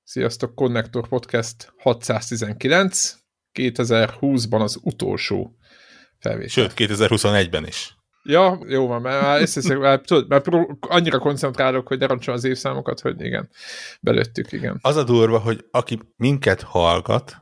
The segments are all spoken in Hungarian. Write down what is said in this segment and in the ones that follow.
Sziasztok, Connector Podcast 619, 2020-ban az utolsó felvétel. Sőt, 2021-ben is. Ja, jó van, mert annyira koncentrálok, hogy ne roncsom az évszámokat, hogy igen, belőttük, igen. Az a durva, hogy aki minket hallgat,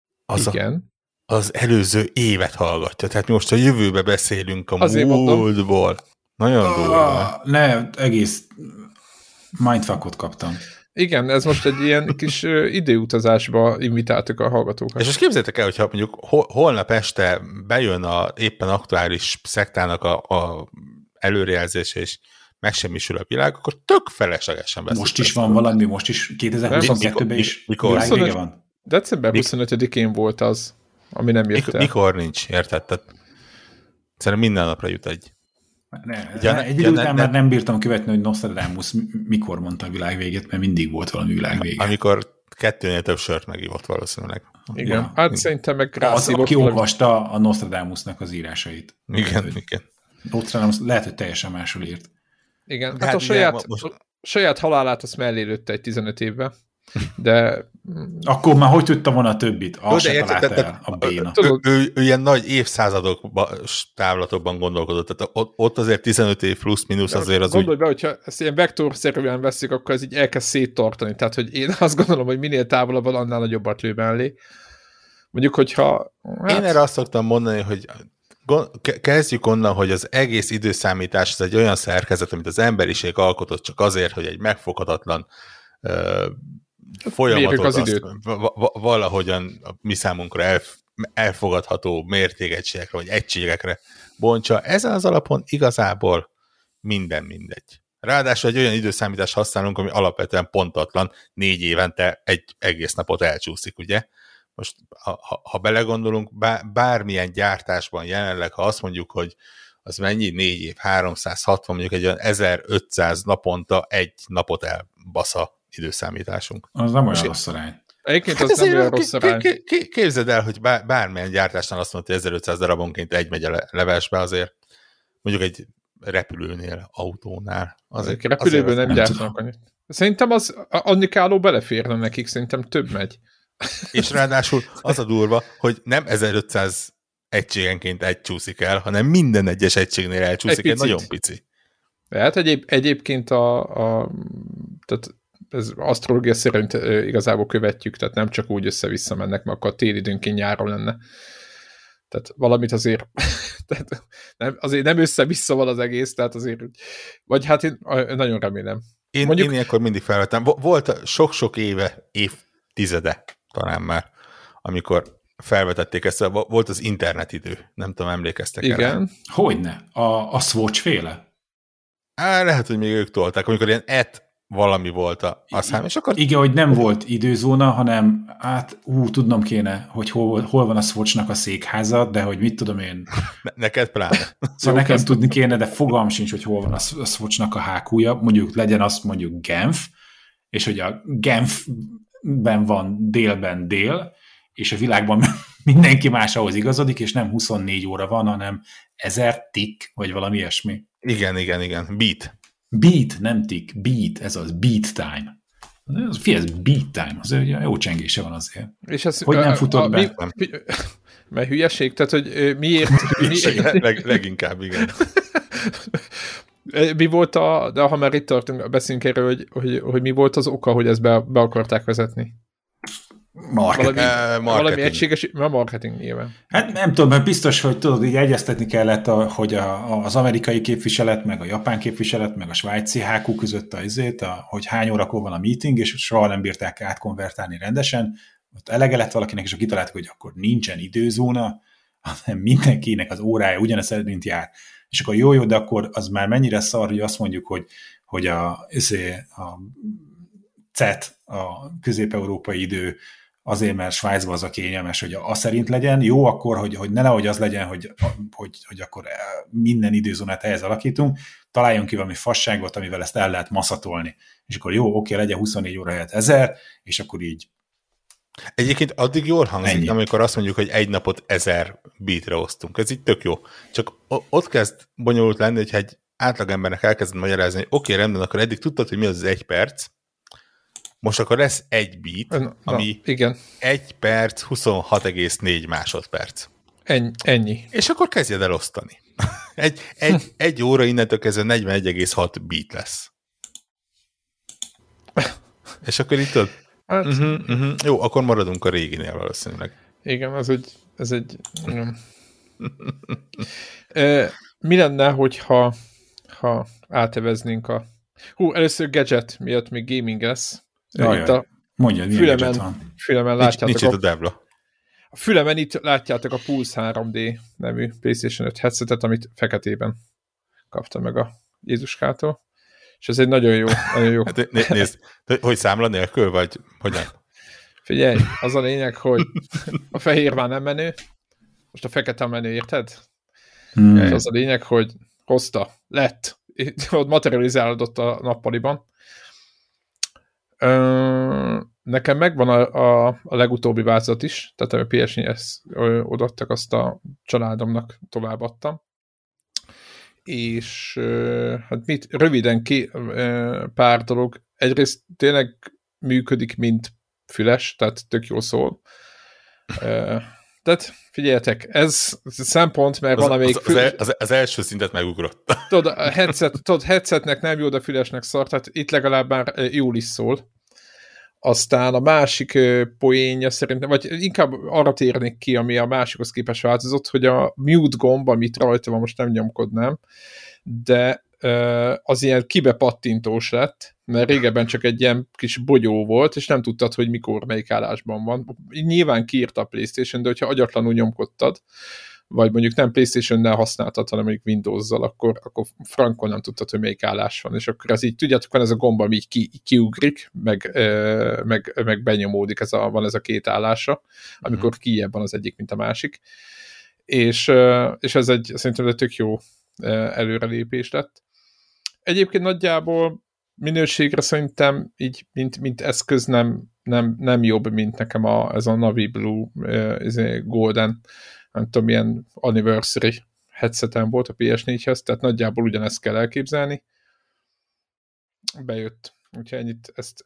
az előző évet hallgatja. Tehát mi most a jövőbe beszélünk a múltból. Nagyon durva. Ne, egész mindfuckot kaptam. Igen, ez most egy ilyen kis időutazásba invitáltuk a hallgatókat. És most képzeljétek el, hogyha mondjuk holnap este bejön a éppen aktuális szektának a előrejelzése, és megsemmisül a világ, akkor tök feleslegesen veszünk. Most is van valami, most is 2022-ben is világvége van. December 25-én volt az, ami nem jött el. Mikor nincs, érted? Tehát szerintem minden napra jut egy. Egy idő után már nem bírtam követni, hogy Nostradamus mikor mondta a világvéget, mert mindig volt valami világvége. Amikor 2-nél több sört megívott valószínűleg. Igen, hát szerintem meg rászívott. Aki olvasta a Nostradamusnak az írásait. Igen. Nostradamus lehet, hogy teljesen máshol írt. Igen, hát a saját halálát azt mellé lőtte egy 15 évvel. De... Akkor már hogy tudta volna a többit? Azt se találta el a béna. Ő ilyen nagy évszázadokban, távlatokban gondolkodott. Tehát ott azért 15 év plusz-minusz azért az Gondolj be, hogyha ezt ilyen vektorszerűen veszik, akkor ez így elkezd széttartani. Tehát, hogy én azt gondolom, hogy minél távolabb van, annál nagyobbat lő mellé. Mondjuk, hogyha... Hát... Én erre azt szoktam mondani, hogy kezdjük onnan, hogy az egész időszámítás az egy olyan szerkezet, amit az emberiség alkotott csak azért, hogy egy megfoghatatlan folyamatot valahogyan a mi számunkra elfogadható mértékegységekre, vagy egységekre bontsa. Ezen az alapon igazából minden mindegy. Ráadásul egy olyan időszámítást használunk, ami alapvetően pontatlan, 4 évente egy egész napot elcsúszik, ugye? Most, ha belegondolunk, bármilyen gyártásban jelenleg, ha azt mondjuk, hogy az mennyi? 4 év, 360, mondjuk egy olyan 1500 naponta egy napot elbasza időszámításunk. Az nem olyan rossz arány. Egyébként az nem olyan rossz arány. Képzeld el, hogy bármilyen gyártásnál azt mondta, hogy 1500 darabonként egy megy a levesbe, azért mondjuk egy repülőnél, autónál. Azért repülőből nem gyártanak annyit. Szerintem az annikáló beleférne nekik, szerintem több megy. És ráadásul az a durva, hogy nem 1500 egységenként egy csúszik el, hanem minden egyes egységnél elcsúszik egy nagyon pici. Hát egyébként tehát ez asztrológia szerint igazából követjük, tehát nem csak úgy össze-vissza mennek, mert akkor a télidőnként nyáron lenne. Tehát valamit azért, tehát azért nem össze-vissza van az egész, tehát azért, vagy hát én nagyon remélem. Én ilyenkor mindig felvettem. Volt sok-sok évtizede talán már, amikor felvetették ezt, volt az internetidő, nem tudom, emlékeztek el. Igen. Hogyne? A Swatch féle? Lehet, hogy még ők tolták, amikor ilyen valami volt a szám, és akkor... Igen, hogy nem volt időzóna, hanem tudnom kéne, hogy hol van a Swatchnak a székháza, de hogy mit tudom én... Neked pláne. Szóval nekem tudni kéne, de fogalm sincs, hogy hol van a Swatchnak a hákúja, mondjuk legyen azt mondjuk Genf, és hogy a Genfben van délben dél, és a világban mindenki más ahhoz igazodik, és nem 24 óra van, hanem 1000 tick, vagy valami ilyesmi. Igen. Beat, nem tick, beat, ez az beat time. Ez beat time, az jó csengése van azért. És ez, hogy nem futott be? Mert hülyeség, tehát hogy miért... Leginkább, igen. Mi volt de ha már itt tartunk, beszélünk erről, hogy mi volt az oka, hogy ezt be akarták vezetni? Valami egységes, marketing nyilván. Hát nem tudom, mert biztos, hogy tudod, így egyeztetni kellett, hogy az amerikai képviselet, meg a japán képviselet, meg a svájci HQ között hogy hány órakor van a meeting, és soha nem bírták átkonvertálni rendesen. Ott elege lett valakinek, és akkor kitaláltak, hogy akkor nincsen időzóna, hanem mindenkinek az órája ugyanez szerint jár. És akkor jó, de akkor az már mennyire szar, hogy azt mondjuk, hogy a CET, a közép-európai idő azért, mert Svájcban az a kényelmes, hogy az szerint legyen. Jó akkor, hogy ne nehogy az legyen, hogy akkor minden időzónát ehhez alakítunk, találjunk ki valami fasságot, amivel ezt el lehet maszatolni. És akkor jó, oké, legyen 24 óra helyett 1000, és akkor így. Egyébként addig jól hangzik, amikor azt mondjuk, hogy egy napot 1000 bitre osztunk. Ez így tök jó. Csak ott kezd bonyolult lenni, hogyha egy átlagembernek elkezded magyarázni, hogy oké, rendben, akkor eddig tudtad, hogy mi az 1 perc, most akkor lesz egy beat, ami igen. 1 perc, 26,4 másodperc. Ennyi. És akkor kezdjed el osztani. egy óra innentől kezdve 41,6 beat lesz. És akkor itt tudod, Hát, jó, akkor maradunk a réginél valószínűleg. Igen, ez egy mi lenne, hogyha áteveznénk a... először gadget miatt még gaming lesz. Mondjad, milyen gadget van. Fülemen látjátok nincs itt a Debla. A fülemen itt látjátok a Pulse 3D nevű PlayStation 5 headsetet, amit feketében kapta meg a Jézuskától. És ez egy nagyon jó. Hát nézd, hogy számla nélkül, vagy hogyan? Figyelj, az a lényeg, hogy a fehér már nem menő, most a fekete a menő, érted? És az a lényeg, hogy lett, ott materializálódott a nappaliban. Nekem megvan a legutóbbi változat is, tehát a PS4-hez odaadtak, azt a családomnak továbbadtam. És hát röviden pár dolog. Egyrészt tényleg működik, mint füles, tehát tök jól szól. Tehát figyeljetek, ez szempont, mert van, amelyik... Az első szintet megugrott. Tudod, a headsetnek nem jó, de fülesnek szar, tehát itt legalább már jól is szól. Aztán a másik poénja szerintem, vagy inkább arra térnék ki, ami a másikhoz képest változott, hogy a mute gomb, amit rajta van, most nem nyomkodnám, de az ilyen kibepattintós lett, mert régebben csak egy ilyen kis bogyó volt, és nem tudtad, hogy mikor, melyik állásban van. Nyilván kiírta a PlayStation, de hogyha agyatlanul nyomkodtad, vagy mondjuk nem PlayStation-nel használtad, hanem mondjuk Windows-zal, akkor frankon nem tudtad, hogy melyik állás van, és akkor ez így, tudjátok, van ez a gomb, ami így kiugrik, meg benyomódik, van ez a két állása, amikor kijebb van az egyik, mint a másik. És ez szerintem egy tök jó előrelépés lett. Egyébként nagyjából minőségre szerintem így, mint eszköz nem jobb, mint nekem ez a Navi Blue Golden, nem tudom, milyen anniversary headsetem volt a PS4-hez, tehát nagyjából ugyanezt kell elképzelni. Bejött. Úgyhogy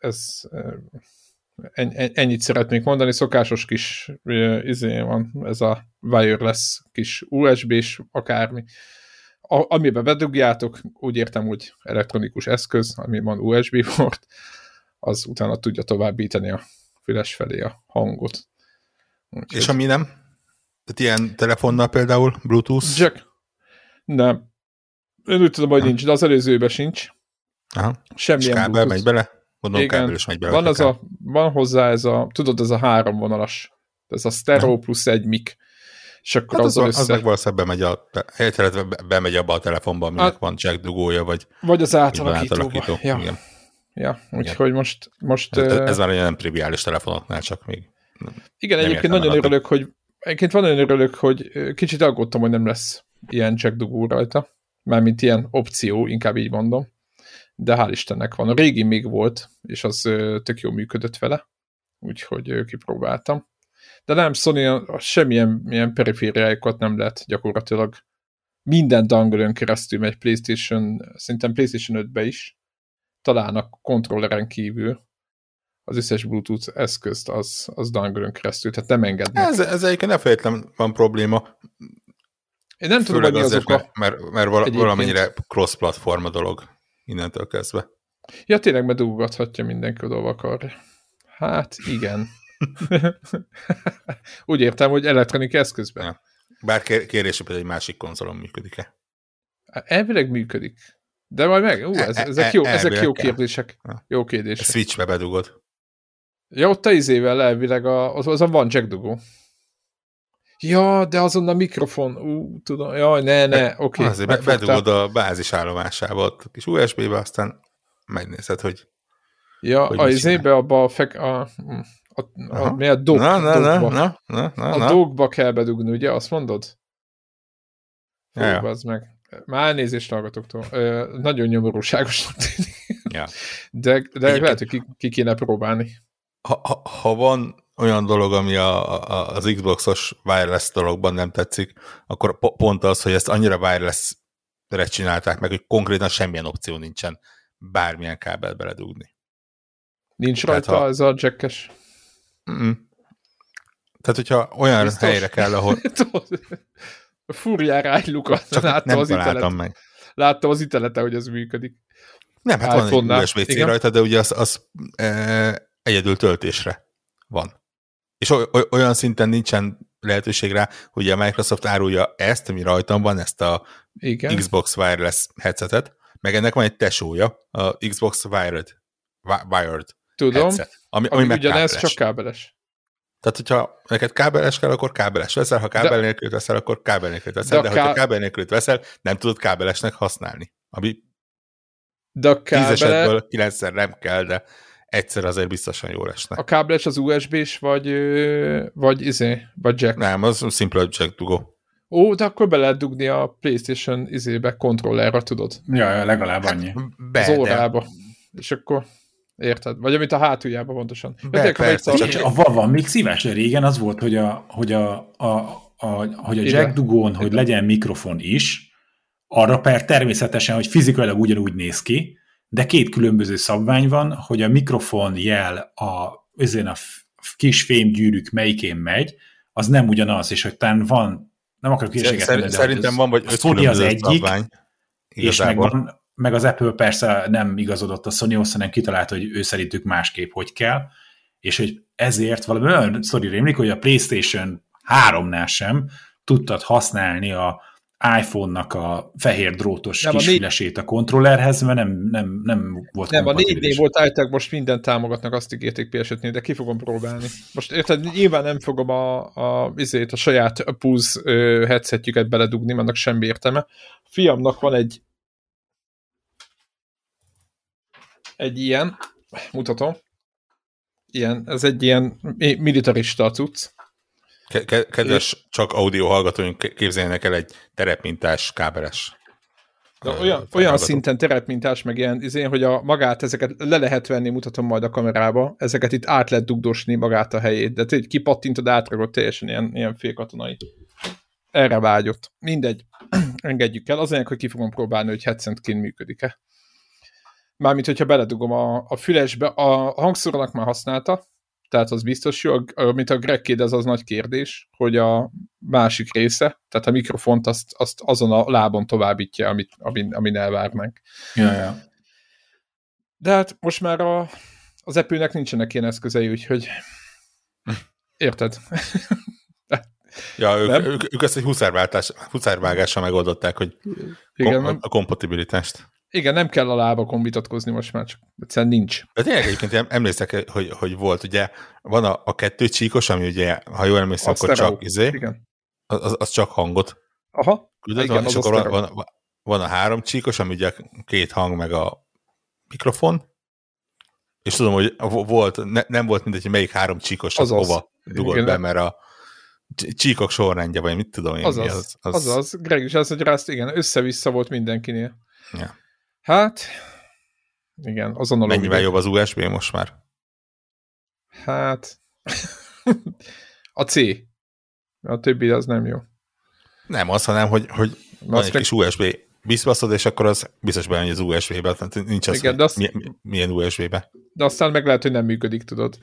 ennyit szeretnék mondani. Szokásos kis van, ez a wireless kis USB-s akármi. Amiben bedugjátok, úgy értem, hogy elektronikus eszköz, ami van USB port, az utána tudja továbbítani a füles felé a hangot. Úgyhogy... És ami nem? Tehát ilyen telefonnal például, Bluetooth? Jack? Nem. Én úgy tudom, hogy nincs, de az előzőben sincs. Aha. Semmilyen kábel Bluetooth. megy bele? Mondom, kábel is megy bele. Van hozzá tudod, ez a 3 vonalas, ez a stereo plusz egy mic. És akkor hát az meg valószínűleg bemegy abba a telefonba, aminek van jack dugója, vagy az átalakítóba. Ja, úgyhogy most ez már nem triviális telefonoknál, csak még igen, egyébként nagyon örülök, hogy kicsit aggódtam, hogy nem lesz ilyen jack dugó rajta, mármint ilyen opció, inkább így mondom, de hál' Istennek van. A régi még volt, és az tök jól működött vele, úgyhogy kipróbáltam. De nem, Sony semmilyen perifériájukat nem lehet gyakorlatilag. Minden dongle-ön keresztül megy szerintem PlayStation 5-be is, talán a kontrolleren kívül az összes Bluetooth eszközt az dongle-ön keresztül, tehát nem engednek. Ez egyébként ne feltétlenül van probléma. Én nem tudom, hogy mi az oka. Mert valamennyire cross-platform a dolog innentől kezdve. Ja, tényleg beduggathatja mindenki, oda akarja. Hát igen. Úgy értem, hogy elektronikai eszközben. Ja. Bár kérésében egy másik konzolon működik-e? Elvileg működik. De majd meg, ezek jó kérdések. Ja. Jó kérdések. Switchbe bedugod. Ja, ott a izével elvileg azon van jack dugó. Ja, de azon a mikrofon, tudom, jaj, ne, oké. Azért bedugod a bázisállomásába, ott a kis USB-be, aztán megnézed, hogy ja, a izébe abba a dogba. A dogba kell bedugni, ugye? Azt mondod? Az meg. Már elnézést hallgatoktól. Nagyon nyomorúságosnak tűnik. Ja. De lehet, hogy ki kéne próbálni. Ha van olyan dolog, ami az Xbox-os wireless dologban nem tetszik, akkor pont az, hogy ezt annyira wireless-re csinálták meg, hogy konkrétan semmilyen opció nincsen bármilyen kábelt beledugni. Nincs rajta ez a jackes? Tehát, hogyha olyan biztos helyre kell, ahol... Fúrjál rá egy lukat. Csak nem találtam meg. Láttam az ítelete, hogy ez működik. Nem, hát van egy USB-C rajta, de ugye az egyedül töltésre van. És olyan szinten nincsen lehetőség rá, hogy a Microsoft árulja ezt, ami rajtam van, ezt a Xbox Wireless headsetet, meg ennek van egy tesója, a Xbox Wired headset. Ami ugyanez, kábeles. csak kábeles. Tehát, hogyha neked kábeles kell, akkor kábeles veszel, ha kábel nélkül veszel, akkor kábel nélkül veszel, de hogyha kábel nélkül veszel, nem tudod kábelesnek használni. Ami 10 esetből 9-szer nem kell, de egyszer azért biztosan jól esne. A kábeles az USB-s, vagy jack? Nem, az szimpla jack dugó. Ó, de akkor be lehet dugni a PlayStation kontrollerre, tudod? Ja, legalább annyi. Az órába. És akkor érted? Vagy amit a hátuljában pontosan. A Vava még szíves, régen az volt, hogy a jack dugón, hogy legyen mikrofon is, arra természetesen, hogy fizikailag ugyanúgy néz ki, de két különböző szabvány van, hogy a mikrofon jel a kis fémgyűrűk melyikén megy, az nem ugyanaz, és hogy talán van, nem akarok hülyeséget mondani, szerintem van, vagy 5 különböző az egyik, szabvány. És meg az Apple persze nem igazodott a Sonyhoz, hanem kitalálta, hogy ő szerintük másképp hogy kell, és hogy ezért valami olyan sztori rémlik, hogy a PlayStation 3-nál sem tudtad használni a iPhone-nak a fehér drótos kisfülesét a kontrollerhez, mert nem volt nem, a 4D volt állítólag, most mindent támogatnak, azt ígérték PS5-nél, de ki fogom próbálni. Most érted, nyilván nem fogom a saját Pulse headsetjüket beledugni, mert annak semmi értelme. A fiamnak van egy ilyen, mutatom, ez egy ilyen militarista cucc. Kedves csak audio hallgatóink, képzeljenek el egy terepmintás kábeles. De olyan szinten terepmintás, meg ilyen, hogy magát ezeket le lehet venni, mutatom majd a kamerába, ezeket itt át lehet dugdosni magát a helyét, de tényleg kipattintod, átragod teljesen ilyen félkatonai. Erre vágyott. Mindegy, engedjük el. Az olyan, hogy ki fogom próbálni, hogy headsetként működik-e. Mármint, hogyha beledugom a fülesbe, a hangszórónak már használta, tehát az biztos jó, mint a Greg kérdez, az nagy kérdés, hogy a másik része, tehát a mikrofont azt azon a lábon továbbítja, amin elvárnánk. Ja. De hát most már az Apple-nek nincsenek ilyen eszközei, úgyhogy érted? Ja, ők ezt egy huszárvágással megoldották, hogy a kompatibilitást. Igen, nem kell a lábakon vitatkozni most már, csak egyszerűen nincs. De tényleg egyébként emlékszek, hogy volt, ugye van a 2 csíkos, ami ugye, ha jól emlékszem, akkor csak az csak hangot. Aha. Igen, és akkor van a 3 csíkos, ami ugye 2 hang meg a mikrofon, és tudom, hogy nem volt mindegy, hogy melyik 3 csíkos hova dugott be, mert a csíkok sorrendje, vagy mit tudom én. Azaz. Greg is azt mondja, azt igen, össze-vissza volt mindenkinél. Ja. Hát, igen, azon a mennyivel jobb az USB most már? Hát, a C. A többi az nem jó. Nem az, hanem, hogy van egy kis USB, visszbaszod, és akkor az biztos bejön az USB-be, tehát nincs az, igen, milyen USB-be. De aztán meg lehet, hogy nem működik, tudod.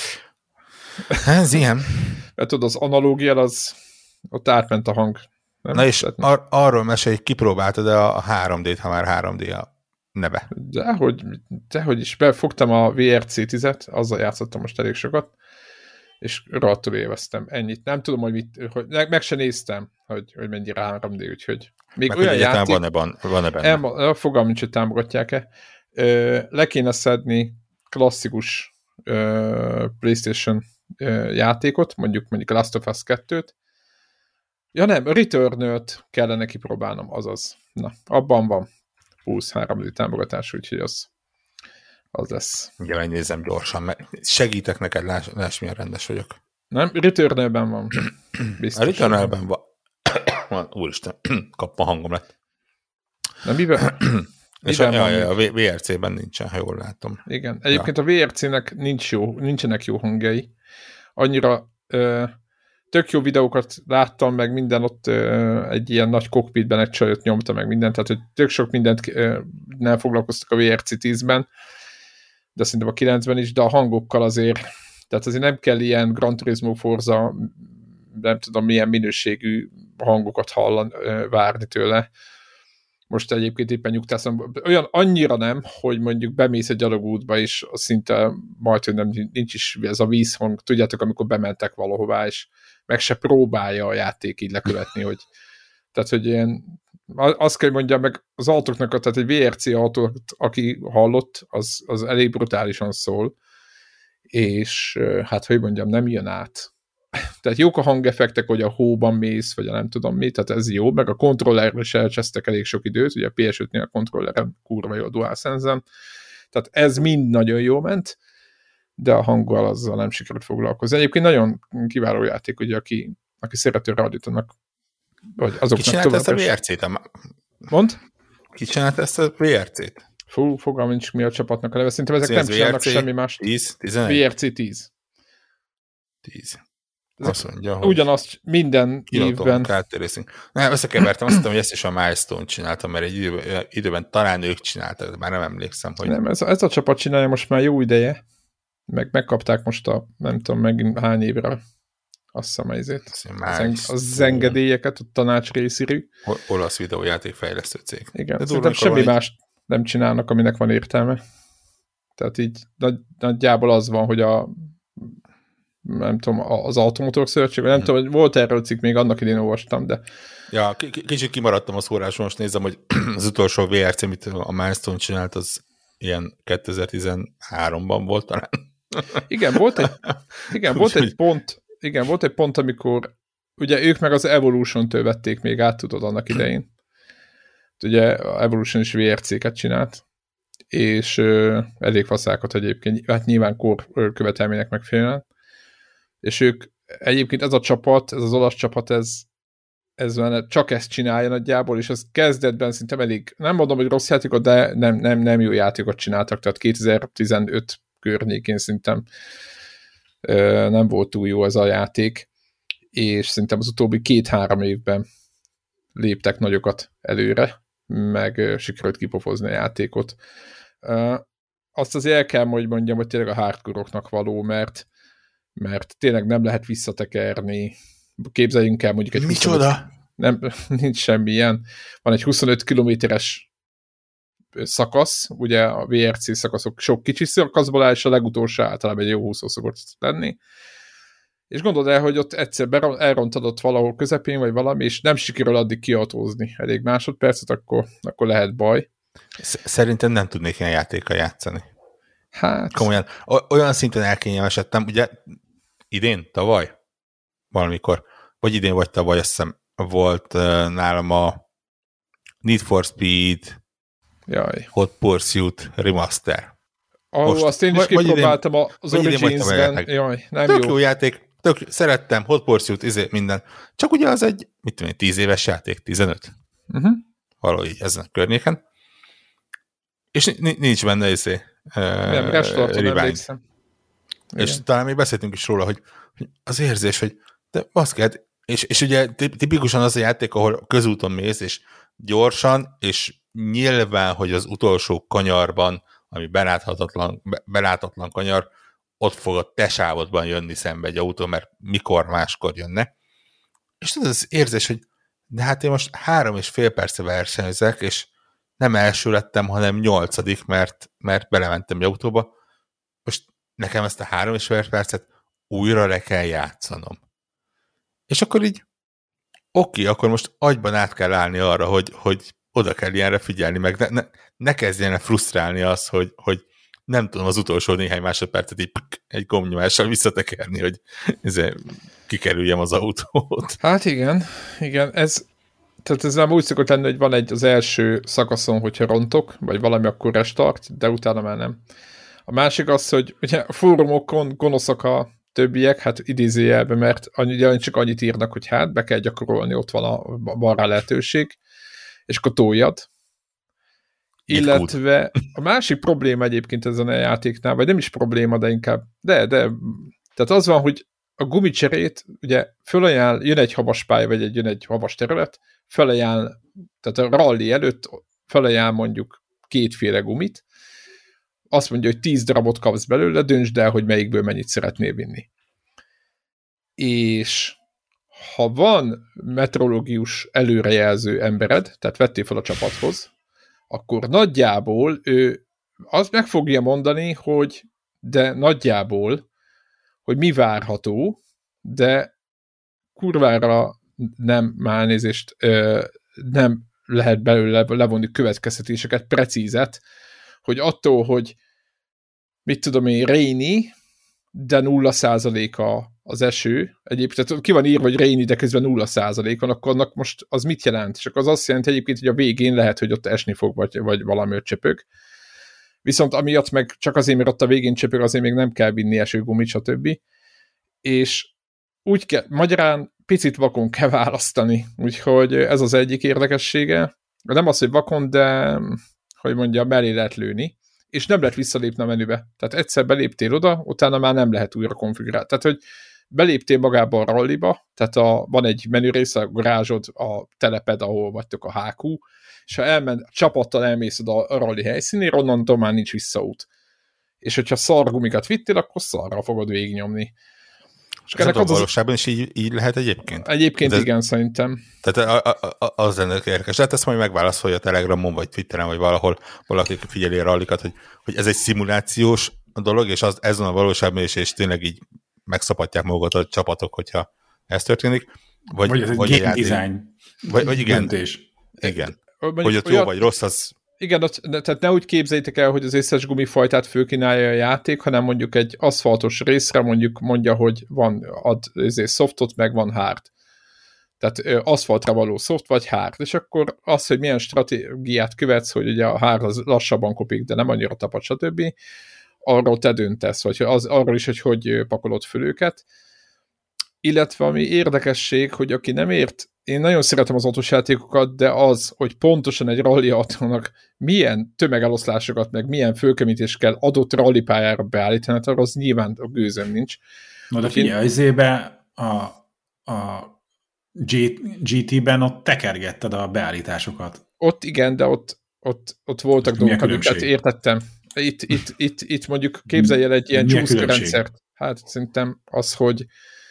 Ez ilyen. Mert tudod, az analóg-jel az ott átment a hang. Nem? Na és arról mesélj, kipróbáltad a 3D-t, ha már 3D a neve. Dehogy is. Befogtam a VRC 10-et, azzal játszottam most elég sokat, és rohadtul élveztem. Ennyit. Nem tudom, hogy meg se néztem, hogy mennyire 3D, úgyhogy még meg olyan játék... Van-e benne? Fogalmam nincs, hogy támogatják-e. Le kéne szedni klasszikus PlayStation játékot, mondjuk a Last of Us 2-t. Ja nem, Returnal-t kellene kipróbálnom, azaz. Na, abban van 23. támogatás, úgyhogy az lesz. Ugye megnézem gyorsan, mert segítek neked, láss milyen rendes vagyok. Nem, Returnal-ben van. Biztos. A Returnal-ben van. Úristen, kapma hangom lett. Na miben? És a VRC-ben nincsen, ha jól látom. Igen, egyébként a VRC-nek nincsenek jó hangjai. Annyira tök jó videókat láttam, meg minden ott egy ilyen nagy cockpitben egy csajot nyomta meg mindent, tehát hogy tök sok mindent nem foglalkoztak a VRC 10-ben. de szerintem a 9-ben is, de a hangokkal azért, tehát azért nem kell ilyen Gran Turismo Forza, nem tudom milyen minőségű hangokat várni tőle. Most egyébként éppen nyugtázom, olyan annyira nem, hogy mondjuk bemész egy gyalogútba, és szinte majd, nem nincs is ez a vízhang, tudjátok, amikor bementek valahová, és meg se próbálja a játék így lekövetni, hogy tehát, hogy ilyen, azt kell mondjam meg az autóknak, tehát egy VRC autót, aki hallott, az elég brutálisan szól, és hát, hogy mondjam, nem jön át. Tehát jók a hangeffektek, hogy a hóban mész, vagy a nem tudom mi, tehát ez jó, meg a kontrollerre is elcsesztek elég sok időt, ugye a PS5-nél a kontrolleren kurva jó a DualSense-en, tehát ez mind nagyon jó ment, de a hanggal azzal nem sikerült foglalkozni. Egyébként nagyon kiváló játék, ugye, aki szerető radiónak, vagy azoknak tovább. Ki csinált ezt a VRC-t? Mond? Ki csinált ezt a VRC-t? Fú, fogalmam nincs mi a csapatnak a neve. Szerintem ezek nem csinálnak semmi mást. 10, 11? VRC 10. 10. Azt mondja, hogy ugyanazt minden évben. Nem, összekevertem, azt hittem, hogy ezt is a Milestone csináltam, mert egy időben talán ők csináltak, már nem emlékszem, hogy... Nem, ez a csapat csinálja most már jó ideje, megkapták most a, nem tudom, megint hány évre, azt hiszem ezért. Az engedélyeket a tanács részéről. Olasz videójátékfejlesztő cég. Igen, de szerintem semmi mást nem csinálnak, aminek van értelme. Tehát így nagyjából az van, hogy nem tudom, az Automotor Szövetség, nem tudom, hogy volt erről cikk, még annak idén olvastam, de... Ja, kicsit kimaradtam a szórásról, most nézem, hogy az utolsó VRC, amit a Milestone csinált, az ilyen 2013-ban volt talán. Igen, volt egy pont, amikor ugye ők meg az Evolution-től vették még át, tudod, annak idején. Ugye a Evolution is VRC-ket csinált, és elég faszákat egyébként, hát nyilván kor követelmények megfelelően. És ők, egyébként ez a csapat, ez az olasz csapat, ez csak ezt csinálja nagyjából, és az kezdetben szerintem elég, nem mondom, hogy rossz játékot, de nem jó játékot csináltak, tehát 2015 környékén szerintem nem volt túl jó ez a játék, és szerintem az utóbbi 2-3 évben léptek nagyokat előre, meg sikerült kipofozni a játékot. Azt azért el kell, hogy mondjam, hogy tényleg a hardcore-oknak való, mert tényleg nem lehet visszatekerni. Képzeljünk el mondjuk egy... Micsoda? Nincs semmi ilyen. Van egy 25 kilométeres szakasz, ugye a VRC szakaszok sok kicsi szakaszból áll, és a legutolsó általában egy jó 20 szokott lenni. És gondold el, hogy ott egyszer elrontad ott valahol közepén, vagy valami, és nem sikerül addig kiautózni elég másodpercet, akkor lehet baj. Szerintem nem tudnék ilyen játékkal játszani. Hát... Komolyan. Olyan szinten elkényelmesedtem, ugye idén, tavaly? Valamikor. Vagy idén, vagy tavaly, azt hiszem volt nálam a Need for Speed Hot Pursuit Remaster. Azt én is kipróbáltam az Origins-ben. Tök jó játék, szerettem, Hot Pursuit, minden. Csak ugye az egy, 10 éves játék, 15. Valahogy így ezen a környéken. És nincs benne nem, restarton emlékszem. És talán még beszéltünk is róla, hogy az érzés, hogy de baszked, és ugye tipikusan az a játék, ahol közúton mész, és gyorsan, és nyilván, hogy az utolsó kanyarban, ami beláthatatlan kanyar, ott fog a te sávodban jönni szembe egy autó, mert mikor máskor jönne. És tudod, az érzés, hogy de hát én most 3,5 perce versenyzek, és nem első lettem, hanem 8, mert belementem egy autóba. Most nekem ezt a 3,5 percet újra le kell játszanom. És akkor így oké, akkor most agyban át kell állni arra, hogy oda kell ilyenre figyelni, meg ne kezdjen el frusztrálni az, hogy nem tudom az utolsó néhány másodpercet így egy gombnyomással visszatekerni, hogy kikerüljem az autót. Hát igen, tehát ez nem úgy szokott lenni, hogy van az első szakaszon, hogyha rontok, vagy valami, akkor restart, de utána már nem. A másik az, hogy ugye a fórumokon gonoszak a többiek, hát idézőjelben, mert csak annyit írnak, hogy hát be kell gyakorolni, ott van rá lehetőség, és akkor toljad. Illetve a másik probléma egyébként ezen a játéknál, vagy nem is probléma, de inkább, de tehát az van, hogy a gumicserét, ugye jön egy havas pálya, vagy jön egy havas terület, tehát a rally előtt felajánl mondjuk 2 gumit, azt mondja, hogy 10 darabot kapsz belőle, döntsd el, hogy melyikből mennyit szeretnél vinni. És ha van meteorológius előrejelző embered, tehát vettél fel a csapathoz, akkor nagyjából ő azt meg fogja mondani, hogy de nagyjából, hogy mi várható, de kurvára nem, már elnézést, nem lehet belőle levonni következtetéseket, precízet, hogy attól, hogy mit tudom én, rainy, de 0% az eső, egyébként ki van írva, hogy rainy, de közben 0% van, akkor annak most az mit jelent? És akkor az azt jelenti egyébként, hogy a végén lehet, hogy ott esni fog, vagy valami ott csöpög. Viszont amiatt meg csak azért, mert ott a végén csöpög, azért még nem kell vinni esőgumit, stb. És úgy kell, magyarán picit vakon kell választani, úgyhogy ez az egyik érdekessége. Nem az, hogy vakon, de hogy mondja, mellé lehet lőni, és nem lehet visszalépni a menübe. Tehát egyszer beléptél oda, utána már nem lehet újra konfigurálni. Tehát, hogy beléptél magába a ralliba, tehát van egy menürész, a garázsod, a teleped, ahol vagytok a HQ, és ha csapattal elmész oda a rally helyszínére, onnantól már nincs visszaút. És hogyha szargumikat vittél, akkor szarra fogod végignyomni. És ennek a valóságban is így lehet egyébként? Egyébként igen, szerintem. Tehát az lenne érdekes. Hát ezt majd megválaszolja a Telegramon, vagy Twitteren, vagy valahol valaki figyeli a rallikat, hogy ez egy szimulációs dolog, és ez van a valóságban is, és tényleg így megszapatják magukat a csapatok, hogyha ez történik. Vagy ez egy game design vagy igen, döntés. Igen. Hogy ott jó vagy rossz, az... Igen, tehát ne úgy képzeljétek el, hogy az összes gumifajtát fölkínálja a játék, hanem mondjuk egy aszfaltos részre mondja, hogy van softot, meg van hard. Tehát aszfaltra való soft vagy hard. És akkor az, hogy milyen stratégiát követsz, hogy ugye a hard az lassabban kopik, de nem annyira tapad, stb. Arról te döntesz, vagy arról is, hogy pakolod föl őket. Illetve ami érdekesség, hogy aki nem ért, én nagyon szeretem az autós játékokat, de az, hogy pontosan egy rally autónak milyen tömegeloszlásokat, meg milyen fölkemítést kell adott rally pályára beállítani, arra az nyilván a gőzöm nincs. Na de figyelj, azért a GT-ben ott tekergetted a beállításokat. Ott igen, de ott voltak dolgok, amiket értettem. Itt mondjuk képzelj el egy ilyen csúszkörendszert. Hát szerintem az, hogy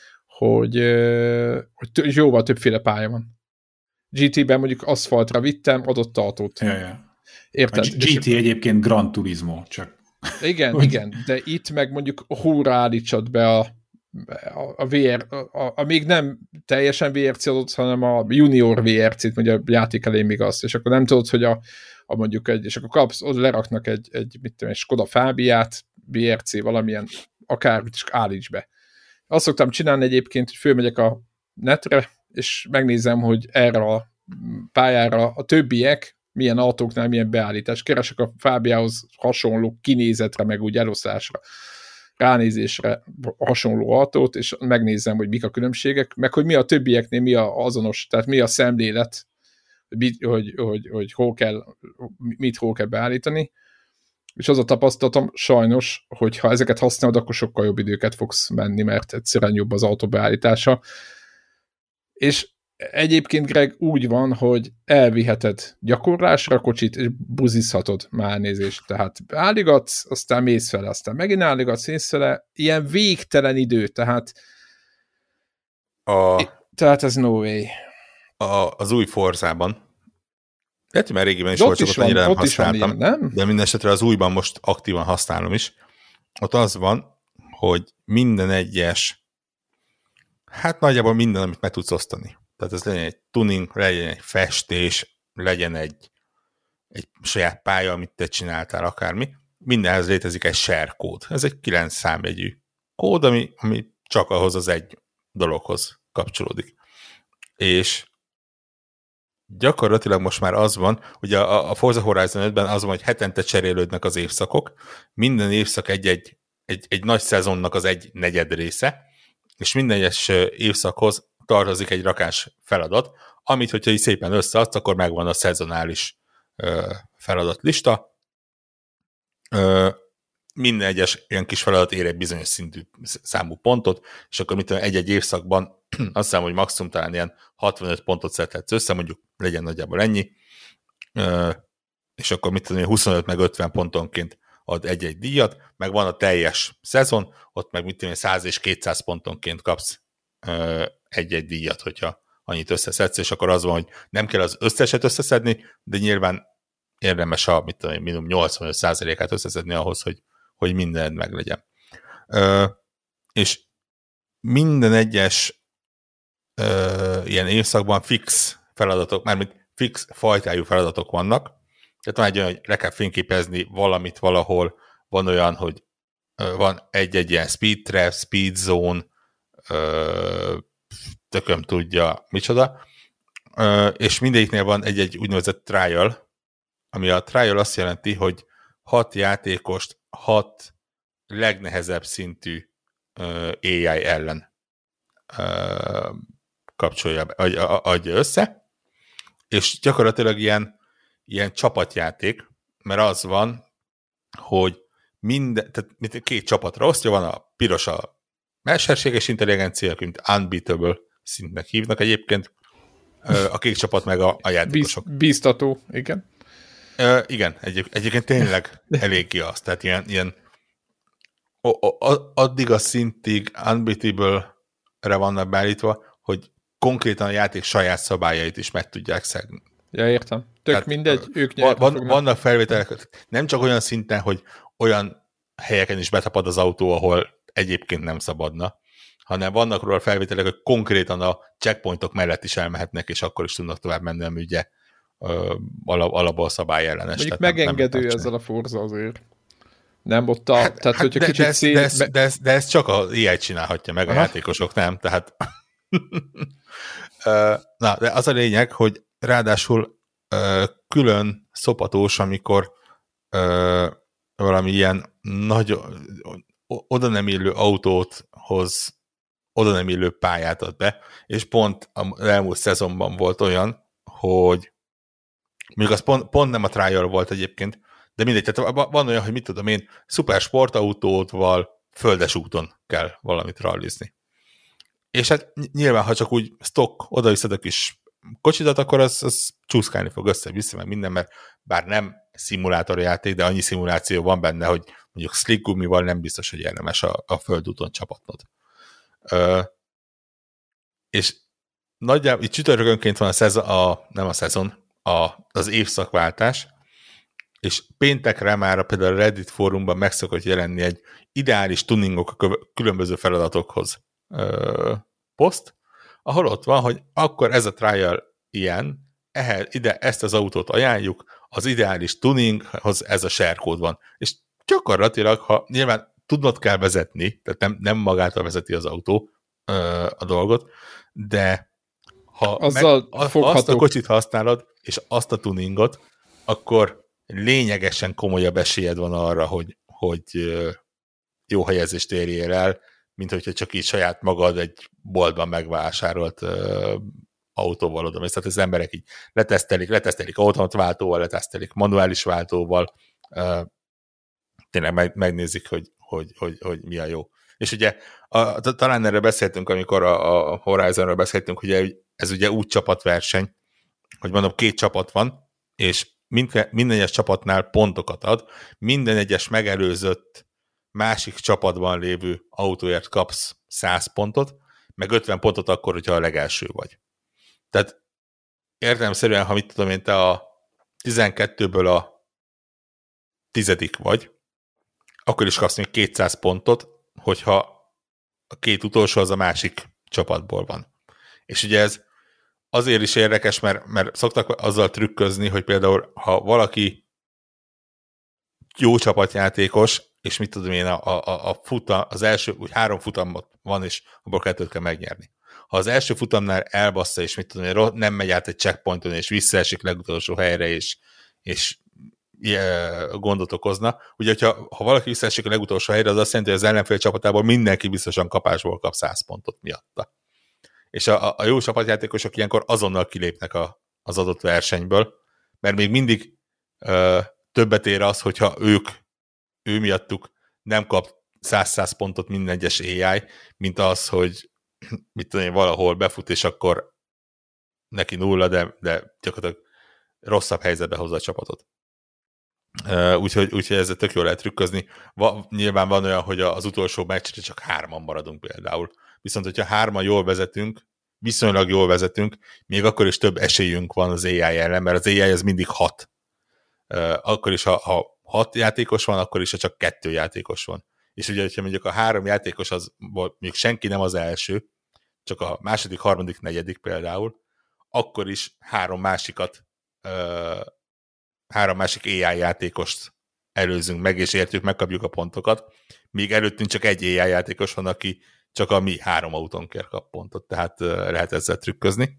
jóval többféle pálya van. GT-ben mondjuk aszfaltra vittem, adott autót. Ja. Érted? A GT egyébként Gran Turismo, csak... Igen, de itt meg mondjuk hóra állítsad be a VR, a még nem teljesen VRC adott, hanem a junior VRC-t, mondja a játék elé még azt, és akkor nem tudod, hogy mondjuk és akkor kapsz, oda leraknak egy Skoda Fábiát, VRC valamilyen, akármit is állíts be. Azt szoktam csinálni egyébként, hogy fölmegyek a netre, és megnézem, hogy erre a pályára a többiek milyen autóknál milyen beállítás. Keresek a Fábiához hasonló kinézetre, meg úgy eloszlásra, ránézésre hasonló autót, és megnézem, hogy mik a különbségek, meg hogy mi a többieknél, mi a azonos, tehát mi a szemlélet, hogy mit hol kell beállítani. És az a tapasztalatom sajnos, hogy ha ezeket használod, akkor sokkal jobb időket fogsz menni, mert egyszerűen jobb az autó beállítása. És egyébként, Greg, úgy van, hogy elviheted gyakorlásra a kocsit, és buzizhatod már nézést. Tehát álligatsz, aztán mész fele, aztán megint álligatsz, mész fele. Ilyen végtelen idő, tehát ez no way. Az új Forzában, lehet, hogy már régiben is volt, csak ott annyira nem használtam, nem? De minden esetre az újban most aktívan használom is. Ott az van, hogy minden egyes, hát nagyjából minden, amit meg tudsz osztani. Tehát ez legyen egy tuning, legyen egy festés, legyen egy saját pálya, amit te csináltál, akármi. Mindenhez létezik egy share kód. Ez egy 9 számjegyű kód, ami csak ahhoz az egy dologhoz kapcsolódik. És gyakorlatilag most már az van, ugye a Forza Horizon 5-ben az van, hogy hetente cserélődnek az évszakok, minden évszak egy nagy szezonnak az egy negyed része, és minden egyes évszakhoz tartozik egy rakás feladat, amit, hogyha így szépen összeadsz, akkor megvan a szezonális feladatlista. Minden egyes ilyen kis feladat ér egy bizonyos szintű számú pontot, és akkor egy-egy évszakban azt hiszem, hogy maximum talán ilyen 65 pontot szedhetsz össze, mondjuk legyen nagyjából ennyi, és akkor 25 meg 50 pontonként ad egy-egy díjat, meg van a teljes szezon, ott meg mit tudom, 100 és 200 pontonként kapsz egy-egy díjat, hogyha annyit összeszedsz, és akkor az van, hogy nem kell az összeset összeszedni, de nyilván érdemes a minimum 85%-át összeszedni ahhoz, hogy minden meglegyen. És minden egyes ilyen évszakban fix feladatok, mármint fix fajtájú feladatok vannak, tehát van egy olyan, hogy le kell fényképezni valamit valahol, van olyan, hogy van egy-egy ilyen speed trap, speed zone, tököm tudja micsoda, és mindegyiknél van egy-egy úgynevezett trial, ami a trial azt jelenti, hogy 6 játékost 6 legnehezebb szintű AI ellen kapcsolja, adja össze, és gyakorlatilag ilyen csapatjáték, mert az van, hogy tehát két csapatra osztja, van a piros a mesterséges intelligencia, mint unbeatable szintnek hívnak egyébként, a kék csapat meg a játékosok. Bíztató, igen. Igen, egyébként tényleg eléggé az, tehát ilyen addig a szintig unbeatable-re vannak beállítva, hogy konkrétan a játék saját szabályait is meg tudják szegni. Ja, értem. Tök tehát mindegy, ők vannak felvételek, nem csak olyan szinten, hogy olyan helyeken is betapad az autó, ahol egyébként nem szabadna, hanem vannak róla felvételek, hogy konkrétan a checkpointok mellett is elmehetnek, és akkor is tudnak tovább menni, ami ugye alapból szabály ellenes. Mondjuk megengedő ezzel a Forza azért. Nem ott tehát hogyha kicsit de ez csak az AI csinálhatja meg, a játékosok nem, tehát na, de az a lényeg, hogy ráadásul külön szopatós, amikor valami ilyen nagy oda nem illő autót hoz, oda nem illő pályát ad be, és pont az elmúlt szezonban volt olyan, hogy még az pont nem a trial volt egyébként, de mindegy, tehát van olyan, hogy mit tudom én, szuper sportautóval földes úton kell valamit rallizni. És hát nyilván, ha csak úgy stock oda-visszad a kis kocsidat, akkor az csúszkálni fog össze-vissza, meg minden, mert bár nem szimulátorjáték, de annyi szimuláció van benne, hogy mondjuk slick gumival nem biztos, hogy érdemes a földúton csapatnod. És nagyjából itt csütörtökönként van az évszakváltás, és péntekre már például a Reddit fórumban meg szokott jelenni egy ideális tuningok a különböző feladatokhoz poszt, ahol ott van, hogy akkor ez a trial ilyen, ide ezt az autót ajánljuk, az ideális tuninghoz ez a share kód van. És gyakorlatilag, ha nyilván tudnod kell vezetni, tehát nem magától vezeti az autó a dolgot, de ha azt a kocsit használod, és azt a tuningot, akkor lényegesen komolyabb esélyed van arra, hogy jó helyezést érjél el, mint hogyha csak így saját magad egy boltban megvásárolt autóval oda. Tehát az emberek így letesztelik automat váltóval, letesztelik manuális váltóval, tényleg megnézik, hogy mi a jó. És ugye talán erről beszéltünk, amikor a Horizonról beszéltünk, hogy ez ugye úgy csapatverseny, hogy mondom, 2 csapat van, és minden egyes csapatnál pontokat ad, minden egyes megelőzött másik csapatban lévő autóért kapsz 100 pontot, meg 50 pontot akkor, hogyha a legelső vagy. Tehát értelemszerűen, ha mit tudom én, te a 12-ből a 10. vagy, akkor is kapsz még 200 pontot, hogyha a 2 utolsó az a másik csapatból van. És ugye ez azért is érdekes, mert szoktak azzal trükközni, hogy például, ha valaki jó csapatjátékos, és mit tudom én, az első 3 futamot van, és abból 2 kell megnyerni. Ha az első futamnál elbassza, és mit tudom én, nem megy át egy checkpointon, és visszaesik legutolsó helyre, és gondot okozna. Ugye, ha valaki visszaesik a legutolsó helyre, az azt jelenti, hogy az ellenfél csapatából mindenki biztosan kapásból kap 100 pontot miatta. És a jó csapatjátékosok ilyenkor azonnal kilépnek az adott versenyből, mert még mindig többet ér az, hogyha ő miattuk nem kap 100 pontot minden egyes AI, mint az, hogy mit tudom én, valahol befut, és akkor neki 0, de gyakorlatilag rosszabb helyzetbe hozza a csapatot. Úgyhogy ezzel tök jól lehet trükközni. Nyilván van olyan, hogy az utolsó meccsre csak 3-an maradunk például. Viszont, hogyha 3-an jól vezetünk, viszonylag jól vezetünk, még akkor is több esélyünk van az AI ellen, mert az AI az mindig 6. Akkor is, ha 6 játékos van, akkor is, ha csak 2 játékos van. És ugye, hogyha mondjuk a 3 játékos az, mondjuk senki nem az első, csak a második, harmadik, negyedik például, akkor is 3 másik AI játékost előzünk meg, és értjük, megkapjuk a pontokat, míg előttünk csak egy AI játékos van, aki csak a mi 3 autónkért kap pontot, tehát lehet ezzel trükközni.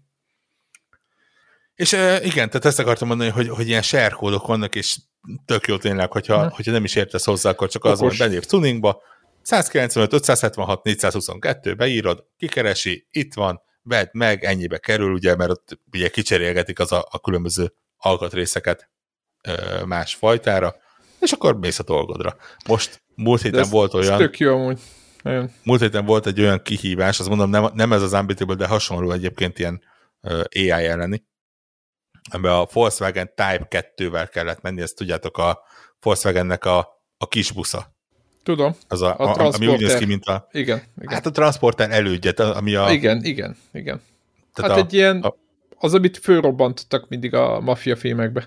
És igen, tehát ezt akartam mondani, hogy ilyen share kódok vannak, és tök jó tényleg, hogyha nem is értesz hozzá, akkor csak az, hogy belépsz tuningba, 195, 576, 422, beírod, kikeresi, itt van, vedd meg, ennyibe kerül, ugye, mert ott ugye kicserélgetik a különböző alkatrészeket más fajtára, és akkor mész a dolgodra. Most múlt héten volt olyan... tök jó amúgy. Múlt héten volt egy olyan kihívás, azt mondom, nem ez az Unbeatable, de hasonló egyébként ilyen AI elleni, amiben a Volkswagen Type 2-vel kellett menni, ezt tudjátok, a Volkswagennek a kis busza. Tudom. Ami úgy néz ki, mint a... Igen. Hát a transporter elődje, ami a... Igen. Tehát hát egy ilyen... Az, amit fölrobbantottak mindig a maffia filmekbe.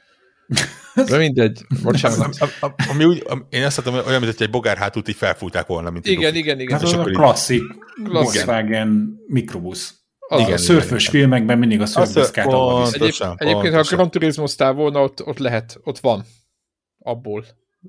De mindegy, bocsánat. Én azt mondtam, hogy olyan, mint hogy egy bogárhátút így felfújták volna, mint igen. Hát az a klasszik Volkswagen mikrobusz. A szörfös filmekben mindig a szörfdeszkát Egyébként, ha a Gran Turismo-ztál volna, ott van abból.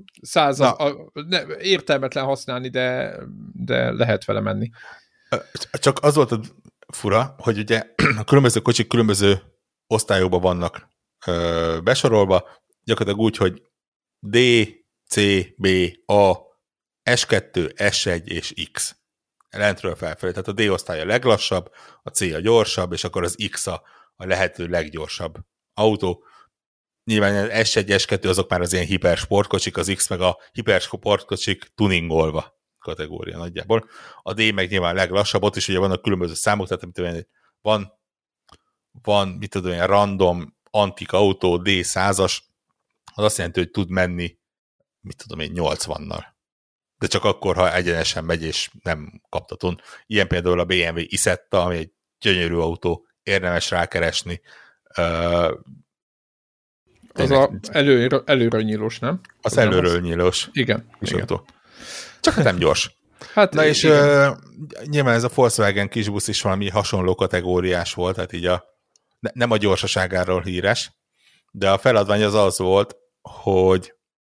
Értelmetlen használni, de lehet vele menni. Csak az volt a fura, hogy ugye a különböző kocsik különböző osztályokban vannak besorolva, gyakorlatilag úgy, hogy D, C, B, A, S2, S1 és X. Lentről felfelé. Tehát a D osztály a leglassabb, a C a gyorsabb, és akkor az X a lehető leggyorsabb autó. Nyilván S1, S2 azok már az ilyen hipersportkocsik, az X meg a hipersportkocsik tuningolva kategória nagyjából. A D meg nyilván a leglassabb, ott is ugye vannak különböző számok, tehát van mit tudom, ilyen random antik autó D100-as, az azt jelenti, hogy tud menni, mit tudom én, 80-nal. De csak akkor, ha egyenesen megy, és nem kaptatón. Ilyen például a BMW Isetta, ami egy gyönyörű autó, érdemes rákeresni. Az előről nyílós, nem? Az előről nyílós. Igen. Csak hát nem gyors. Hát, na és nyilván ez a Volkswagen kisbusz is valami hasonló kategóriás volt, tehát így nem a gyorsaságáról híres, de a feladvány az volt, hogy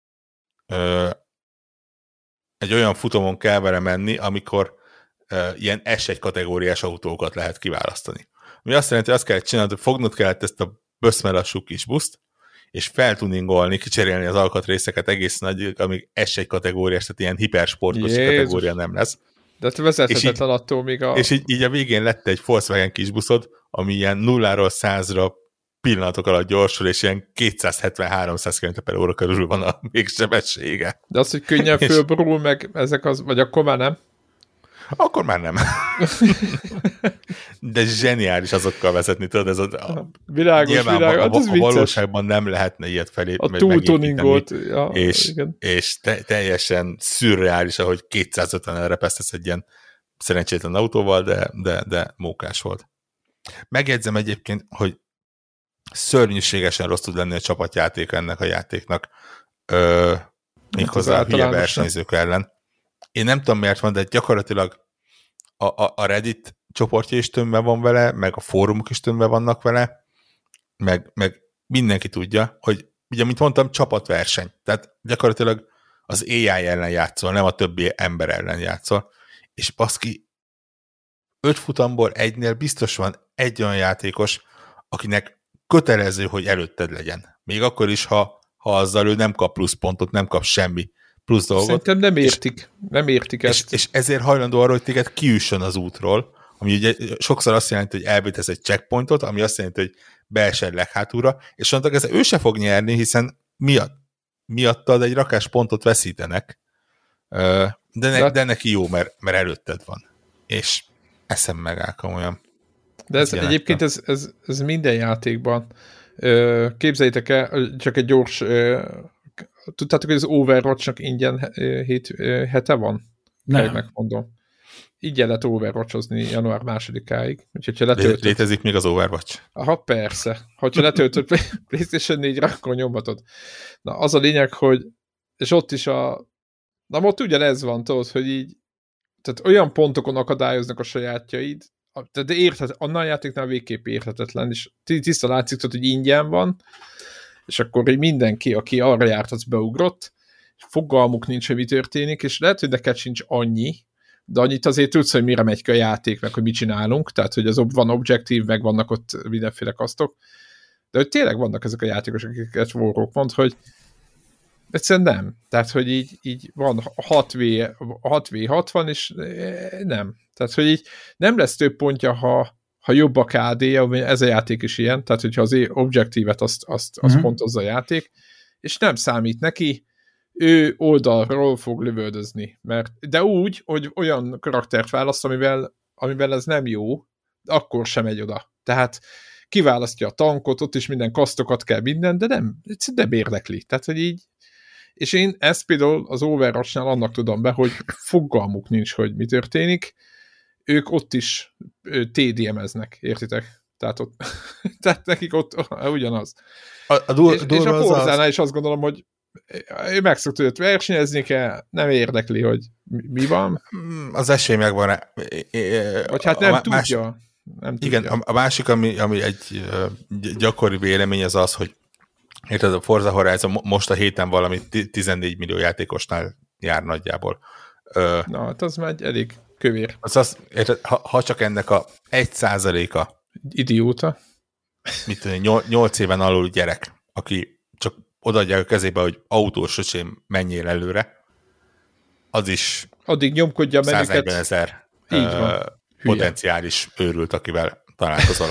egy olyan futamon kell vele menni, amikor ilyen S1 kategóriás autókat lehet kiválasztani. Ami azt jelenti, hogy azt kellett csinálni, hogy fognod kellett ezt a böszmelassú kis buszt, és feltuningolni, kicserélni az alkatrészeket egészen addig, amíg S1 kategóriás, tehát ilyen hipersportos kategória nem lesz. De te vezethetetlen attól még És így a végén lett egy Volkswagen kisbuszod, ami ilyen 0-ról 100-ra pillanatok alatt gyorsul, és ilyen 270-300 km/h körül van a végsebessége. De az, hogy könnyen fölborul meg ezek vagy akkor már nem? Akkor már nem. De zseniális azokkal vezetni, tudod, ez világos. A valóságban nem lehetne ilyet felé a túltuningolt. És teljesen szürreális, ahogy 250-en repesztesz egy ilyen szerencsétlen autóval, de mókás volt. Megjegyzem egyébként, hogy szörnyűségesen rossz tud lenni a csapatjáték ennek a játéknak, méghozzá a hülye versenyzők ellen. Én nem tudom, miért van, de gyakorlatilag a Reddit csoportja is tömve van vele, meg a fórumok is tömve vannak vele, meg mindenki tudja, hogy ugye, mint mondtam, csapatverseny. Tehát gyakorlatilag az AI ellen játszol, nem a többi ember ellen játszol. És baszki, 5 futamból 1-nél biztos van egy olyan játékos, akinek kötelező, hogy előtted legyen. Még akkor is, ha azzal ő nem kap plusz pontot, nem kap semmi plusz dolgot. Szerintem nem értik ezt. És ezért hajlandó arra, hogy téged kiüssön az útról, ami ugye sokszor azt jelenti, hogy elvétesz egy checkpointot, ami azt jelenti, hogy beesel leghátúra, és mondtak, ez ő se fog nyerni, hiszen miattad egy rakás pontot veszítenek, de neki jó, mert előtted van. És eszem megáll komolyan. De ez egyébként ez minden játékban. Képzeljétek el, csak egy gyors tudtátok, hogy az Overwatch-nak ingyen 7 hete van? Nem. Megmondom. Így lehet Overwatch-ozni január 2-áig. Úgyhogy, ha letöltöd... Létezik még az Overwatch? Aha, persze. Ha letöltöd PlayStation 4-re, akkor nyomhatod. Na, az a lényeg, hogy és ott is na, ott ugyanez van, tudod, hogy így tehát olyan pontokon akadályoznak a sajátjaid, de érthet, annál játéknál végképp érthetetlen, és tiszta látszik, tudod, hogy ingyen van, és akkor így mindenki, aki arra járt, az beugrott, fogalmuk nincs, hogy mi történik, és lehet, hogy neked sincs annyi, de annyit azért tudsz, hogy mire megy ki a játék, meg hogy mit csinálunk, tehát, hogy van objektív, meg vannak ott mindenféle kasztok, de hogy tényleg vannak ezek a játékosok, akiket Warhawk mond, hogy egyszerűen nem. Tehát, hogy így van 6v60, és nem. Tehát, hogy így nem lesz több pontja, ha jobb a KD-ja, ez a játék is ilyen, tehát, hogyha az objektívet azt pontozza a játék, és nem számít neki, ő oldalról fog lövöldözni. De úgy, hogy olyan karaktert választ, amivel ez nem jó, akkor sem megy oda. Tehát kiválasztja a tankot, ott is minden kasztokat kell minden, de nem érdekli. Tehát, hogy így és én ezt például az Overwatch-nál annak tudom be, hogy fogalmuk nincs, hogy mi történik. Ők ott is TDM-eznek, értitek? Tehát nekik ott ugyanaz. És a Forzánál is azt gondolom, hogy ő meg szokta őt versenyezni kell, nem érdekli, hogy mi van. Az esély megvan rá. Vagy hát nem tudja. Igen, a másik, ami egy gyakori vélemény az az, hogy érted, a Forza Horizon most a héten valami 14 millió játékosnál jár nagyjából. Na, hát az már elég kövér. Érted, ha csak ennek a 1%-a idióta. Mit tudom, 8 éven alul gyerek, aki csak odaadják a kezébe, hogy autós öcsém, menjél előre, az is addig nyomkodja 140 000 potenciális őrült, akivel találkozol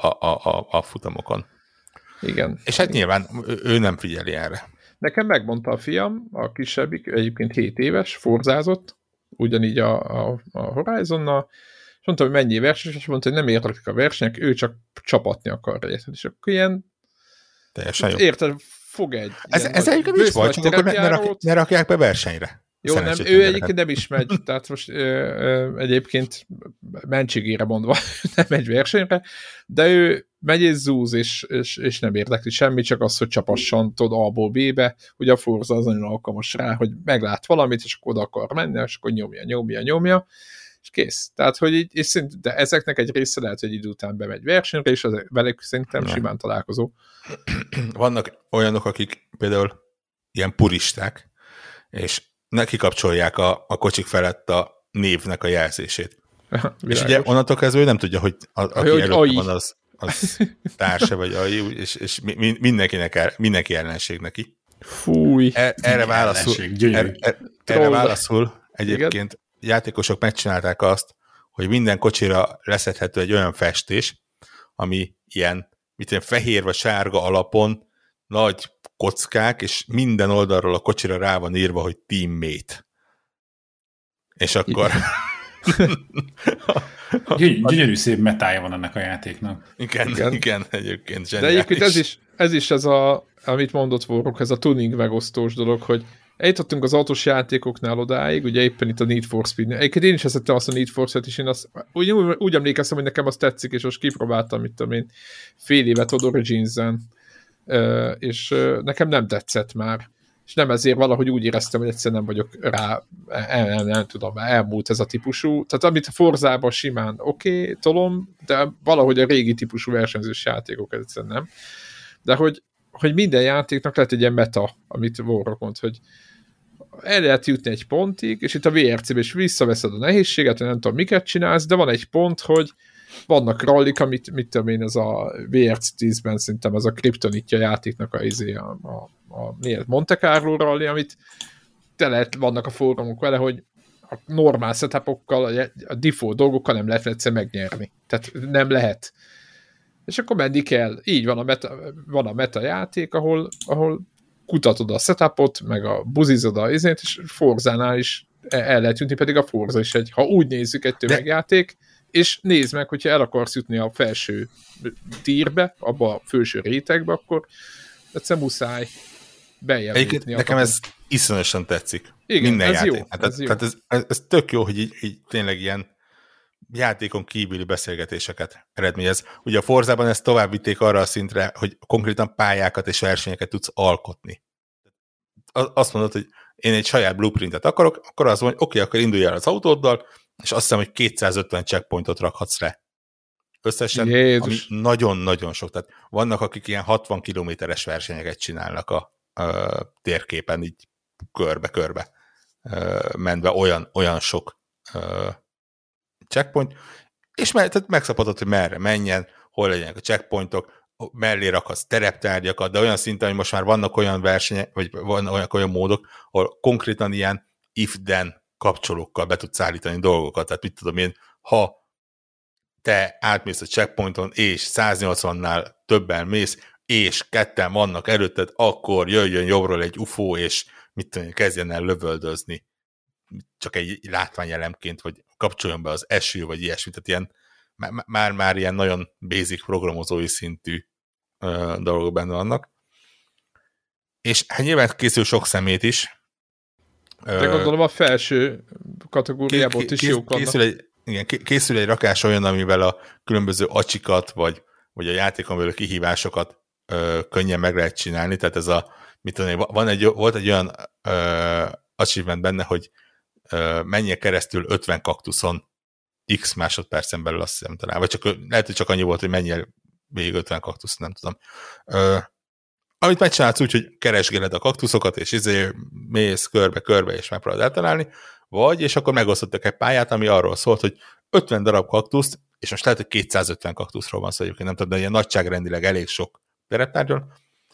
a futamokon. Igen. És hát nyilván ő nem figyeli erre. Nekem megmondta a fiam, a kisebbik, egyébként 7 éves, forzázott, ugyanígy a Horizonnal, és mondta, hogy mennyi versenyes, és mondta, hogy nem érdeklik a versenyek, ő csak csapatni akar, érted? És akkor ilyen teljesen jó. Érted, fog egy ez egyébként is vagy, csak akkor ne rakják be versenyre. Jó, nem, ő egyébként nem is megy, tehát most egyébként mentségére mondva nem megy versenyre, de ő megy és zúz, és nem érdekli semmi, csak az, hogy csapasson tudod A-ból B-be, ugye a Forza az nagyon alkalmas rá, hogy meglát valamit, és akkor oda akar menni, és akkor nyomja, és kész. Tehát, hogy így, és de ezeknek egy része lehet, hogy idő után bemegy versenyre, és velük szerintem simán találkozó. Vannak olyanok, akik például ilyen puristák, és neki kapcsolják a kocsik felett a névnek a jelzését. És ugye onnantól kezdve ő nem tudja, hogy aki előtt van, az társa vagy AI, és mindenki ellenség neki. Fúj. Erre válaszul egyébként játékosok megcsinálták azt, hogy minden kocsira leszedhető egy olyan festés, ami ilyen fehér vagy sárga alapon nagy kockák, és minden oldalról a kocsira rá van írva, hogy teammate. És akkor... Gyönyörű szép metája van ennek a játéknak. Igen, egyébként zseniális. De egyébként ez is amit mondott Warhawk, ez a tuning megosztós dolog, hogy eljutottunk az autós játékoknál odáig, ugye éppen itt a Need for Speed-nél. Egyébként én is eszettem azt a Need for Speed-et, és én úgy emlékeztem, hogy nekem az tetszik, és most kipróbáltam, mit tudom én, fél évet od Origins-en, és nekem nem tetszett már. És nem ezért valahogy úgy éreztem, hogy egyszerűen nem vagyok rá, nem tudom, elmúlt ez a típusú. Tehát amit a Forzában simán oké, tolom, de valahogy a régi típusú versenyzős játékok egyszerűen nem. De hogy minden játéknak lehet egy ilyen meta, amit Warhawk mond, hogy el lehet jutni egy pontig, és itt a VRC-ben is visszaveszed a nehézséget, hogy nem tudom, miket csinálsz, de van egy pont, hogy vannak rallik, amit mit tudom én, ez a VRC 10-ben szerintem ez a kriptonitja játéknak a Monte Carlo rally, amit vannak a fórumok vele, hogy a normál setupokkal, a default dolgokkal nem lehet egyszer megnyerni. Tehát nem lehet. És akkor menni kell. Így van a meta játék, ahol kutatod a setupot, meg a buzizod a izét, és Forzánál is el lehet jutni, pedig a Forza is ha úgy nézzük, egy tömegjáték, és nézd meg, hogyha el akarsz jutni a felső tírbe, abba a felső rétegbe, akkor egyszerűen muszáj. beljebb lépni. Nekem ez iszonyosan tetszik. Igen, minden ez játék. jó. Tehát ez tök jó, hogy így tényleg ilyen játékon kívüli beszélgetéseket eredményez. Ugye a Forzában ezt tovább vitték arra a szintre, hogy konkrétan pályákat és versenyeket tudsz alkotni. Azt mondod, hogy én egy saját blueprintet akarok, akkor az mondja, oké, akkor indulj el az autóddal, és azt hiszem, hogy 250 checkpointot rakhatsz le. Összesen, Jézus. ami nagyon-nagyon sok. Tehát vannak, akik ilyen 60 kilométeres versenyeket csinálnak a térképen, így körbe-körbe menve olyan sok checkpoint, és tehát megszabadod, hogy merre menjen, hol legyenek a checkpointok, mellé rakhatsz tereptárgyakat, de olyan szinten, hogy most már vannak olyan versenyek, vagy vannak olyan módok, ahol konkrétan ilyen if-then kapcsolókkal be tudsz állítani dolgokat. Tehát mit tudom én, ha te átmész a checkpointon, és 180-nál többen mész, és ketten vannak előtted, akkor jöjjön jobbról egy UFO, és mit tudom én, kezdjen el lövöldözni. Csak egy látványelemként, vagy kapcsoljon be az eső, vagy ilyesmi. Tehát ilyen, már ilyen nagyon basic programozói szintű dolgok benne vannak. És hát nyilván készül sok szemét is. De gondolom a felső kategóriából is jók vannak. Készül egy rakás olyan, amivel a különböző acsikat, vagy a játékon belül kihívásokat könnyen meg lehet csinálni. Tehát ez a, mit tudom én, volt egy olyan achievement benne, hogy menjél keresztül 50 kaktuszon x másodpercen belül, azt hiszem talán. Vagy lehet, hogy csak annyi volt, hogy menjél végig 50 kaktusz, nem tudom. Amit megcsinálsz úgy, hogy keresgéled a kaktuszokat, és mész körbe-körbe, és megpróbálod eltalálni, vagy, és akkor megosztottak egy pályát, ami arról szólt, hogy 50 darab kaktuszt, és most lehet, hogy 250 kaktuszról van szó, egyébként nem tudom, de ilyen nagyságrendileg elég sok tereptárgyon,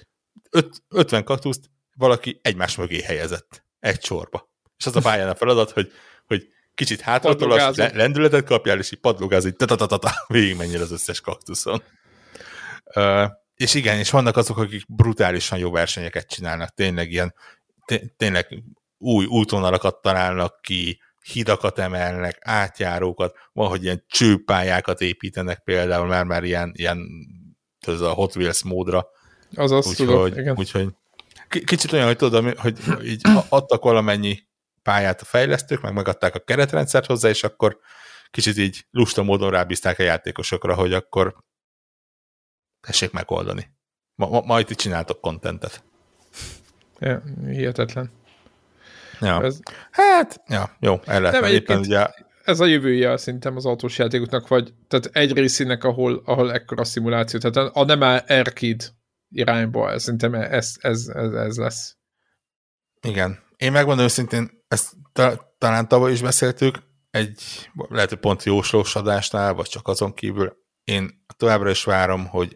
50 kaktuszt valaki egymás mögé helyezett egy sorba. És az a pályán a feladat, hogy kicsit hátratolás, lendületet kapjál, és így padlógáz, így végigmenjél az összes kaktuszon. És igen, és vannak azok, akik brutálisan jó versenyeket csinálnak, tényleg ilyen, tényleg új útvonalakat találnak ki, hidakat emelnek, átjárókat, van, hogy ilyen csőpályákat építenek például, már ilyen ez a Hot Wheels módra. Azaz, tudom, igen. Úgyhogy kicsit olyan, hogy tudod, hogy így adtak valamennyi pályát a fejlesztők, meg megadták a keretrendszert hozzá, és akkor kicsit így lusta módon rábízták a játékosokra, hogy akkor tessék megoldani. Majd itt csináltok contentet. Ja, hihetetlen. Ja. Hát, ja, jó, el lehet. Nem, éppen ugye... Ez a jövője szerintem az autós játékoknak, vagy tehát egy részének, ahol ekkora szimuláció, tehát a nem arcade irányba, szerintem ez lesz. Igen. Én megmondom őszintén, ezt talán tavaly is beszéltük, lehet, hogy pont jóslós adásnál, vagy csak azon kívül, én továbbra is várom, hogy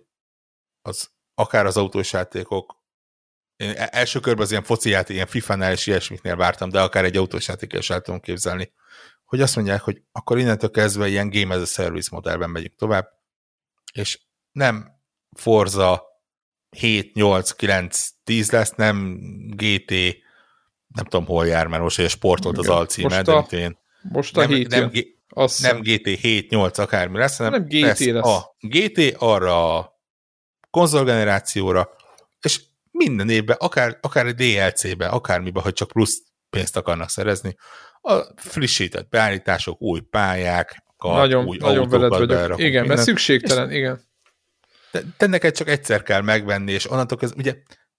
akár az autós játékok, én első körben az ilyen foci játék, ilyen FIFA-nál és ilyesmiknél vártam, de akár egy autós játékot is el tudom képzelni, hogy azt mondják, hogy akkor innentől kezdve ilyen game as a service modellben megyünk tovább, és nem Forza 7, 8, 9, 10 lesz, nem GT, nem tudom hol jár, mert most egy sportolt az alcíme, most a 7 nem GT 7, 8 akármi lesz, hanem GT lesz a GT arra a konzolgenerációra, és minden évben, akár egy DLC-ben, akármiben, hogy csak plusz pénzt akarnak szerezni, a frissített beállítások, új pályák, új autókat berakunk. Igen, minden. Mert szükségtelen, igen. Te neked csak egyszer kell megvenni, és onnantól kezdve, ugye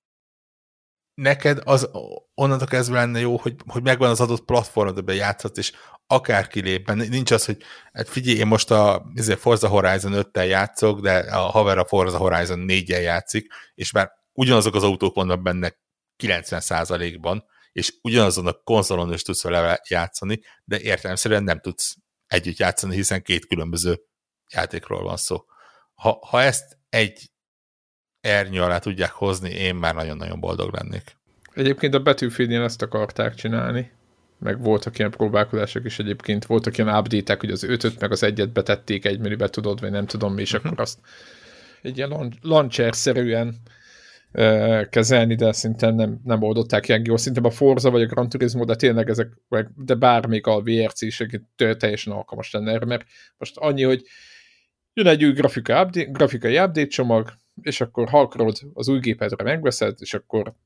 neked az onnantól kezdve lenne jó, hogy megvan az adott platformod, amiben játszhatsz, és akár kilépben. Nincs az, hogy hát figyelj, én most a Forza Horizon 5-tel játszok, de a haver a Forza Horizon 4-jel játszik, és már ugyanazok az autók vannak benne 90%-ban, és ugyanazon a konzolon is tudsz vele játszani, de értelemszerűen nem tudsz együtt játszani, hiszen két különböző játékról van szó. Ha ezt egy ernyő alá tudják hozni, én már nagyon-nagyon boldog lennék. Egyébként a Battlefieldnél ezt akarták csinálni, meg voltak ilyen próbálkozások is egyébként, voltak ilyen update-ek, hogy az 5-öt meg az 1-et betették egy menübe, tudod, vagy nem tudom mi, és akkor azt egy ilyen launcher-szerűen kezelni, de szerintem nem oldották ilyen jól. Szerintem a Forza vagy a Gran Turismo, de tényleg ezek, de bármelyik a VRC is teljesen alkalmas lenne erre, mert most annyi, hogy jön egy új grafikai update csomag, és akkor ha akarod, az új gépedre megveszed, és akkor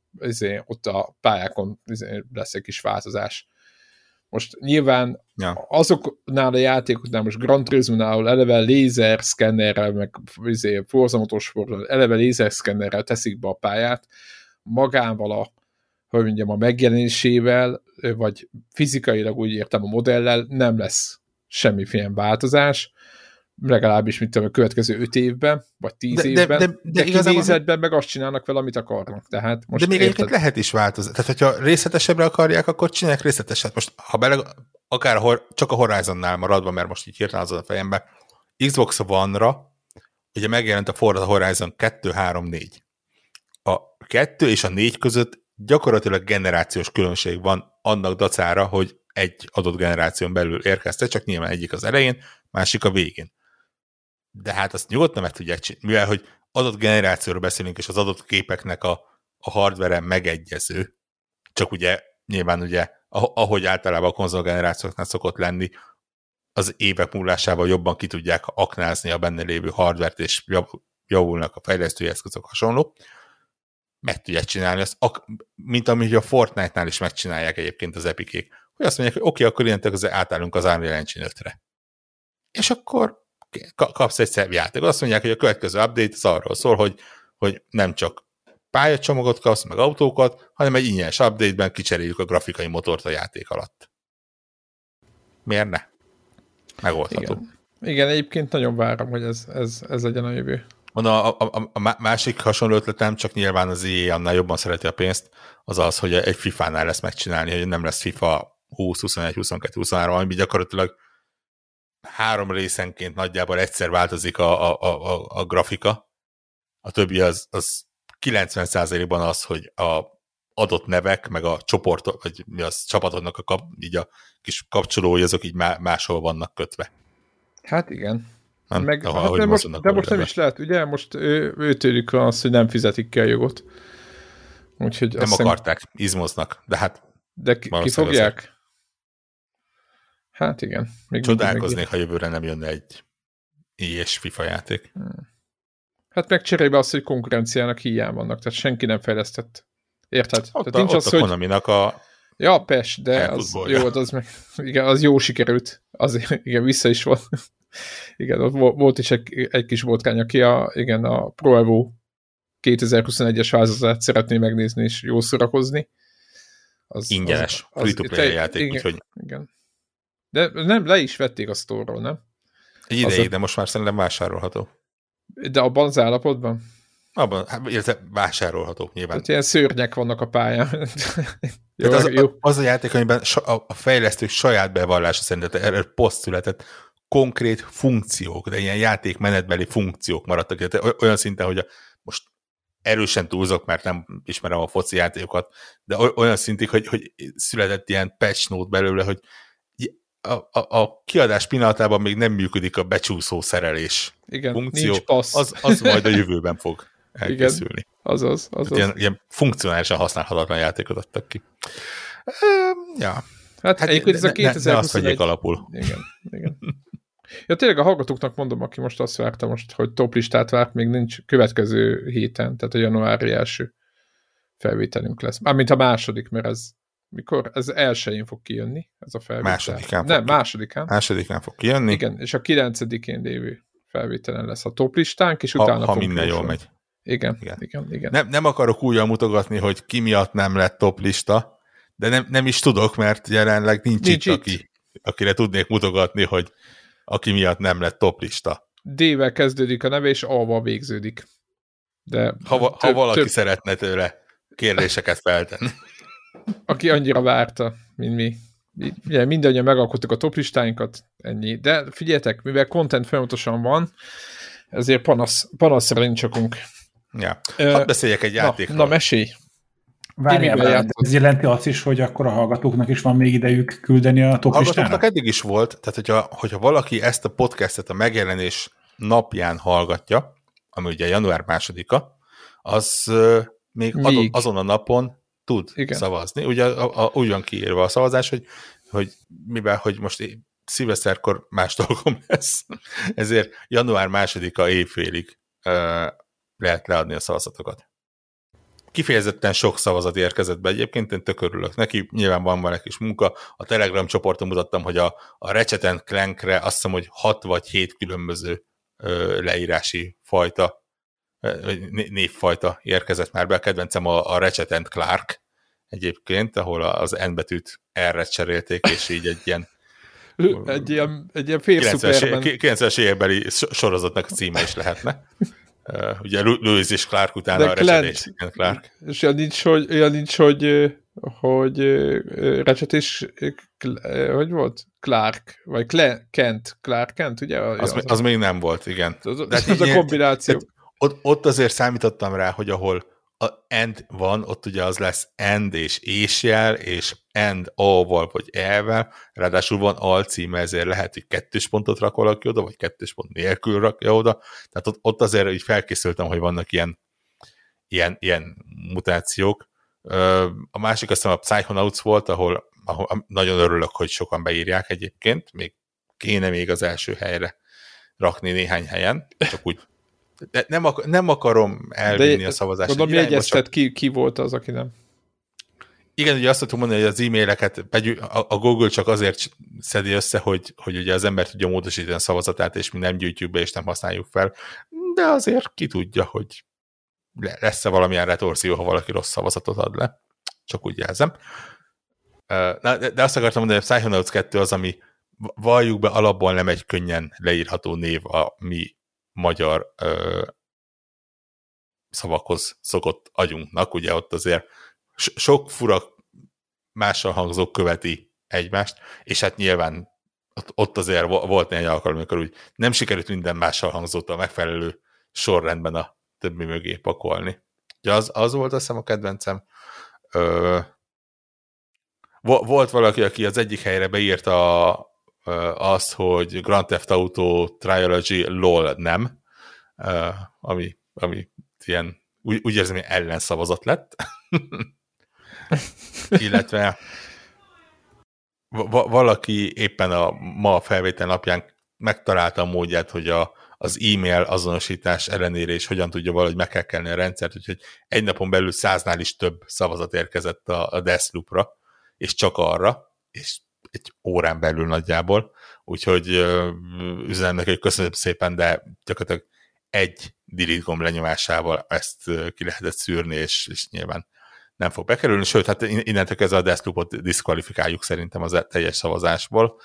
ott a pályákon lesz egy kis változás. Most nyilván azoknál a játékoknál, most Gran Turismo-nál, ahol eleve lézerszkennerrel, meg Forza Motorsportnál eleve lézerszkennerrel teszik be a pályát, magával a megjelenésével, vagy fizikailag úgy értem a modellel nem lesz semmiféle változás, legalábbis mint a következő 5 évben, vagy 10 évben, de kinézetben meg azt csinálnak vele, amit akarnak. Tehát most de még egyébként lehet is változni. Tehát, hogyha részletesebbre akarják, akkor csinálják részleteset. Most, ha akár csak a Horizonnál maradva, mert most így hirtelen azon a fejembe, Xbox One-ra ugye megjelent a Forza Horizon 2, 3, 4. A 2 és a 4 között gyakorlatilag generációs különbség van annak dacára, hogy egy adott generáción belül érkeztek, csak nyilván egyik az elején, másik a végén. De hát azt nyugodtan meg tudják csinálni, mivel hogy adott generációról beszélünk, és az adott képeknek a hardware-en megegyező, csak ugye nyilván ugye, ahogy általában a konzolgenerációknál szokott lenni, az évek múlásával jobban ki tudják aknázni a benne lévő hardware-t, és javulnak a fejlesztői eszközök hasonló, meg tudják csinálni azt, mint amit a Fortnite-nál is megcsinálják egyébként az Epic-ék, hogy azt mondják, hogy oké, akkor innentől átállunk az Unreal Engine 5-re. És akkor kapsz egy szebb játékot. Azt mondják, hogy a következő update az arról szól, hogy nem csak pályacsomagot kapsz, meg autókat, hanem egy ingyenes update-ben kicseréljük a grafikai motort a játék alatt. Miért ne? Megoldható. Igen, egyébként nagyon várom, hogy ez legyen a jövő. Mondom, a másik hasonló ötletem, csak nyilván az EA annál jobban szereti a pénzt, az az, hogy egy FIFA-nál lesz megcsinálni, hogy nem lesz FIFA 20, 21, 22, 23, ami gyakorlatilag 3 részenként nagyjából egyszer változik a grafika. A többi az 90%-ban az, hogy a adott nevek, meg a csoport, vagy mi az csapatodnak így a kis kapcsolói, azok így máshol vannak kötve. Hát igen. Nem? Meg, de most nem is lehet, ugye? Most őtőlük van az, hogy nem fizetik ki a jogot. Úgyhogy nem akarták, izmoznak, de hát... De ki fogják? Azért. Hát igen. Csodálkoznék, ha jövőre nem jönne egy ilyes FIFA játék. Hát meg cserébe az, hogy konkurenciának hiány vannak, tehát senki nem fejlesztett. Érted? Tehát nincs az, hogy... Konaminak a... Ja, pes, de az jó, az meg... Igen, az jó sikerült. Az, igen, vissza is volt. Igen, volt is egy kis botrány, aki a Pro Evo 2021-es változatát szeretné megnézni és jól szórakozni. Ingyenes, free-to-play játék, úgyhogy... Igen. De nem, le is vették a sztorról, nem? Egy ideig, de most már szerintem vásárolható. De abban az állapotban? Abban, illetve vásárolható nyilván. Tehát ilyen szörnyek vannak a pályán. jó. Az a játék, amiben a fejlesztők saját bevallása szerint erről poszt született, konkrét funkciók, de ilyen játékmenetbeli funkciók maradtak. Olyan szinten, hogy most erősen túlzok, mert nem ismerem a foci játékokat, de olyan szintig, hogy született ilyen patch note belőle, hogy a kiadás pillanatában még nem működik a becsúszó szerelés funkció. Nincs passz. Az majd a jövőben fog elkészülni. Igen, azaz. Ilyen funkcionálisan használhatatlan játékot adtak ki. Ja. Hát egyébként ez a 2021... Ne azt vegyék alapul. Igen. Ja, tényleg a hallgatóknak mondom, aki most azt várta most, hogy toplistát várt, még nincs következő héten, tehát a januári első felvételünk lesz. Mármint a második, mert ez mikor? Ez elsőjén fog kijönni, ez a felvétel. Másodikán fog kijönni. Igen, és a 9-én lévő felvételen lesz a toplistánk, és utána ha minden jól megy. Igen. Nem akarok újra mutogatni, hogy ki miatt nem lett toplista, de nem is tudok, mert jelenleg nincs itt, akire tudnék mutogatni, hogy aki miatt nem lett toplista. D-vel kezdődik a neve, és A-val végződik. De ha valaki szeretne tőle kérdéseket feltenni. Aki annyira várta, mint mi. Ugye mindannyian megalkottuk a toplistáinkat, ennyi. De figyeljetek, mivel content folyamatosan van, ezért panaszra nincsakunk. Ja. Hadd beszéljek egy játékról. Na mesélj! Várjál, ez jelenti azt is, hogy akkor a hallgatóknak is van még idejük küldeni a toplistának? Hallgatóknak eddig is volt, tehát hogyha valaki ezt a podcastet a megjelenés napján hallgatja, ami ugye január 2-a, az még azon a napon tud szavazni. Ugye úgy van kiírva a szavazás, hogy mivel hogy most szilveszterkor más dolgom lesz, ezért január 2-a éjfélig lehet leadni a szavazatokat. kifejezetten sok szavazat érkezett be egyébként, én tök örülök neki, nyilván van egy kis munka. A Telegram csoporton mutattam, hogy a Ratchet & Clankre azt hiszem, hogy 6 vagy 7 különböző leírási fajta, névfajta érkezett már be. A kedvencem a Ratchet & Clark egyébként, ahol az N betűt R-re cserélték, és így egy ilyen egy ilyen fél szuperben. 90-es évekbeli sorozatnak a címe is lehetne. Ugye Lewis és Clark utána a Ratchet és Clark. És olyan nincs, hogy Ratchet és hogy volt? Clark, vagy Clark Kent, ugye? Az még nem volt, igen. Ez a kombináció. Ott azért számítottam rá, hogy ahol a end van, ott ugye az lesz end és jel, és end A-val vagy E-vel, ráadásul van alcíme, ezért lehet, hogy 2 pontot rak valaki oda, vagy 2 pont nélkül rakja oda, tehát ott azért így felkészültem, hogy vannak ilyen mutációk. A másik azt hiszem a Psychonauts volt, ahol nagyon örülök, hogy sokan beírják egyébként, kéne még az első helyre rakni néhány helyen, csak úgy de nem akarom elvinni a szavazást. Gondolom, jegyezted, ki volt az, aki nem. Igen, ugye azt tudom mondani, hogy az e-maileket a Google csak azért szedi össze, hogy ugye az ember tudja módosítani a szavazatát, és mi nem gyűjtjük be, és nem használjuk fel. De azért ki tudja, hogy lesz-e valamilyen retorzió, ha valaki rossz szavazatot ad le. Csak úgy jelzem. De azt akartam mondani, hogy a Psychonauts 2 az, ami valljuk be, alapból nem egy könnyen leírható név a mi magyar szavakhoz szokott agyunknak, ugye ott azért sok fura mással hangzó követi egymást, és hát nyilván ott azért volt néhány alkalom, amikor úgy nem sikerült minden mással hangzót a megfelelő sorrendben a többi mögé pakolni. Ugye az volt azt hiszem a kedvencem. Volt valaki, aki az egyik helyre beírta azt, hogy Grand Theft Auto Trilogy LOL nem, ami ilyen, úgy érzem, hogy ellenszavazat lett. Illetve valaki éppen ma a felvétel napján megtalálta a módját, hogy az e-mail azonosítás ellenére is hogyan tudja valahogy meghekkelni a rendszert, úgyhogy egy napon belül 100-nál is több szavazat érkezett a Deathloopra, és csak arra, és egy órán belül nagyjából, úgyhogy üzenem neki, hogy köszönöm szépen, de gyakorlatilag egy delete gomb lenyomásával ezt ki lehetett szűrni, és nyilván nem fog bekerülni, sőt, hát innentől kezdve a Deathloopot diszkvalifikáljuk szerintem az teljes szavazásból.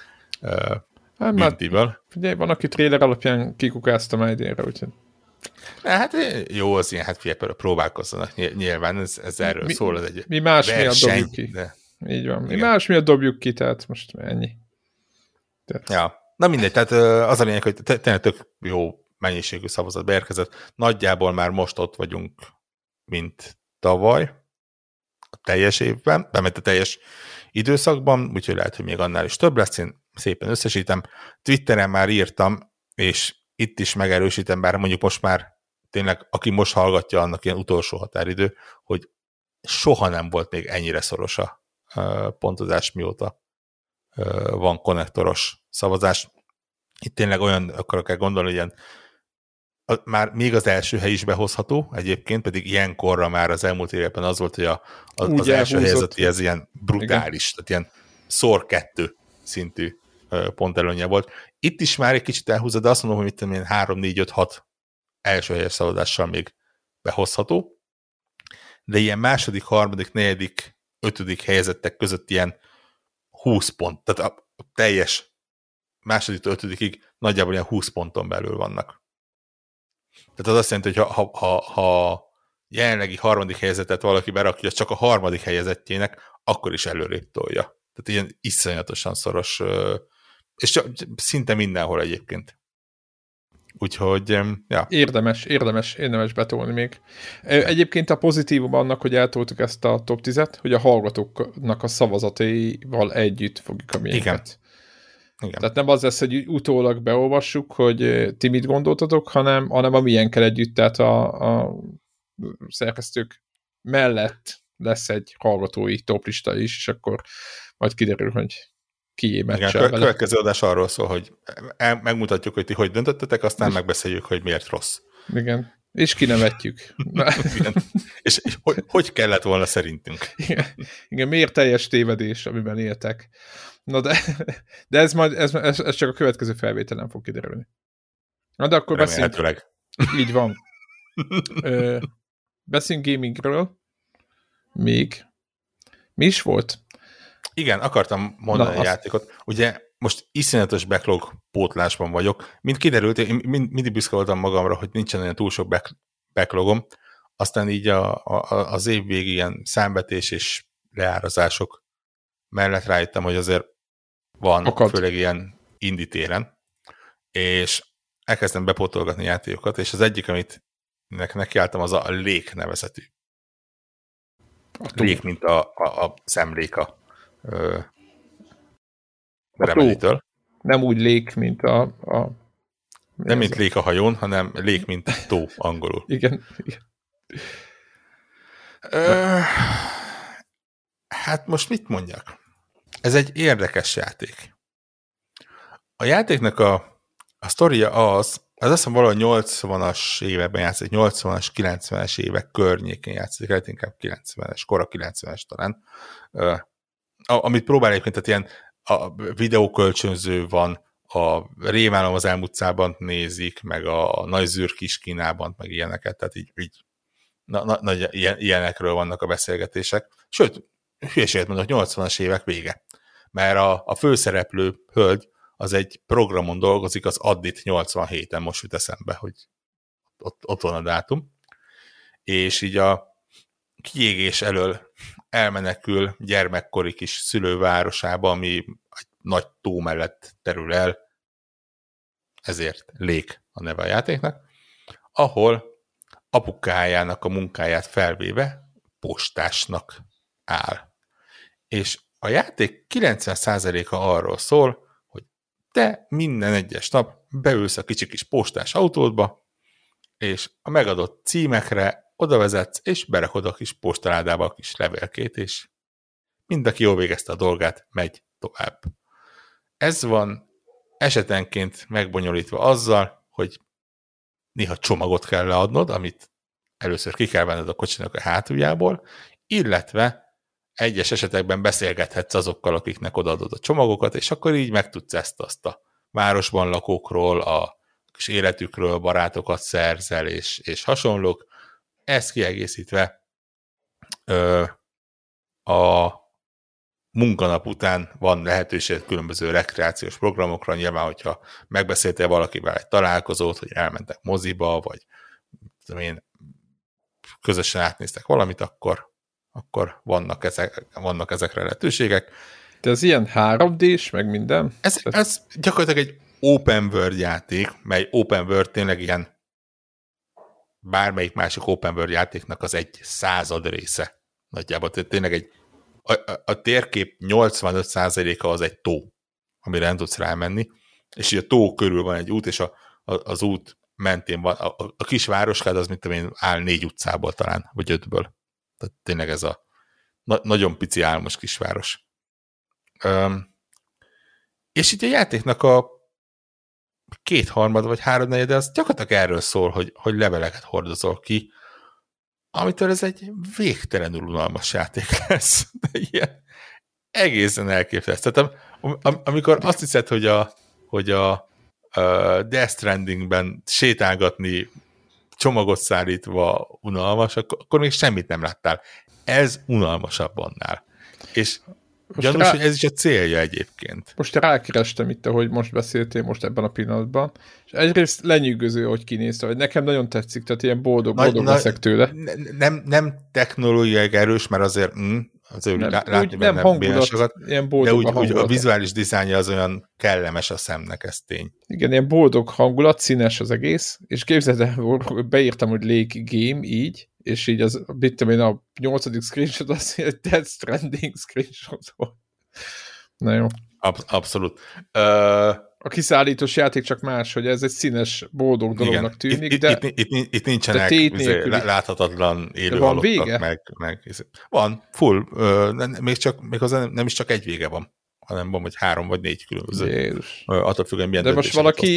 Figyelj, van, aki trailer alapján kikukázta már idénre, úgyhogy... Hát jó, az ilyen, hát próbálkozzanak nyilván, ez erről szól, ez egy mi más miatt dobjuk ki. De... Így van, mi más miatt dobjuk ki, tehát most ennyi. Tehát... Ja, na mindegy, tehát az a lényeg, hogy tényleg tök jó mennyiségű szavazat beérkezett. Nagyjából már most ott vagyunk, mint tavaly, a teljes évben, bement a teljes időszakban, úgyhogy lehet, hogy még annál is több lesz, én szépen összesítem. Twitteren már írtam, és itt is megerősítem, bár mondjuk most már tényleg, aki most hallgatja, annak ilyen utolsó határidő, hogy soha nem volt még ennyire szoros a pontozás, mióta van konnektoros szavazás. Itt tényleg olyan, akarok el gondolni, hogy ilyen, már még az első hely is behozható, egyébként pedig ilyenkorra már az elmúlt években az volt, hogy az első helyezeti ez ilyen brutális, igen. Tehát ilyen szor 2 szintű pontelőnye volt. Itt is már egy kicsit elhúzza, de azt mondom, hogy itt ilyen 3, 4, 5, 6 első helyes szavazással még behozható, de ilyen második, harmadik, negyedik, 5. helyezettek között ilyen 20 pont, tehát a teljes második 5-ig nagyjából ilyen 20 ponton belül vannak. Tehát az azt jelenti, hogy ha jelenlegi 3. helyezetet valaki berakja csak a 3. helyezettjének, akkor is előrébb tolja. Tehát ilyen iszonyatosan szoros, és szinte mindenhol egyébként. Úgyhogy, ja. Érdemes betolni még. Egyébként a pozitívum annak, hogy eltoltuk ezt a top 10-et, hogy a hallgatóknak a szavazataival együtt fogjuk a miénket. Igen. Tehát nem az lesz, hogy utólag beolvassuk, hogy ti mit gondoltatok, hanem a miénkkel együtt, tehát a szerkesztők mellett lesz egy hallgatói toplista is, és akkor majd kiderül, hogy kié meccsel vele. Következő adás arról szól, hogy megmutatjuk, hogy ti hogy döntöttetek, aztán megbeszéljük, hogy miért rossz. Igen. És kinevetjük. És hogy kellett volna szerintünk? Igen, miért teljes tévedés, amiben éltek. Na de ez csak a következő felvételen fog kiderülni. Na de akkor beszéljünk. Így van. Beszéljünk gamingről. Még. Mi is volt? Igen, akartam mondani a játékot. Ugye most iszonyatos backlog pótlásban vagyok. Mint kiderült, én mindig büszke voltam magamra, hogy nincsen olyan túl sok backlogom. Aztán így az év végig ilyen számvetés és leárazások mellett rájöttem, hogy azért van, főleg ilyen indie téren. És elkezdtem bepótolgatni játékokat, és az egyik, amit nekiálltam, az a Lake nevezetű. Lake, mint a szemléka Remelitől. Nem úgy Lake, mint nem mint Lake a hajón, hanem Lake, mint tó angolul. Igen. Hát most mit mondjak? Ez egy érdekes játék. A játéknak a sztoria az azt hiszem valahogy 80-as években játszik, 80-as, 90-es évek környékén játszik, lehet inkább 90-es, kora 90-es talán. Amit próbál egyébként, tehát ilyen a videókölcsönző van, a Rémálom az elmúcában nézik, meg a Nagy Zűr Kiskínában, meg ilyeneket, tehát így nagy ilyenekről vannak a beszélgetések. Sőt, hülyeséget mondok, 80-as évek vége. Mert a főszereplő hölgy az egy programon dolgozik, az Addit 87-en, most jut eszembe, hogy ott van a dátum. És így a kiégés elől elmenekül gyermekkori kis szülővárosába, ami egy nagy tó mellett terül el, ezért Lake a neve a játéknak, ahol apukájának a munkáját felvéve postásnak áll. És a játék 90%-a arról szól, hogy te minden egyes nap beülsz a kicsi kis postás autódba, és a megadott címekre oda vezetsz, és berakod a kis postaládába a kis levélkét, és mind aki jól végezte a dolgát, megy tovább. Ez van esetenként megbonyolítva azzal, hogy néha csomagot kell leadnod, amit először ki kell venned a kocsinak a hátuljából, illetve egyes esetekben beszélgethetsz azokkal, akiknek odaadod a csomagokat, és akkor így megtudsz ezt-azt a városban lakókról, a kis életükről, barátokat szerzel, és hasonlók. Ezt kiegészítve a munkanap után van lehetőség különböző rekreációs programokra, nyilván, hogyha megbeszéltél valakivel egy találkozót, hogy elmentek moziba, vagy közösen átnéztek valamit, akkor vannak ezekre lehetőségek. De ez ilyen 3D-s, meg minden? Ez gyakorlatilag egy open world játék, mely open world tényleg ilyen bármelyik másik open world játéknak az 1/100 része. Nagyjából tényleg a térkép 85%-a az egy tó, amire nem tudsz rámenni, és így a tó körül van egy út, és az út mentén van. A kis városkád az, mint tudom én, áll 4 utcából talán, vagy 5-ből. Tehát tényleg ez a nagyon pici álmos kisváros. És itt a játéknak a 2/3 vagy 3/4, az gyakorlatilag erről szól, hogy leveleket hordozol ki, amitől ez egy végtelenül unalmas játék lesz. De ilyen egészen elképesztő. Tehát amikor azt hiszed, hogy a Death Strandingben sétálgatni csomagot szállítva unalmas, akkor még semmit nem láttál. Ez unalmasabb annál. És gyanús, hogy ez is a célja egyébként. Most rákerestem itt, ahogy most beszéltél most ebben a pillanatban, és egyrészt lenyűgöző, hogy kinézte, hogy nekem nagyon tetszik, tehát ilyen boldog leszek tőle. Nem technológiai erős, mert azért látni benne bénasokat, de úgy a vizuális dizájnja az olyan kellemes a szemnek, ez tény. Igen, ilyen boldog hangulat, színes az egész, és képzeld el, beírtam, hogy Lake Game így, és így az, mit tudom én, a 8. screenshot az egy Death Stranding screenshot volt. Na jó. Abszolút. A kiszállítós játék csak más, hogy ez egy színes, boldog dolognak tűnik, de... Itt nincsenek láthatatlan élőhalottak, meg... Van, full. Még nem is csak egy vége van hanem van vagy 3 vagy 4 különböző. Jézus. Attól függően milyen de most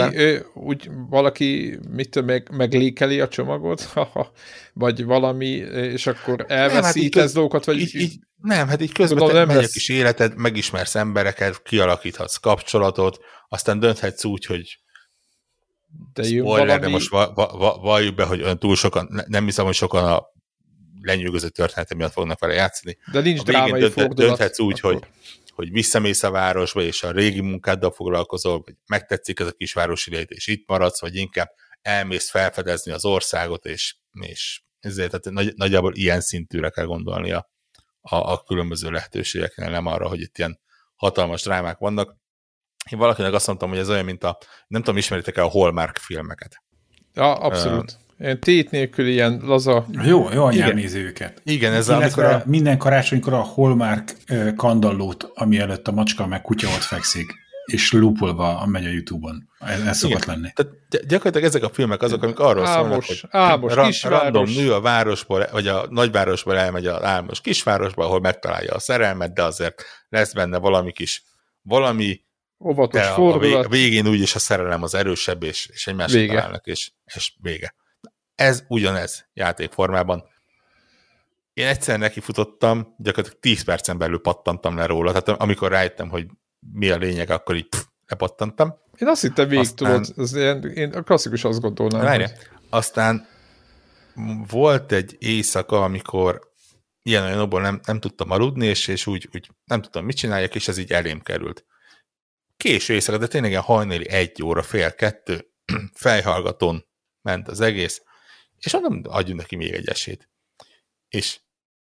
valaki meglékeli a csomagot, vagy valami, és akkor elveszítesz dolgokat, vagy... Nem, hát így közben te megy a kis életed, megismersz embereket, kialakíthatsz kapcsolatot, aztán dönthetsz úgy, hogy spoiler, de most valljuk be, hogy olyan túl sokan, nem hiszem, hogy sokan a lenyűgöző története miatt fognak vele játszani. De nincs drámai fordulat. Dönthetsz úgy, hogy visszamész a városba, és a régi munkáddal foglalkozol, vagy megtetszik ez a kisvárosi lét, és itt maradsz, vagy inkább elmész felfedezni az országot, és ezért tehát nagyjából ilyen szintűre kell gondolni a különböző lehetőségeknél, nem arra, hogy itt ilyen hatalmas drámák vannak. Én valakinek azt mondtam, hogy ez olyan, mint nem tudom, ismeritek-e a Hallmark filmeket? Ja, abszolút. Én tét nélkül ilyen laza... Jó anyám nézi őket. Igen, ez amikor minden karácsonykor a Hallmark kandallót, ami előtt a macska meg kutya ott fekszik, és lúpolva megy a YouTube-on. Ez szokott lenni. Tehát gyakorlatilag ezek a filmek azok, amik arról szólnak, hogy random nő a városból, vagy a nagyvárosból elmegy az álmos kisvárosba, ahol megtalálja a szerelmet, de azért lesz benne valami óvatos fordulat. A végén úgyis a szerelem az erősebb, és egymásra találnak, és vége. Ez ugyanez játékformában. Én egyszer nekifutottam, gyakorlatilag 10 percen belül pattantam le róla, tehát amikor rájöttem, hogy mi a lényeg, akkor így lepattantam. Én azt hittem végig tudod, én a klasszikus azt gondolnám. Várja. Aztán volt egy éjszaka, amikor ilyen-olyanokból nem tudtam aludni, és úgy nem tudtam, mit csináljak, és ez így elém került. Késő éjszaka, de tényleg hajnali 1 óra, fél 2, fejhallgatón ment az egész, és mondom, adjunk neki még egy esélyt. És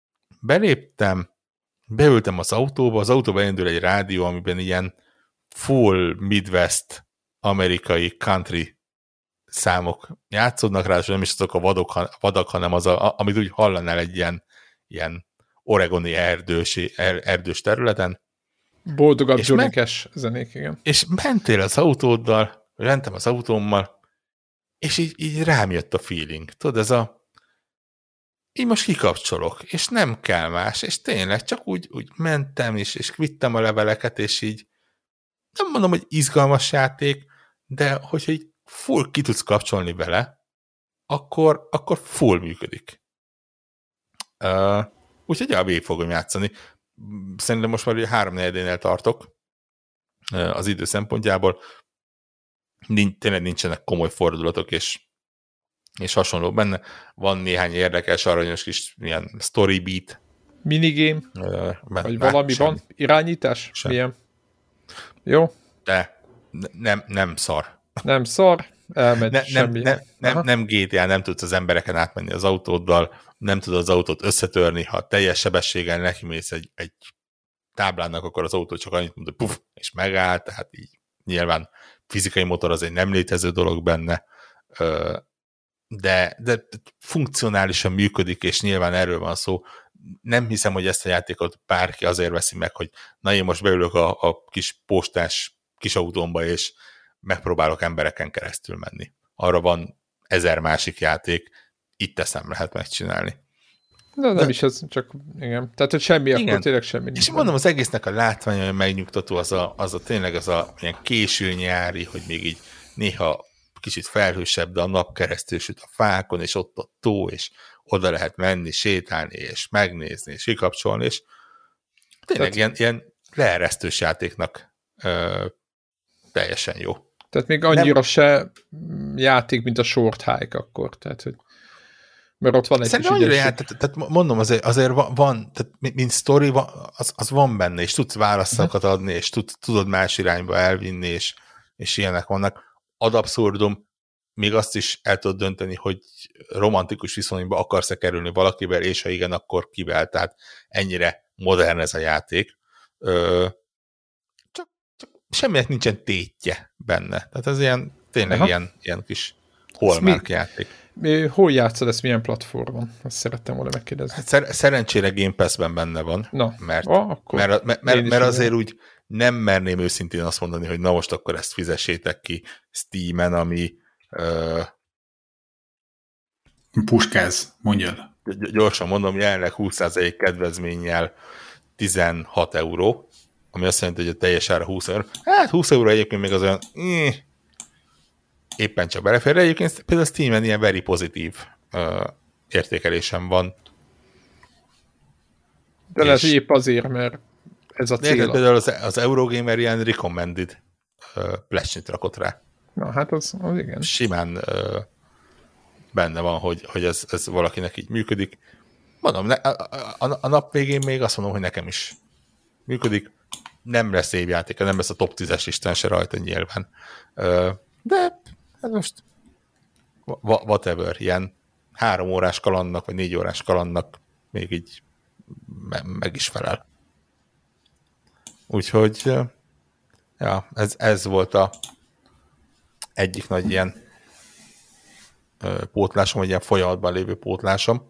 beültem az autóba indul egy rádió, amiben ilyen full Midwest amerikai country számok játszódnak rá, és nem is azok a vadak, hanem az, amit úgy hallanál egy ilyen oregoni erdős területen. Boldogabb Johnny Cash zenék, igen. És mentem az autómmal, és így rám jött a feeling. Tudod, így most kikapcsolok, és nem kell más, és tényleg csak úgy mentem, és vittem a leveleket, és így nem mondom, hogy izgalmas játék, de hogyha így full ki tudsz kapcsolni vele, akkor full működik. Úgyhogy végig fogom játszani. Szerintem most már 3-4-nél tartok az idő szempontjából. Tényleg nincsenek komoly fordulatok, és hasonló benne. Van néhány érdekes, aranyos kis ilyen story beat. Minigame? Vagy valami van? Irányítás? Milyen? Jó? De nem szar. Nem szar? Elmegy semmi. Nem GTA, nem tudsz az embereken átmenni az autóddal, nem tudod az autót összetörni, ha teljes sebességgel nekimész egy táblának, akkor az autó csak annyit mond, hogy puf, és megáll, tehát így nyilván fizikai motor az egy nem létező dolog benne, de funkcionálisan működik, és nyilván erről van szó. Nem hiszem, hogy ezt a játékot bárki azért veszi meg, hogy na én most beülök a kis postás kis autómba, és megpróbálok embereken keresztül menni. Arra van 1000 másik játék, itt ezt nem lehet megcsinálni. De nem is ez, csak igen. Tehát, hogy semmi, igen. Akkor tényleg semmi. És mondom, az egésznek a látványa, hogy megnyugtató, tényleg az a ilyen késő nyári, hogy még így néha kicsit felhősebb, de a nap keresztül süt a fákon, és ott a tó, és oda lehet menni, sétálni, és megnézni, és kikapcsolni, és tényleg tehát, ilyen leeresztős játéknak teljesen jó. Tehát még annyira se játék, mint a Short Hike akkor, tehát hogy mert ott van egy szerintem kis ügyesség. Tehát mondom, azért van, tehát mint sztori, az van benne, és tudsz válaszokat adni, és tudod más irányba elvinni, és ilyenek vannak. Ad abszurdum, még azt is el tudod dönteni, hogy romantikus viszonyba akarsz-e kerülni valakivel, és ha igen, akkor kivel. Tehát ennyire modern ez a játék. Csak semminek nincsen tétje benne. Tehát ez tényleg ilyen kis Hallmark játék. Hol játszod ezt, milyen platformon? Azt szerettem volna megkérdezni. Hát szerencsére Game Pass-ben benne van, na, mert azért úgy nem merném őszintén azt mondani, hogy na most akkor ezt fizessétek ki Steamen, ami puskáz, mondjad. Gyorsan mondom, jelenleg 20% kedvezménnyel 16 €. ami azt jelenti, hogy a teljes ára 20 euró. Hát 20 euró egyébként még az olyan éppen csak belefér. Egyébként például a Steam-en ilyen very pozitív értékelésem van. De lehet, hogy épp azért, mert ez a cél. Például az Eurogamer ilyen recommended plecsnit rakott rá. Na, hát az igen. Simán benne van, hogy ez valakinek így működik. Mondom, a nap végén még azt mondom, hogy nekem is működik. Nem lesz évjátéka, nem lesz a top 10-es listán se rajta nyilván. De hát most whatever, ilyen 3 órás kalandnak, vagy 4 órás kalandnak még így meg is felel. Úgyhogy ja, ez volt a egyik nagy ilyen pótlásom, vagy ilyen folyamatban lévő pótlásom.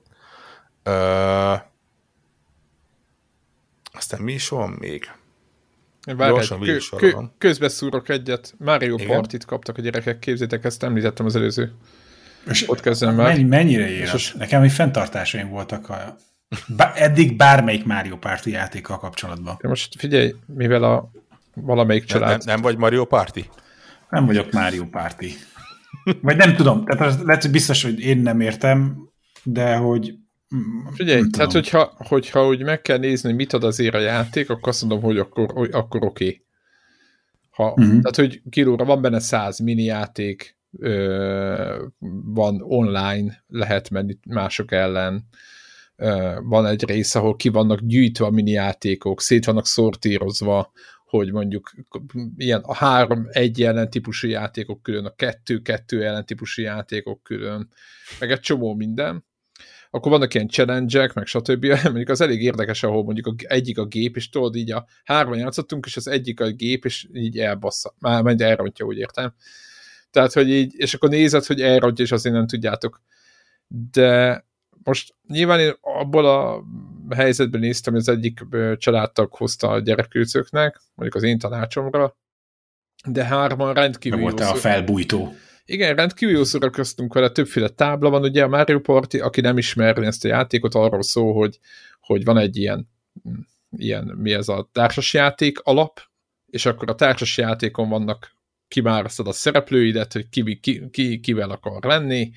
Aztán mi is van még? Közbeszúrok egyet. Mario Partit kaptak a gyerekek, képzétek, ezt említettem az előző podcastben már. Mennyire élet? Nekem még fenntartásaim voltak eddig bármelyik Mario Party játékkal kapcsolatban. De most figyelj, mivel valamelyik család... Nem vagy Mario Party? Nem vagyok Mario Party. Vagy nem tudom, tehát lehet, hogy biztos, hogy én nem értem, de hogy... Figyelj, tehát hogyha úgy meg kell nézni, hogy mit ad azért a játék, akkor azt mondom, hogy akkor oké. Tehát, hogy kilóra van benne 100 mini játék, van online, lehet menni mások ellen, van egy rész, ahol ki vannak gyűjtve a mini játékok, szét vannak szortírozva, hogy mondjuk ilyen a 3 1 ellentípusú játékok külön, a 2 ellentípusú játékok külön, meg egy csomó minden. Akkor vannak ilyen challenge-ek, meg stb. Mondjuk az elég érdekes, ahol mondjuk egyik a gép, és tudod, így a 3-an játszottunk, és az egyik a gép, és így elbassza. Majd elrontja, úgy értem. Tehát, hogy így, és akkor nézed, hogy elrontja, és azért nem tudjátok. De most nyilván én abból a helyzetben néztem, hogy az egyik családtag hozta a gyerekőcöknek, mondjuk az én tanácsomra, de 3-an rendkívül jó. Volt a felbújtó. Igen, rendkívül jó szórakoztunk vele, többféle tábla van, ugye a Mario Party, aki nem ismerni ezt a játékot, arról szól, hogy van egy ilyen mi ez a társasjáték alap, és akkor a társasjátékon vannak, kiválasztod a szereplőidet, hogy kivel akar lenni,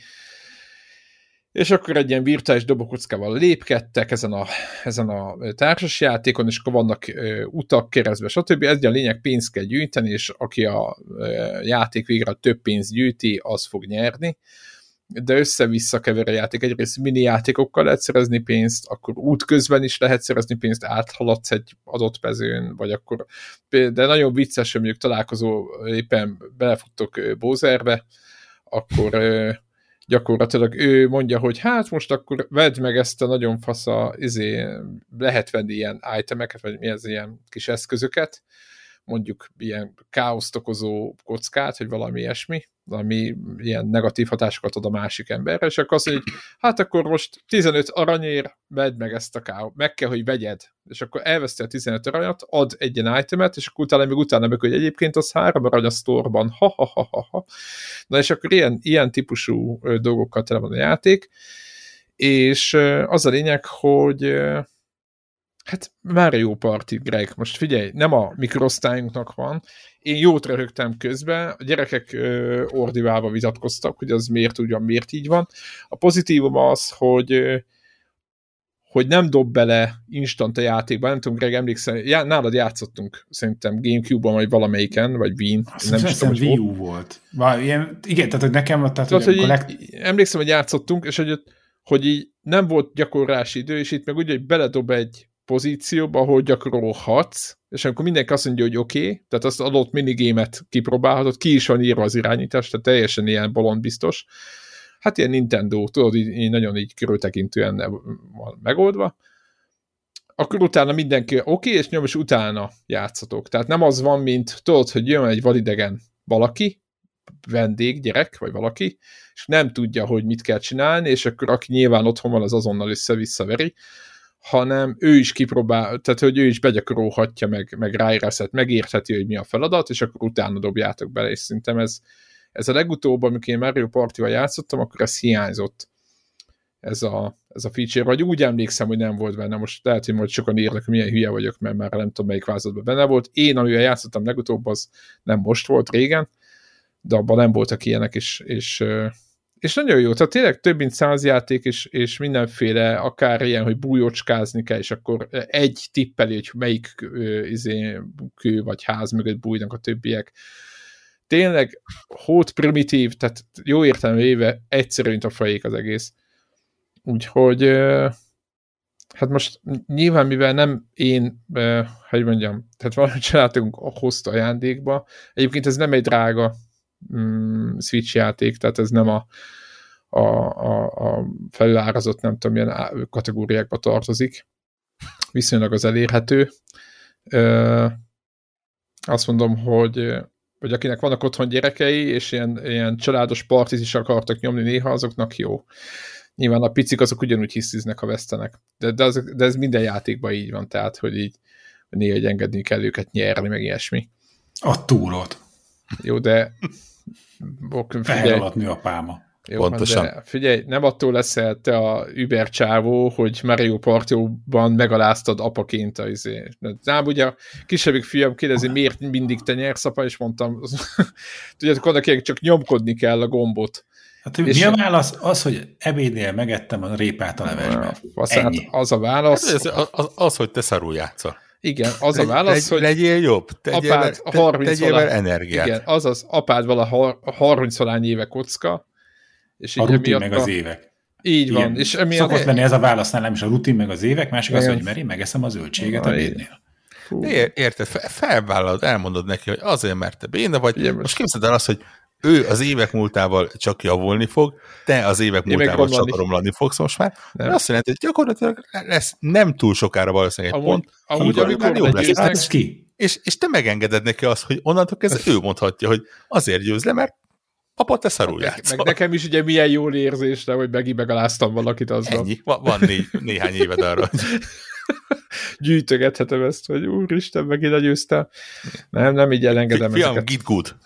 és akkor egy ilyen virtuális dobokockával lépkedtek ezen a társasjátékon, és akkor vannak utak keresztbe, stb. Ez a lényeg, pénzt kell gyűjteni, és aki a játék végre több pénzt gyűjti, az fog nyerni. De össze-vissza kever a játék. Egyrészt mini játékokkal lehet szerezni pénzt, akkor útközben is lehet szerezni pénzt, áthaladsz egy adott mezőn, vagy akkor, de nagyon vicces, hogy mondjuk találkozó, éppen belefuttok Bowserbe, akkor gyakorlatilag ő mondja, hogy hát most akkor vedd meg ezt a nagyon fasza, lehet venni ilyen itemeket, vagy mi ez, ilyen kis eszközöket, mondjuk ilyen káoszt okozó kockát, vagy valami ilyesmi, ami ilyen negatív hatásokat ad a másik emberre, és akkor azt mondja, hogy hát akkor most 15 aranyért vedd meg ezt a káoszt, meg kell, hogy vegyed, és akkor elveszti a 15 aranyat, ad egy ilyen itemet, és akkor utána meg, hogy egyébként az 3 arany a sztorban, ha. Na és akkor ilyen típusú dolgokkal tele van a játék, és az a lényeg, hogy hát Mario Party, Greg, most figyelj, nem a mikrosztályunknak van, én jót röhögtem közben, a gyerekek ordiválva vitatkoztak, hogy az miért így van. A pozitívum az, hogy nem dob bele instant a játékba, nem tudom, Greg, emlékszel, nálad játszottunk szerintem Gamecube-ban, vagy valamelyiken, vagy Wii-n. Nem Wii U volt. Igen, tehát hogy nekem... Emlékszem, hogy játszottunk, és hogy így nem volt gyakorlási idő, és itt meg úgy, hogy beledob egy pozícióba, ahol gyakorolhatsz, és akkor mindenki azt mondja, hogy oké, tehát azt adott minigémet kipróbálhatod, ki is van írva az irányítás, tehát teljesen ilyen bolondbiztos. Hát ilyen Nintendo, tudod, így nagyon így körültekintően van megoldva. Akkor utána mindenki oké, és nyom, és utána játszatok. Tehát nem az van, mint tudod, hogy jön egy vadidegen valaki, vendég, gyerek, vagy valaki, és nem tudja, hogy mit kell csinálni, és akkor aki nyilván otthon van, az azonnal össze-visszaveri, hanem ő is kipróbál, tehát hogy ő is begyakorolhatja, meg ráérezhet, megértheti, hogy mi a feladat, és akkor utána dobjátok bele, és szerintem ez a legutóbb, amikor én Mario Party-val játszottam, akkor ez hiányzott. Ez ez a feature, vagy úgy emlékszem, hogy nem volt benne. Most lehet, hogy majd sokan írnak, hogy milyen hülye vagyok, mert már nem tudom, melyik változatban benne volt. Én, amivel játszottam legutóbb, az nem most volt, régen, de abban nem voltak ilyenek, és nagyon jó. Tehát tényleg több mint 100 játék, és mindenféle, akár ilyen, hogy bújócskázni kell, és akkor egy tippeli, hogy melyik kő vagy ház mögött bújnak a többiek. Tényleg hót primitív, tehát jó értelme éve egyszerű, mint a fejék az egész. Úgyhogy hát most nyilván, mivel nem én, hogy mondjam, tehát valami családunk hozta ajándékba, egyébként ez nem egy drága Switch játék, tehát ez nem a felülárazott, nem tudom, milyen kategóriákba tartozik. Viszonylag az elérhető. Azt mondom, hogy akinek vannak otthon gyerekei, és ilyen családos partit is akartak nyomni néha, azoknak jó. Nyilván a picik azok ugyanúgy hisztiznek, ha vesztenek. De ez minden játékban így van, tehát, hogy így néha engedni kell őket nyerni, meg ilyesmi. A túrod. Jó, de fehér alatt nő a pálma. Jó, pontosan. De figyelj, nem attól leszel te a Uber csávó, hogy Mario Party-ban megaláztad apaként a Nem, ugye a kisebbik fiam kérdezi, miért mindig te nyersz, apa, és mondtam, tudjátok, annak ilyen csak nyomkodni kell a gombot. Hát mi a válasz? Az, hogy ebédnél megettem a répát a levesbe. Ennyi. Az a válasz. Hát az, hogy te szarul játszol. Igen, az a válasz, hogy legyél jobb, tegyél energiát. Igen, azaz apád vala 30-valány éve kocka, és a rutin meg az évek. Így van. Igen. És szokott lenni ez a válasz nálam is, a rutin meg az évek, másik az, hogy Meri, megeszem a zöldséget ebédnél. Érted, felvállalod, elmondod neki, hogy azért, mert te béna vagy. Igen, most képzeld el azt, hogy ő az évek múltával csak javulni fog, te az évek múltával csak romlani fogsz most már. Azt jelenti, hogy gyakorlatilag lesz nem túl sokára valószínűleg egy pont, amikor már jobb lesz. És te megengeded neki azt, hogy onnantól kezdve ő mondhatja, hogy azért győz le, mert apa, te szarul játszol. Meg nekem is ugye milyen jól érzés, hogy megint megaláztam valakit azzal. Ennyi, van néhány éved arra. Gyűjtögethetem ezt, hogy úristen, megint legyőztem. Nem így elengedem ezeket. Fiam, get good.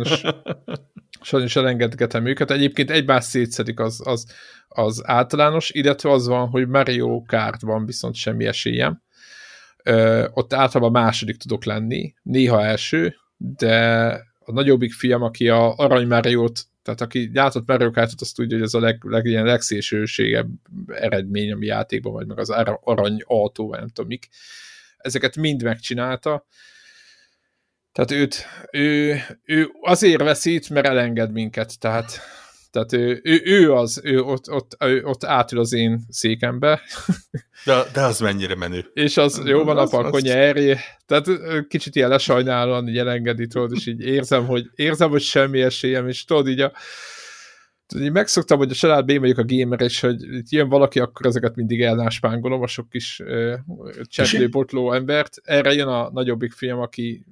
Sajnos elengedgetem őket. Egyébként egymást szétszedik az általános, illetve az van, hogy Mario Kartban viszont semmi esélyem. Ott általában második tudok lenni, néha első, de a nagyobbik fiam, aki a Arany Mario-t, tehát aki gyártott Mario Kartot, azt tudja, hogy ez a legszélsőségebb eredmény, ami játékban, vagy meg az Arany Autó, vagy nem tudom mik. Ezeket mind megcsinálta. Tehát ő azért veszít, mert elenged minket, tehát ő ott átül az én székembe. De az mennyire menő. És az jó van, apa, akkor nyerj. Tehát kicsit ilyen lesajnálóan így elengedi, tudod, és így érzem, hogy semmi esélyem, és tudod, így megszoktam, hogy a családban én vagyok a gamer, és hogy jön valaki, akkor ezeket mindig elnáspángolom, a sok kis csetlő-botló embert. Erre jön a nagyobbik fiam, aki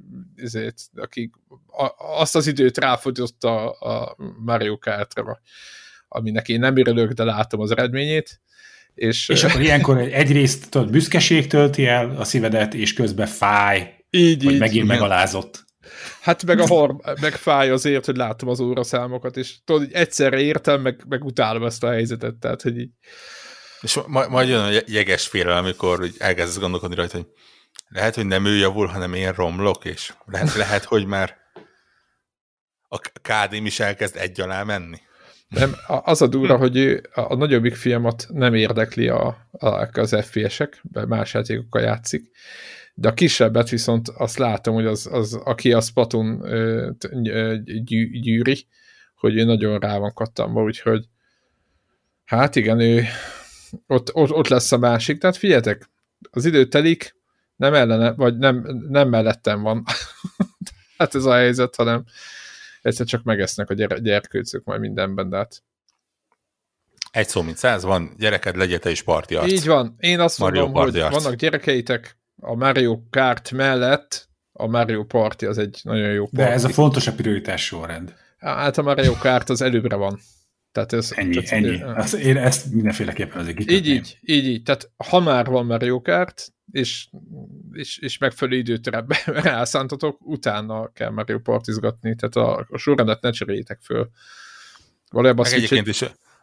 azt az időt ráfordította a Mario Kartra, aminek én nem örülök, de látom az eredményét. És akkor ilyenkor egyrészt tudod, büszkeség tölti el a szívedet, és közben fáj, hogy megint megalázott. Hát meg fáj azért, hogy látom az óraszámokat, és tudod, így egyszerre értem, meg utálom ezt a helyzetet, tehát, hogy így... És majd jön a jeges félel, amikor elkezdesz gondolkodni rajta, hogy lehet, hogy nem ő javul, hanem én romlok, és lehet, hogy már a KD-m is elkezd egy alá menni. Nem, az a durva, hogy a nagyobbik fiamat nem érdekli az FPS-ek, más játékokkal játszik, de a kisebbet viszont azt látom, hogy aki a Splatoon gyűri, hogy ő nagyon rá van kattanva, úgyhogy hát igen, ő ott lesz a másik, tehát figyeljetek, az idő telik, nem ellene, vagy nem mellettem van. Hát ez a helyzet, hanem egyszer csak megesznek a gyerkőcök majd mindenben, de hát... Egy szó, mint 100 van, gyereked, legyél te is parti arc. Így van. Én azt Mario mondom, hogy arc. Vannak gyerekeitek, a Mario Kart mellett a Mario Party az egy nagyon jó party. De ez a fontos a prioritás sorrend. Hát a Mario Kart az előbbre van. Tehát ez, ennyi. Én ezt mindenféleképpen azért kikötném. Így. Tehát ha már van Mario Kart, és megfelelő időt rászántatok, utána kell Mario Partizgatni, tehát a sorrendet ne cseréljétek föl. Valójában egyébként is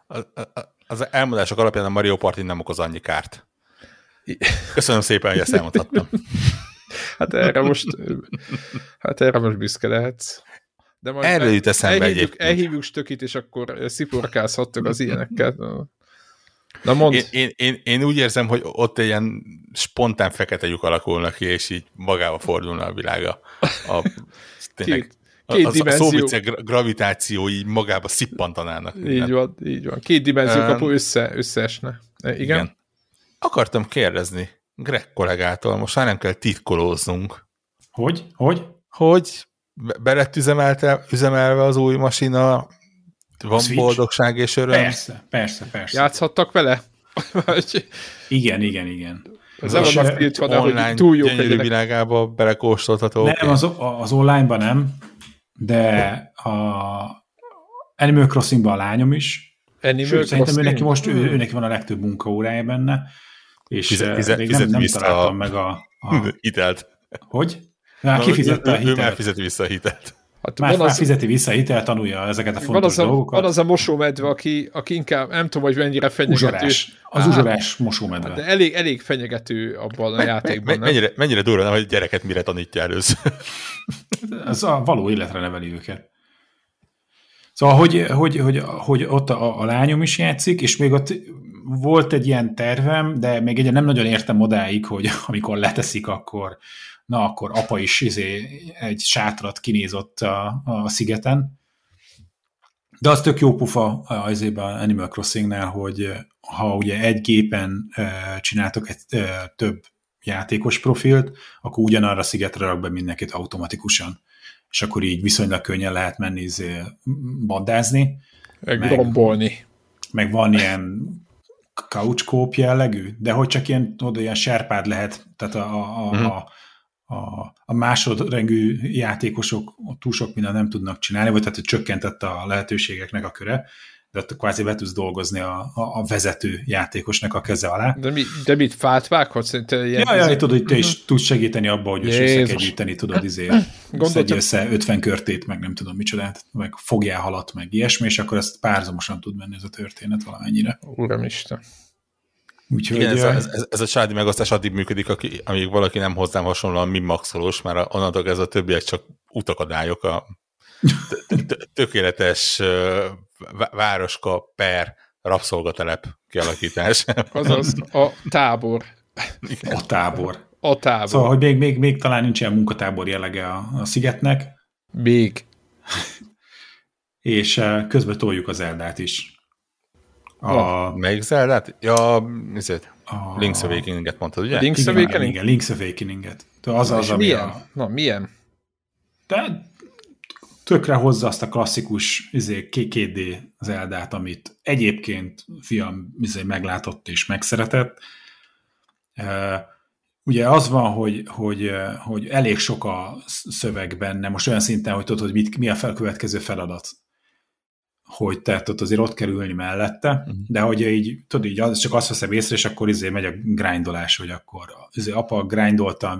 Az elmondások alapján a Mario Party nem okoz annyi kárt. Köszönöm szépen, hogy ezt elmondhattam. Hát erre most büszke lehetsz. De majd erről jut eszembe egyébként. Elhívjuk Stökit, és akkor sziporkázhattok az ilyenekkel. Na mondd. Én úgy érzem, hogy ott egy ilyen spontán fekete lyuk alakulnak ki, és így magába fordulna a világa. Tényleg, a szóviccek gravitáció így magába szippantanának. Így van. 2 dimenzió kapu összeesne. Igen? Akartam kérdezni Greg kollégától, most már nem kell titkolóznunk. Hogy? Be lett üzemelve az új masina, van boldogság és öröm? Persze. Játszhattak vele? Igen. Az nem tiltva, online hogy túl jók gyönyörű legyenek. világába belekóstoltató. Nem, az online-ban nem, de a Animal Crossing-ban a lányom is. Sőt, szerintem őnek van a legtöbb munkaórája benne, és még nem találtam meg a hitelt. Hogy? Kifizette a hitelt. Ő már fizeti vissza a hitelt. Hát már fizeti vissza a hitelt, tanulja ezeket a fontos dolgokat. Van az a mosómedve, aki inkább, nem tudom, hogy mennyire fenyegető. Uzsorás mosómedve. De elég fenyegető abban a játékban. Mennyire durva, hogy gyereket mire tanítja először. Ez a való életre neveli őket. Szóval, hogy ott a lányom is játszik, és még ott volt egy ilyen tervem, de még nem nagyon értem odáig, hogy amikor leteszik, akkor apa is egy sátrat kinézott a szigeten. De az tök jó pufa az Animal Crossingnál, hogy ha ugye egy gépen csináltok egy több játékos profilt, akkor ugyanarra a szigetre rak be mindenkit automatikusan. És akkor így viszonylag könnyen lehet menni bandázni. Meg rombolni. Meg van ilyen couch co-op jellegű, de hogy csak ilyen serpád lehet, tehát a másodrendű játékosok túl sok mindent nem tudnak csinálni, vagy tehát hogy csökkentett a lehetőségeknek a köre, de ott kvázi be tudsz dolgozni a vezető játékosnak a keze alá. De mit, fát vághatsz? Tudod, hogy te is tudsz segíteni abba, hogy összekegyíteni tudod, szedj össze 50 körtét, meg nem tudom micsodát, meg fogjál halat, meg ilyesmi, és akkor ezt párzamosan tud menni ez a történet valamennyire. Uramisten. Úgyhogy, igen, ez a családi megosztás addig működik, amíg valaki nem hozzám hasonlóan minmaxolós, mert onnantól ez a többiek csak utakadályok, a tökéletes városka per rabszolgatelep kialakítás. Azaz a tábor. A tábor. A tábor. Szóval, hogy még talán nincs ilyen munkatábor jellege a szigetnek. Még. És közben toljuk az Eldát is. Melyik Zeldát? Link's Awakening-et mondtad, ugye? Link's Awakening? Igen, Link's Awakening-et. Az milyen? Milyen? De tökre hozza azt a klasszikus 2D Zeldát, amit egyébként fiam meglátott és megszeretett. Ugye az van, hogy elég sok a szöveg benne, most olyan szinten, hogy tudod, hogy mi a következő feladat. Hogy tehát ott kell ülni mellette, de hogy így, tudod, így csak azt veszem észre, és akkor megy a grindolás, hogy akkor apa grindoltam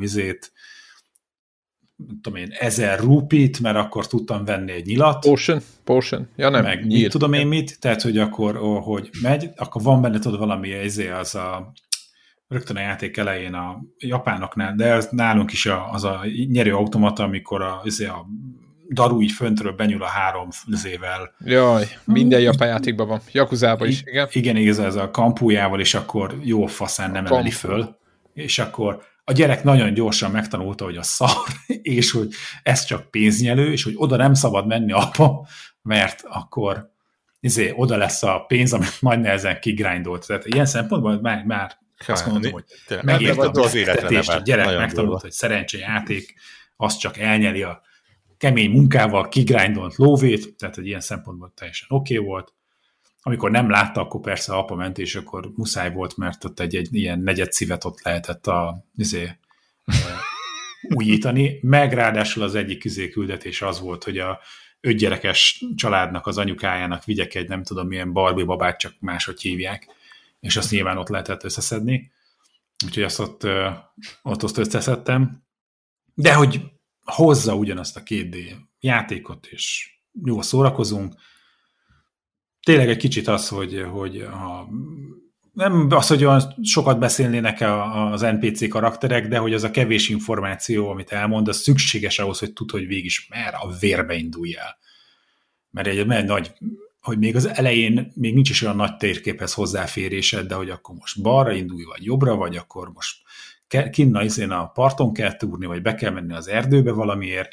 tudom én, 1000 rupit, mert akkor tudtam venni egy nyilat. Potion. Ja nem, meg mit tudom én mit, tehát hogy akkor, hogy megy, akkor van benne tudod valami, rögtön a játék elején a japánoknál, de ez nálunk is az a nyerő automata, amikor a daru így föntről benyúl a 3 zével. Jaj, minden japán játékban van. Yakuzában is, igen. Igen, ez a kampújával, és akkor jó faszán nem emeli föl. És akkor a gyerek nagyon gyorsan megtanulta, hogy a szar, és hogy ez csak pénznyelő, és hogy oda nem szabad menni apa, mert akkor oda lesz a pénz, amit majd nehezen kigrindolt. Tehát ilyen szempontból már azt mondom, hogy megérte az életet, a gyerek megtanult, hogy szerencsejáték, az csak elnyeli a kemény munkával kigrindolt lóvét, tehát egy ilyen szempontból teljesen oké volt. Amikor nem látta, akkor persze apa ment, és akkor muszáj volt, mert ott egy ilyen negyed szívet ott lehetett újítani. Meg ráadásul az egyik küldetés az volt, hogy a 5 gyerekes családnak, az anyukájának vigyek egy nem tudom milyen Barbie babát, csak máshogy hívják, és azt nyilván ott lehetett összeszedni. Úgyhogy azt ott összeszedtem. De hogy hozza ugyanazt a 2D játékot, és jól szórakozunk. tényleg egy kicsit az, hogy nem az, hogy olyan sokat beszélnének az NPC karakterek, de hogy az a kevés információ, amit elmond, az szükséges ahhoz, hogy tud, hogy végig a vérbe indulj el. Mert egy nagy, hogy még az elején még nincs is olyan nagy térképhez hozzáférésed, de hogy akkor most balra indulj, vagy jobbra, vagy akkor most kinna izén a parton kell túrni, vagy be kell menni az erdőbe valamiért.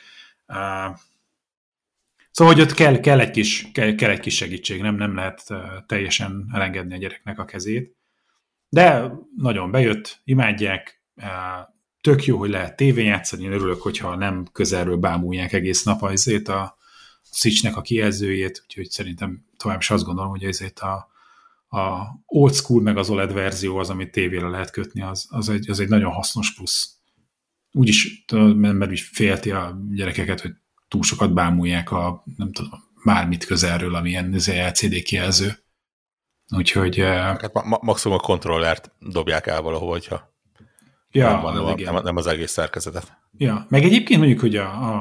Szóval, hogy ott kell egy kis segítség, nem lehet teljesen elengedni a gyereknek a kezét. De nagyon bejött, imádják, tök jó, hogy lehet tévén játszani, én örülök, hogyha nem közelről bámulják egész nap azért a Switchnek a kijelzőjét, úgyhogy szerintem tovább is azt gondolom, hogy ezért a old school meg az OLED verzió az, amit tévére lehet kötni, az egy nagyon hasznos plusz. Úgyis mert is félti a gyerekeket, hogy túl sokat bámulják nem tudom, bármit közelről, amilyen LCD kijelző. Úgyhogy... Hát maximum a kontrollert dobják el valahol, hogyha nem az egész szerkezetet. Ja, meg egyébként mondjuk, hogy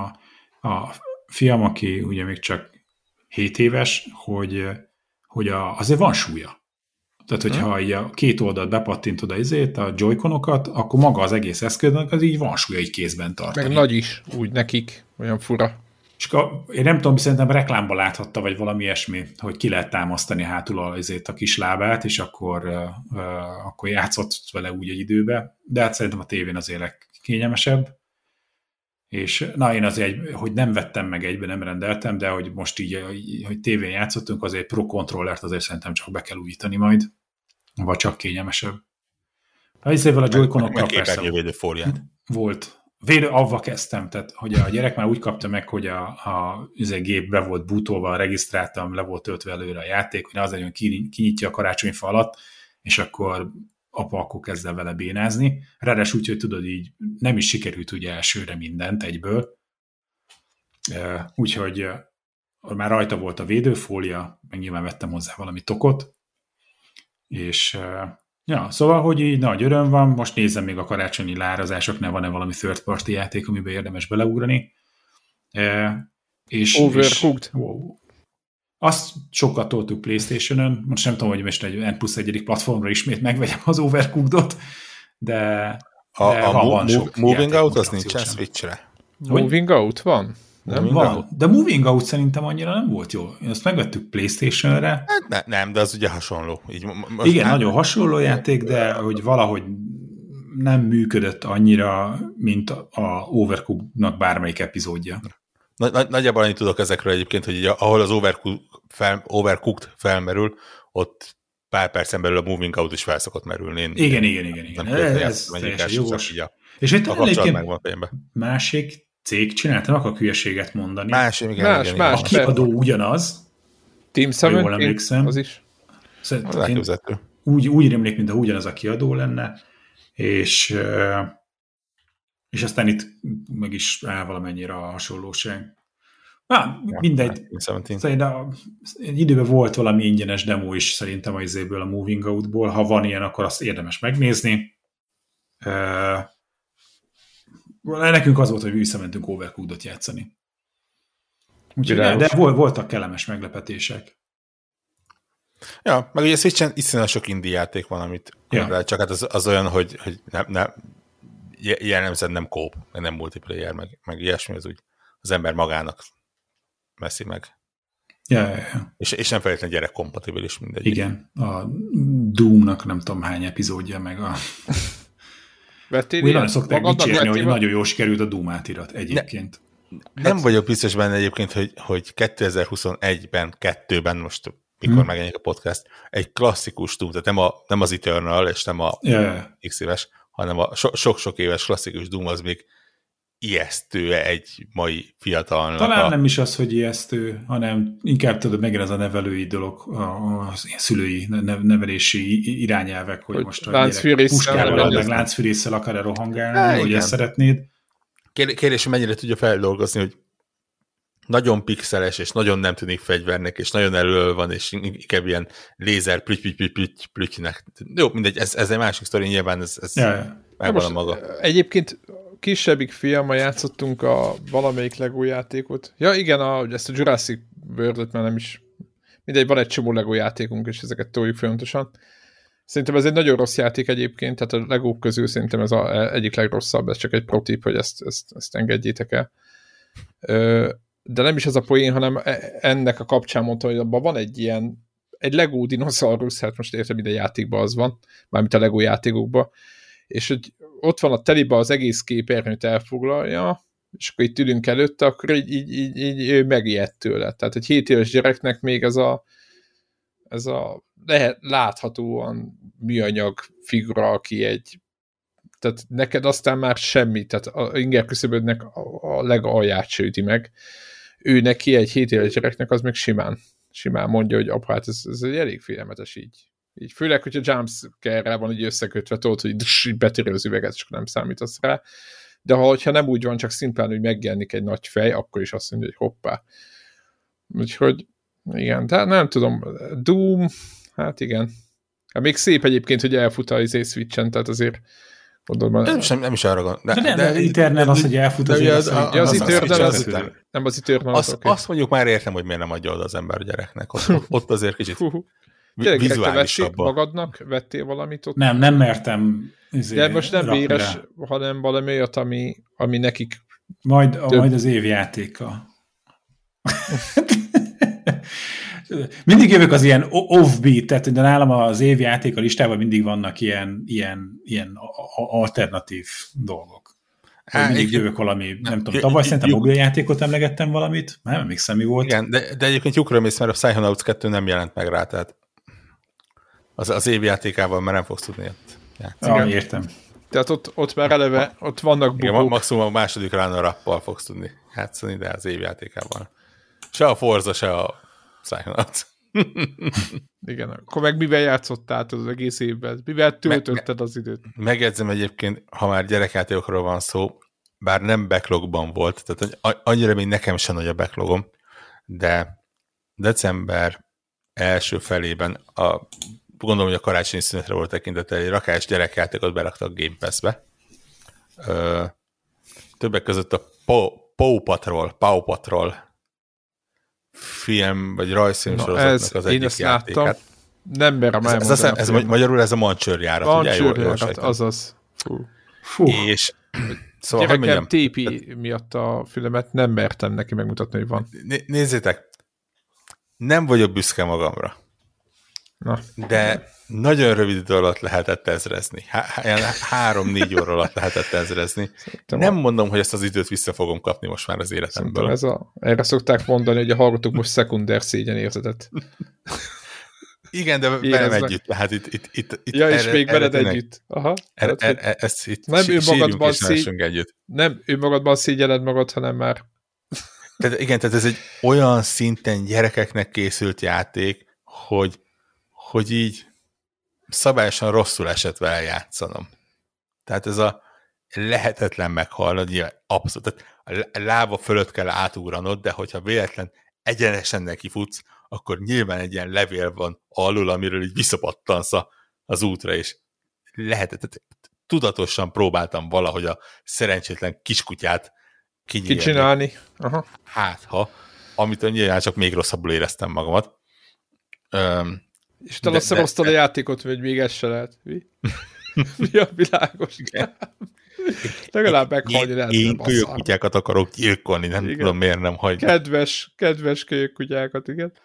a fiam, aki ugye még csak 7 éves, hogy azért van súlya. Tehát, hogyha a két oldalt bepattintod a joyconokat, akkor maga az egész eszköznek az így van súlya így kézben tartani. Meg nagy is, úgy nekik, olyan fura. És én nem tudom, szerintem reklámban láthatta, vagy valami ilyesmi, hogy ki lehet támasztani hátul a kis lábát, és akkor játszott vele úgy egy időbe, de hát szerintem a tévén azért legkényelmesebb. És én azért, hogy nem vettem meg egyben, nem rendeltem, de hogy most így, hogy tévén játszottunk, azért Pro Controllert azért szerintem csak be kell újítani majd, vagy csak kényelmesebb. Azért a Joy-Conokkal persze volt. Avval kezdtem, tehát hogy a gyerek már úgy kapta meg, hogy a gép be volt bútolva, regisztráltam, le volt töltve előre a játék, hogy ne az legyen, kinyitja a karácsonyfa alatt, és akkor apa akkor kezd el vele bénázni. Ráadásul úgy, hogy tudod, így nem is sikerült ugye elsőre mindent egyből. Úgyhogy már rajta volt a védőfólia, meg nyilván vettem hozzá valami tokot, és szóval, hogy így nagy öröm van, most nézem még a karácsonyi lárazásoknál van-e valami third party játék, amiben érdemes beleugrani. Overcooked. Azt sokat toltuk PlayStation-ön, most nem tudom, hogy most egy N+1 platformra ismét megvegyem az Overcookedot, de a Moving Out az nincsen Switchre. Moving Out van? Nem van, de Moving Out szerintem annyira nem volt jó. Azt megvettük PlayStation-re. Hát nem, de az ugye hasonló. Igen, nagyon hasonló játék, de hogy valahogy nem működött annyira, mint a Overcooked-nak bármelyik epizódja. Nagyjából annyit tudok ezekről egyébként, hogy ahol az Overcooked felmerül, ott pár percen belül a Moving Out is felszokott merülni. Igen. Ez teljesen jogos. És itt másik cég csinált, nem akarok hülyeséget mondani. Más. A kiadó ugyanaz. Team 17, az is. Úgy rémlik, mintha ugyanaz a kiadó lenne, és aztán itt meg is áll valamennyire a hasonlóság. Mindegy. Szerintem egy időben volt valami ingyenes demo is szerintem az izéből a Moving Out-ból. Ha van ilyen, akkor azt érdemes megnézni. Nekünk az volt, hogy visszamentünk Overcooked-ot játszani. Úgyhogy de voltak kellemes meglepetések. Ja, meg ugye Switchen iszonyatosan sok indie játék van, amit csak hát az olyan, hogy nem jellemzően nem co-op, nem multiplayer, meg ilyesmi, az úgy az ember magának veszi meg. Ja. És nem feltétlenül gyerek kompatibilis mindegy. Igen, a Doom-nak nem tudom hány epizódja, meg a... Nagyon szokták dicsérni, hogy nagyon jól sikerült a Doom átirat egyébként. Nem vagyok biztos benne egyébként, hogy 2021-ben, 2-ben, most mikor megjelenik a podcast, egy klasszikus Doom, tehát nem az Eternal, és nem a X éves, hanem a sok-sok éves klasszikus Doom az még ijesztő egy mai fiatalnak. Talán nem is az, hogy ijesztő, hanem inkább tudod, megint az a nevelői dolog, az ilyen szülői nevelési irányelvek, hogy most a gyerek puskával, meg láncfűrésszel akar-e rohangálni, hogy ezt szeretnéd. Kérdés, mennyire tudja feldolgozni, hogy nagyon pixeles, és nagyon nem tűnik fegyvernek, és nagyon elől van, és inkább ilyen lézer plütynek. Jó, mindegy, ez egy másik sztori, nyilván ez megvan a maga. Egyébként kisebbik fiammal játszottunk a valamelyik Lego játékot. Ja igen, ezt a Jurassic World-ot már nem is Mindegy, van egy csomó Lego játékunk, és ezeket toljuk folyamatosan. Szerintem ez egy nagyon rossz játék egyébként, tehát a Legók közül szerintem ez egyik legrosszabb, ez csak egy protip, hogy ezt engedjétek el. De nem is ez a poén, hanem ennek a kapcsán mondtam, hogy abban van egy Lego dinoszaurusz, hát most értem, minden játékban az van, mármint a Lego játékokban, és hogy ott van a telibe az egész képernyőt elfoglalja, és akkor itt ülünk előtte, akkor így megijedt tőle. Tehát egy 7 éves gyereknek még ez a láthatóan műanyag figura, aki tehát neked aztán már semmi, tehát a inger küszöbödnek a legalját se üti meg. Ő neki egy 7 éves gyereknek az meg simán mondja, hogy apa, hát ez egy elég félelmetes így. Főleg, hogyha jumpscare-rel van így összekötve, tudod, hogy így betöri az üveget, és nem számítasz rá. De ha nem úgy van, csak szimplán, hogy megjelenik egy nagy fej, akkor is azt mondja, hogy hoppá. Úgyhogy igen, de nem tudom, Doom, hát igen. Hát még szép egyébként, hogy elfut a Switchen, tehát azért gondolom... Nem is arra gondolom. De Eternal az, hogy elfut az Eternal, nem az Eternal. Azt mondjuk már értem, hogy miért nem adja oda az ember a gyereknek. Ott azért kicsit vizuálisabb. Magadnak vettél valamit ott? Nem mertem. De most nem véres, hanem valami olyat, ami nekik... Majd az évjátéka. Mindig jövök az ilyen offbeat, tehát de nálam az évjáték a listában mindig vannak ilyen alternatív dolgok. Mindig jövök valami, nem tudom, tavaly szerintem mobiljátékot emlegettem valamit, nem emlékszem, mi volt. Igen, de egyébként lyukra mész, mert a Psychonauts 2 nem jelent meg rá, tehát az évjátékával már nem fogsz tudni játszani. Értem. Tehát ott már eleve, ott vannak bukók. Igen, maximum a második Runner-Up-pal fogsz tudni játszani, de az évjátékával. Se a Forza, se a Psychonauts. Igen, akkor meg mivel játszottál az egész évben? Mivel töltötted az időt? Megjegyzem egyébként, ha már gyerekjátékokról van szó, bár nem backlogban volt, tehát annyira még nekem sem nagy a backlogom, de december első felében, gondolom, hogy a karácsonyi szünetre volt tekintettel, egy rakás gyerekjátékot beraktak Game Pass-be. Többek között a Paw Patrol film, vagy rajzfilm sorozatnak az egyik játékát. Láttam. Nem merem elmondani. Ez magyarul ez a mancsőrjárat. Mancsőrjárat, azaz. Fú. És szóval, hogy mondjam, tépi miatt a filmet nem mertem neki megmutatni, hogy van. Nézzétek, nem vagyok büszke magamra. De nagyon rövid idő alatt lehetett ezrezni. 3-4 óra alatt lehetett ezrezni. Nem mondom, hogy ezt az időt vissza fogom kapni most már az életemből. Erre szokták mondani, hogy a hallgatók most szekunder szégyenérzetet. Igen, de velem együtt. Tehát itt ja, és még veled együtt. Aha. Nem önmagadban szégyeled magad, hanem már... Tehát ez egy olyan szinten gyerekeknek készült játék, hogy így szabályosan rosszul esett vele játszanom. Tehát ez a lehetetlen meghalni, abszolút. Tehát a lába fölött kell átugranod, de hogyha véletlen egyenesen nekifutsz, akkor nyilván egy ilyen levél van alul, amiről így visszapattansz az útra, és lehetett. Tudatosan próbáltam valahogy a szerencsétlen kiskutyát kicsinálni. Aha. Hát, amit nyilván csak még rosszabbul éreztem magamat. És talán szoroztad a játékot, hogy még ez se lehet. Mi a világos? Legalább meghalni lehet. Én kölyökkutyákat akarok gyilkolni, nem igen. Tudom miért nem hagyni. Kedves kölyökkutyákat, igen.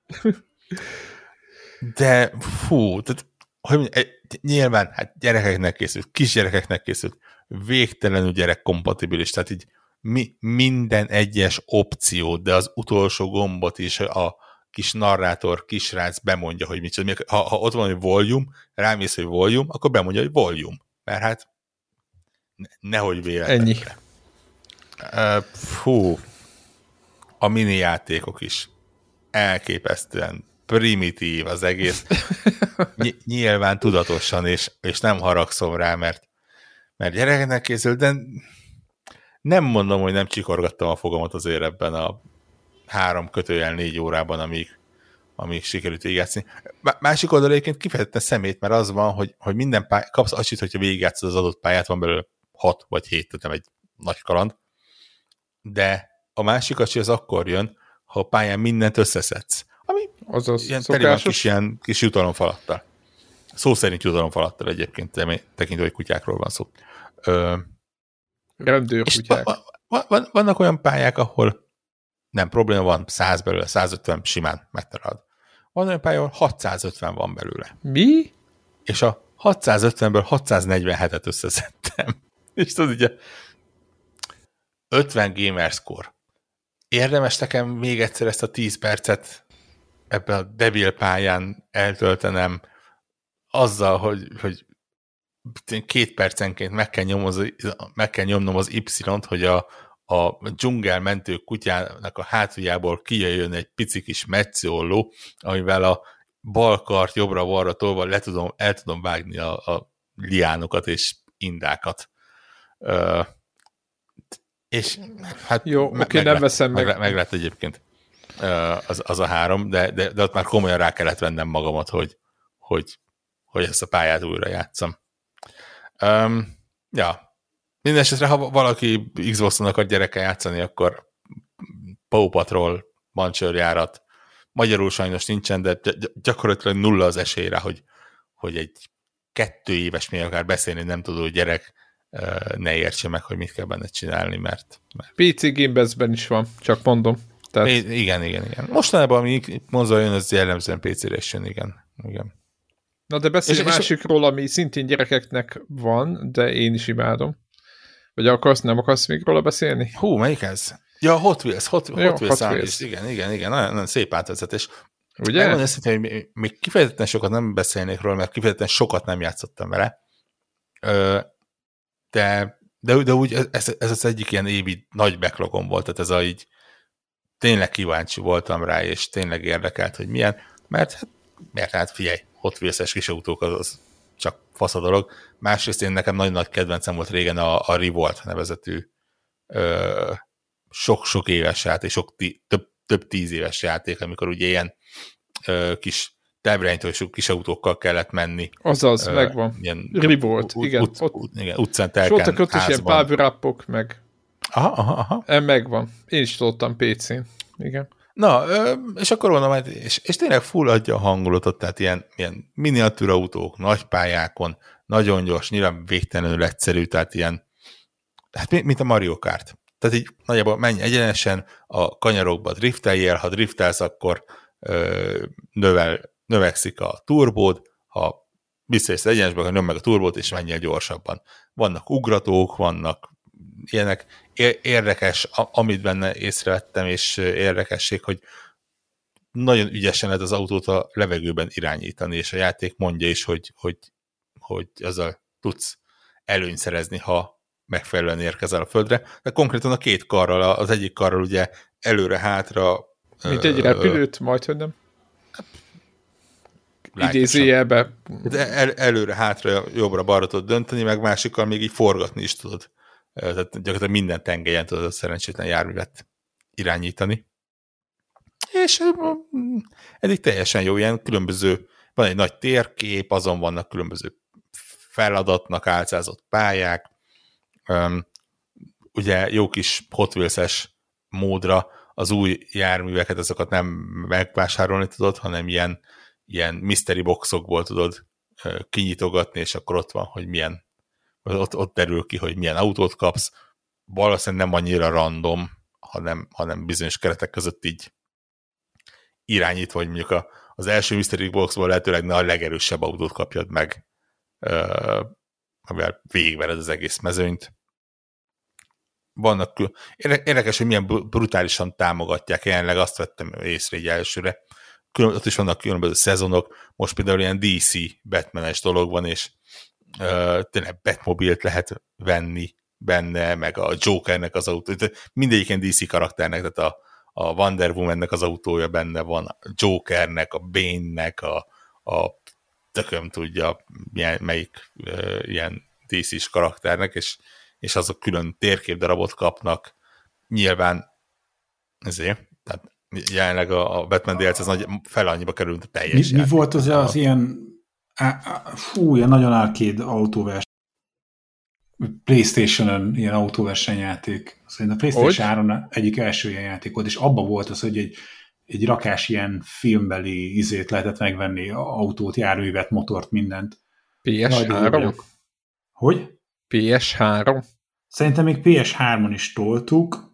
De fú, tehát, hogy mondjam, nyilván hát gyerekeknek készült, kisgyerekeknek készült, végtelenül gyerekkompatibilis, tehát így minden egyes opció, de az utolsó gombot is a kis narrátor, kisrác bemondja, hogy micsoda. Ha ott van, hogy volume, rámész, hogy volume, akkor bemondja, hogy volume. Mert hát nehogy véletlenül. Ennyi. Fú, a mini játékok is elképesztően primitív az egész. Nyilván tudatosan, és nem haragszom rá, mert gyerekeknek készül, de nem mondom, hogy nem csikorgattam a fogamat azért ebben a 3-4 órában, amíg sikerült végigjátszani. Másik oldal egyébként kifejezetten szemét, mert az van, hogy minden kapsz azt is, hogyha végigjátszod az adott pályát, van belőle 6 vagy 7, tehát nem egy nagy kaland, de a másik az akkor jön, ha a pályán mindent összeszedsz. Ami Azaz ilyen teli van szokásos. ilyen kis jutalomfalattal. Szó szerint jutalomfalattal egyébként, tekintve, hogy kutyákról van szó. Rendőrkutyák. Vannak olyan pályák, ahol nem probléma van, 100 belőle, 150 simán megtalálod. Van olyan pálya, ahol 650 van belőle. Mi? És a 650-ből 647-et összeszedtem. És tudod, ugye 50 gamerscore. Érdemes nekem még egyszer ezt a 10 percet ebben a debil pályán eltöltenem azzal, hogy 2 percenként meg kell nyomnom az Y-t, hogy a dzsungelmentő kutyának a hátuljából kijöjjön egy pici kis metsziolló, amivel a bal kart jobbra-balra tolva el tudom vágni a liánokat és indákat. És hát jó, oké, nem veszem meg. Meg lett egyébként az a 3, de ott már komolyan rá kellett vennem magamat, hogy ezt a pályát újra játszom. Ja. Mindenesetre, ha valaki Xbox-on akar gyerekkel játszani, akkor Paw Patrol, mancsőrjárat. Magyarul sajnos nincsen, de gyakorlatilag nulla az esélyre, hogy egy 2 éves, még akár beszélni nem tudó gyerek ne értse meg, hogy mit kell benne csinálni, mert... PC Game Pass-ben is van, csak mondom. Tehát... Igen. Mostanában, ami Monza jön, az jellemzően PC-re is jön, igen. Na de beszélj másikról, ami szintén gyerekeknek van, de én is imádom. Vagy nem akarsz még róla beszélni? Hú, melyik ez? Ja, Hot Wheels. Hot Wheels. Igen. Nagyon szép átvezetés. Ugye? Megmondom őszintén, hogy még kifejezetten sokat nem beszélnék róla, mert kifejezetten sokat nem játszottam vele. De úgy ez az egyik ilyen évi nagy backlogom volt, tehát ez így tényleg kíváncsi voltam rá, és tényleg érdekelt, hogy milyen, mert hát figyelj, Hot Wheels-es kis autók az csak fasz a dolog. Másrészt én nekem nagyon nagy kedvencem volt régen a Revolt nevezetű sok-sok éves játék, több 10 éves játék, amikor ugye ilyen kis távirányító kis autókkal kellett menni. Azaz, megvan. Revolt, igen. Igen, utcán telken, házban. Ott is ilyen power-upok, meg. Aha. Megvan. Én is tudottam PC-n. Igen. Na, és akkor mondom, és tényleg full adja a hangulatot, tehát ilyen miniatűrautók, nagy pályákon, nagyon gyors, nyilván végtelenül egyszerű, tehát ilyen, hát mint a Mario Kart. Tehát így nagyjából menj egyenesen, a kanyarokba drifteljél, ha driftelsz, akkor növekszik a turbód, ha visszajössz egyenesbe, akkor nyomd meg a turbót, és menjél gyorsabban. Vannak ugratók, vannak ilyenek. Érdekes, amit benne észrevettem, és érdekesség, hogy nagyon ügyesen lehet az autót a levegőben irányítani, és a játék mondja is, hogy azzal tudsz előnyt szerezni, ha megfelelően érkezel a földre. De konkrétan a 2 karral, az egyik karral ugye előre-hátra... Mint egy repülőt, majdhogy nem? Idézőjelbe. Előre-hátra, jobbra-balra tudod dönteni, meg másikkal még így forgatni is tudod. Tehát gyakorlatilag minden tengelyen tudod a szerencsétlen járművet irányítani. És eddig teljesen jó, ilyen különböző, van egy nagy térkép, azon vannak különböző feladatnak álcázott pályák, ugye jó kis Hot Wheels-es módra az új járműveket, azokat nem megvásárolni tudod, hanem ilyen mystery boxokból tudod kinyitogatni, és akkor ott van, hogy milyen, ott derül ki, hogy milyen autót kapsz. Valószínűleg nem annyira random, hanem bizonyos keretek között így irányítva, hogy mondjuk az első mystery boxból lehetőleg a legerősebb autót kapjad meg, amivel végigvered az egész mezőnyt. Vannak érdekes, hogy milyen brutálisan támogatják, jelenleg azt vettem észre egy elsőre. Ott is vannak különböző szezonok, most például ilyen DC Batman-es dolog van, és tényleg Batmobilt lehet venni benne, meg a Jokernek az autó, mindegyiken DC karakternek, tehát a Wonder Womannek az autója benne van, a Jokernek, a Bane-nek, a tököm tudja, melyik ilyen DC-s karakternek, és azok külön térképdarabot kapnak. Nyilván ezért, tehát jelenleg a Batman DLC ez fel annyiba került a teljes Mi volt az ilyen ilyen nagyon arcade autóverseny, PlayStation-ön ilyen autóversenyjáték. Szerintem a PlayStation 3 egyik első ilyen játék volt, és abban volt az, hogy egy rakás ilyen filmbeli izét lehetett megvenni, autót, járművet, motort, mindent. PS3? Hogy? PS3? Szerintem még PS3-on is toltuk,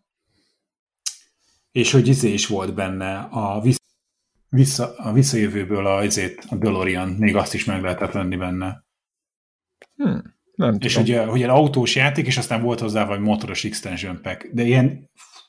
és hogy izé is volt benne a visszajövőből a DeLorean, még azt is meg lehetett venni benne. Nem és tudom. hogy egy autós játék, és aztán volt hozzá vagy motoros extension pack, de ilyen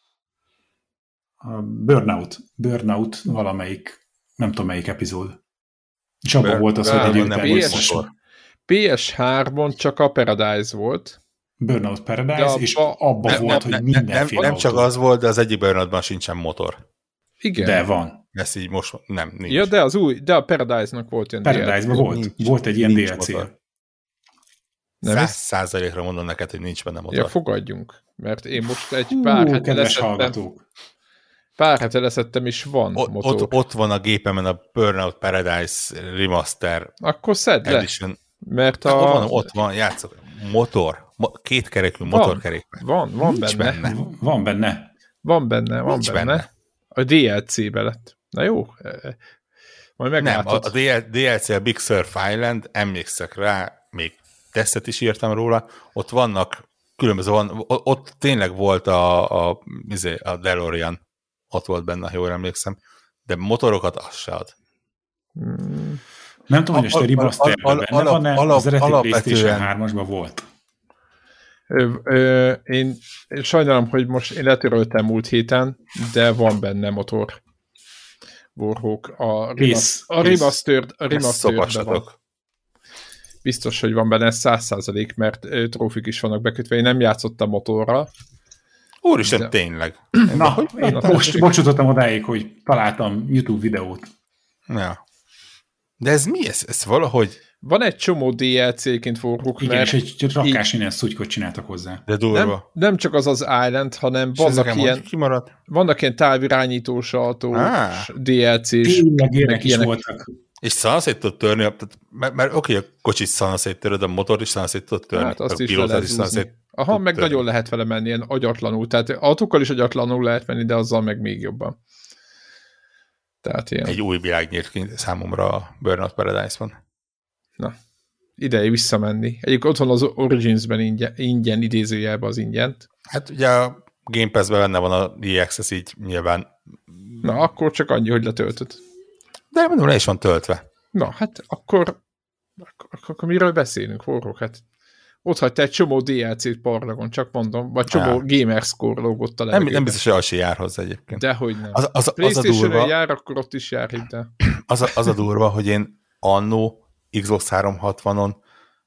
Burnout valamelyik, nem tudom melyik epizód. És abban volt az, hogy egy motor. PS3-on csak a Paradise volt. Burnout Paradise, és abban volt, hogy mindenféle nem csak az volt, de az egyik Burnoutban sincsen motor. Igen. De van. Ez így most nem, nincs. Ja, de a Paradise-nak volt ilyen Paradise-ban volt egy ilyen DLC. 100%-ra mondom neked, hogy nincs benne motor. Ja, fogadjunk. Mert én most egy pár hete leszettem, és van motor. Ott van a gépemen a Burnout Paradise Remaster. Akkor szedd le. Edition. Mert ott van, játszok. Motor. Kétkerekű motorkerékben. Van benne. Van benne. A DLC-be lett. Na jó. Majd meglátod. Nem, a DLC a Big Surf Island, emlékszek rá, még tesztet is írtam róla, ott vannak különböző, ott tényleg volt a DeLorean, ott volt benne, ha jól emlékszem, de motorokat az se ad. Nem tudom, hogy a remasterben benne van-e, az eredeti PlayStation 3-asban volt. Én sajnálom, hogy most én letöröltem múlt héten, de van benne motor. Warhawk. A remastered van. Biztos, hogy van benne 100%, mert trófik is vannak bekötve. Én nem játszottam motorra. Úristen, tényleg. Na, most jutottam odáig, hogy találtam YouTube videót. Ja. De ez mi? Ez valahogy... Van egy csomó DLC-ként Warhawk, igen, mert... és egy rakás innen szutykot csináltak hozzá. De durva. Nem csak az Island, hanem vannak ilyen távirányítós autós DLC-s. Tényleg is voltak. És szanaszét tudod törni, mert oké, a kocsit szanaszét töröd, a motor is szanaszét tudod törni. Hát azt is lehet húzni. Aha, meg törni. Nagyon lehet vele menni, ilyen agyatlanul. Tehát autókkal is agyatlanul lehet menni, de azzal meg még jobban. Tehát ilyen. Egy új világ nyílt ki számomra a Burnout Paradise-ban. Na, ideje visszamenni. Egyébként ott van az Origins-ben ingyen idézőjelben az ingyent. Hát ugye a Game Pass-ben benne van a EA Access, így nyilván. Na, akkor csak annyi, hogy letöltöd. De mondom, le is van töltve. Na, hát akkor miről beszélünk, Warhawk? Hát ott hagyta egy csomó DLC-t parlagon, csak mondom, vagy csomó Gamerscore logott a levegőben. Nem biztos, hogy az se jár hozzá egyébként. Dehogy nem. Az PlayStation-re jár, akkor ott is jár, hidd el. Az a durva, hogy én annó Xbox 360-on